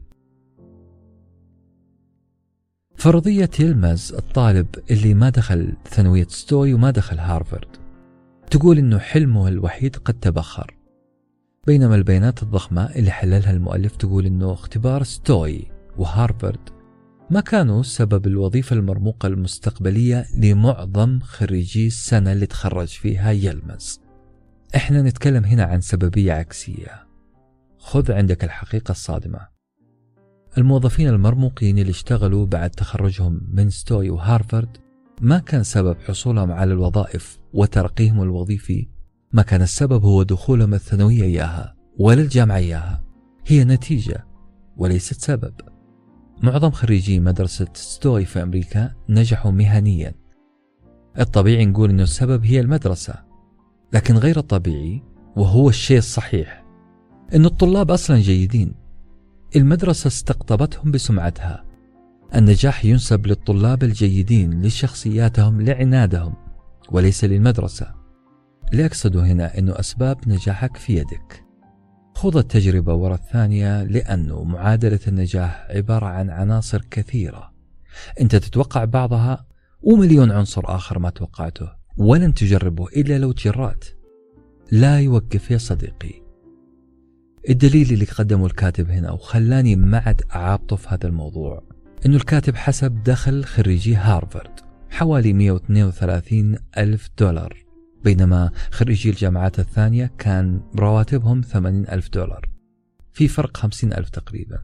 فرضية يلمز الطالب اللي ما دخل ثانوية ستوي وما دخل هارفارد تقول إنه حلمه الوحيد قد تبخر، بينما البيانات الضخمة اللي حللها المؤلف تقول إنه اختبار ستوي وهارفارد ما كانوا سبب الوظيفة المرموقة المستقبلية لمعظم خريجي السنة اللي تخرج فيها يلمز. احنا نتكلم هنا عن سببية عكسية. خذ عندك الحقيقة الصادمة. الموظفين المرموقين اللي اشتغلوا بعد تخرجهم من ستوي وهارفارد ما كان سبب حصولهم على الوظائف وترقيهم الوظيفي، ما كان السبب هو دخولهم الثانوية إياها ولا الجامعة إياها، هي نتيجة وليست سبب. معظم خريجي مدرسة ستوي في أمريكا نجحوا مهنيا. الطبيعي نقول إنه السبب هي المدرسة، لكن غير الطبيعي وهو الشيء الصحيح إن الطلاب أصلا جيدين. المدرسة استقطبتهم بسمعتها. النجاح ينسب للطلاب الجيدين لشخصياتهم لعنادهم وليس للمدرسة. اللي أقصده هنا إنه أسباب نجاحك في يدك. خذ التجربة وراء الثانية، لأنه معادلة النجاح عبارة عن عناصر كثيرة أنت تتوقع بعضها ومليون عنصر آخر ما توقعته ولن تجربه إلا لو تجرأت. لا يوقف يا صديقي. الدليل اللي قدمه الكاتب هنا وخلاني ما عاد أعابطه في هذا الموضوع إنه الكاتب حسب دخل خريجي هارفارد حوالي 132 ألف دولار، بينما خريجي الجامعات الثانية كان رواتبهم 80 ألف دولار، في فرق 50 ألف تقريبا.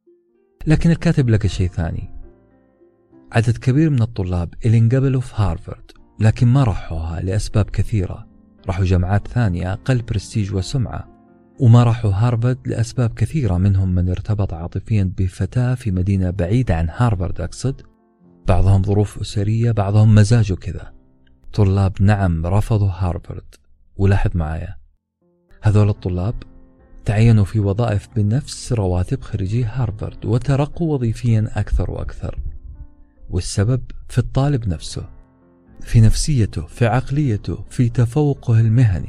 لكن الكاتب لقى شيء ثاني. عدد كبير من الطلاب اللي انقبلوا في هارفارد لكن ما راحوها لأسباب كثيرة، راحوا جامعات ثانية أقل برستيج وسمعة، وما راحوا هارفارد لأسباب كثيرة، منهم من ارتبط عاطفيا بفتاة في مدينة بعيدة عن هارفارد أقصد، بعضهم ظروف أسرية، بعضهم مزاجه كذا. طلاب نعم رفضوا هارفارد، ولاحظ معايا هذول الطلاب تعينوا في وظائف بنفس رواتب خريجي هارفارد وترقوا وظيفيا أكثر وأكثر. والسبب في الطالب نفسه، في نفسيته، في عقليته، في تفوقه المهني.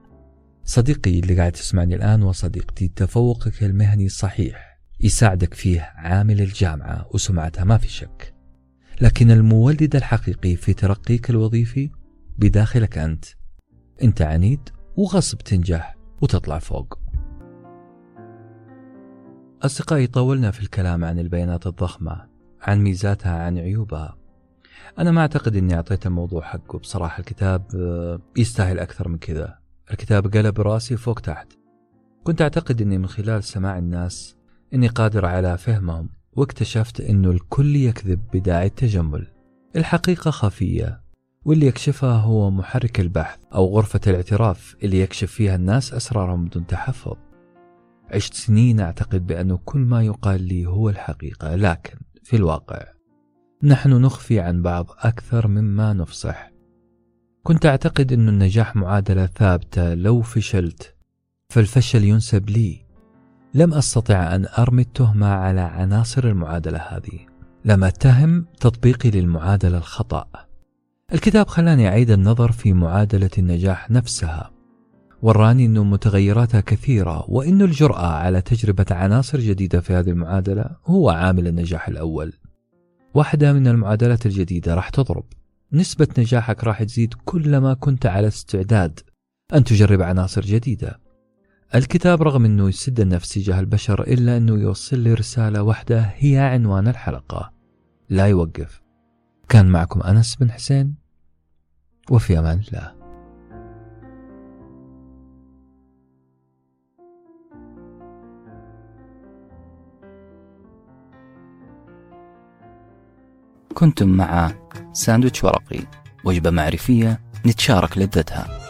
صديقي اللي قاعد تسمعني الآن وصديقتي، تفوقك المهني صحيح يساعدك فيه عامل الجامعة وسمعتها ما في شك، لكن المولد الحقيقي في ترقيك الوظيفي بداخلك أنت عنيد وغصب تنجح وتطلع فوق. أصدقائي، طولنا في الكلام عن البيانات الضخمة، عن ميزاتها، عن عيوبها. أنا ما أعتقد أني أعطيت الموضوع حقه بصراحة. الكتاب يستاهل أكثر من كذا. الكتاب قلب راسي فوق تحت. كنت أعتقد أني من خلال سماع الناس أني قادر على فهمهم، واكتشفت أنه الكل يكذب بداعي التجمل. الحقيقة خفية، واللي يكشفها هو محرك البحث أو غرفة الاعتراف اللي يكشف فيها الناس أسرارهم بدون تحفظ. عشت سنين أعتقد بأنه كل ما يقال لي هو الحقيقة، لكن في الواقع نحن نخفي عن بعض أكثر مما نفصح. كنت أعتقد أن النجاح معادلة ثابتة، لو فشلت فالفشل ينسب لي. لم أستطع أن أرمي التهمة على عناصر المعادلة هذه، لم أتهم تطبيقي للمعادلة الخطأ. الكتاب خلاني أعيد النظر في معادلة النجاح نفسها، وراني أن متغيراتها كثيرة، وأن الجرأة على تجربة عناصر جديدة في هذه المعادلة هو عامل النجاح الأول. واحدة من المعادلات الجديدة راح تضرب، نسبة نجاحك راح تزيد كلما كنت على استعداد أن تجرب عناصر جديدة. الكتاب رغم أنه يسد النفس تجاه البشر إلا أنه يوصل لي رسالة واحدة هي عنوان الحلقة: لا يوقف. كان معكم أنس بن حسين، وفي أمان الله. كنتم مع ساندويتش ورقي، وجبة معرفية نتشارك لذتها.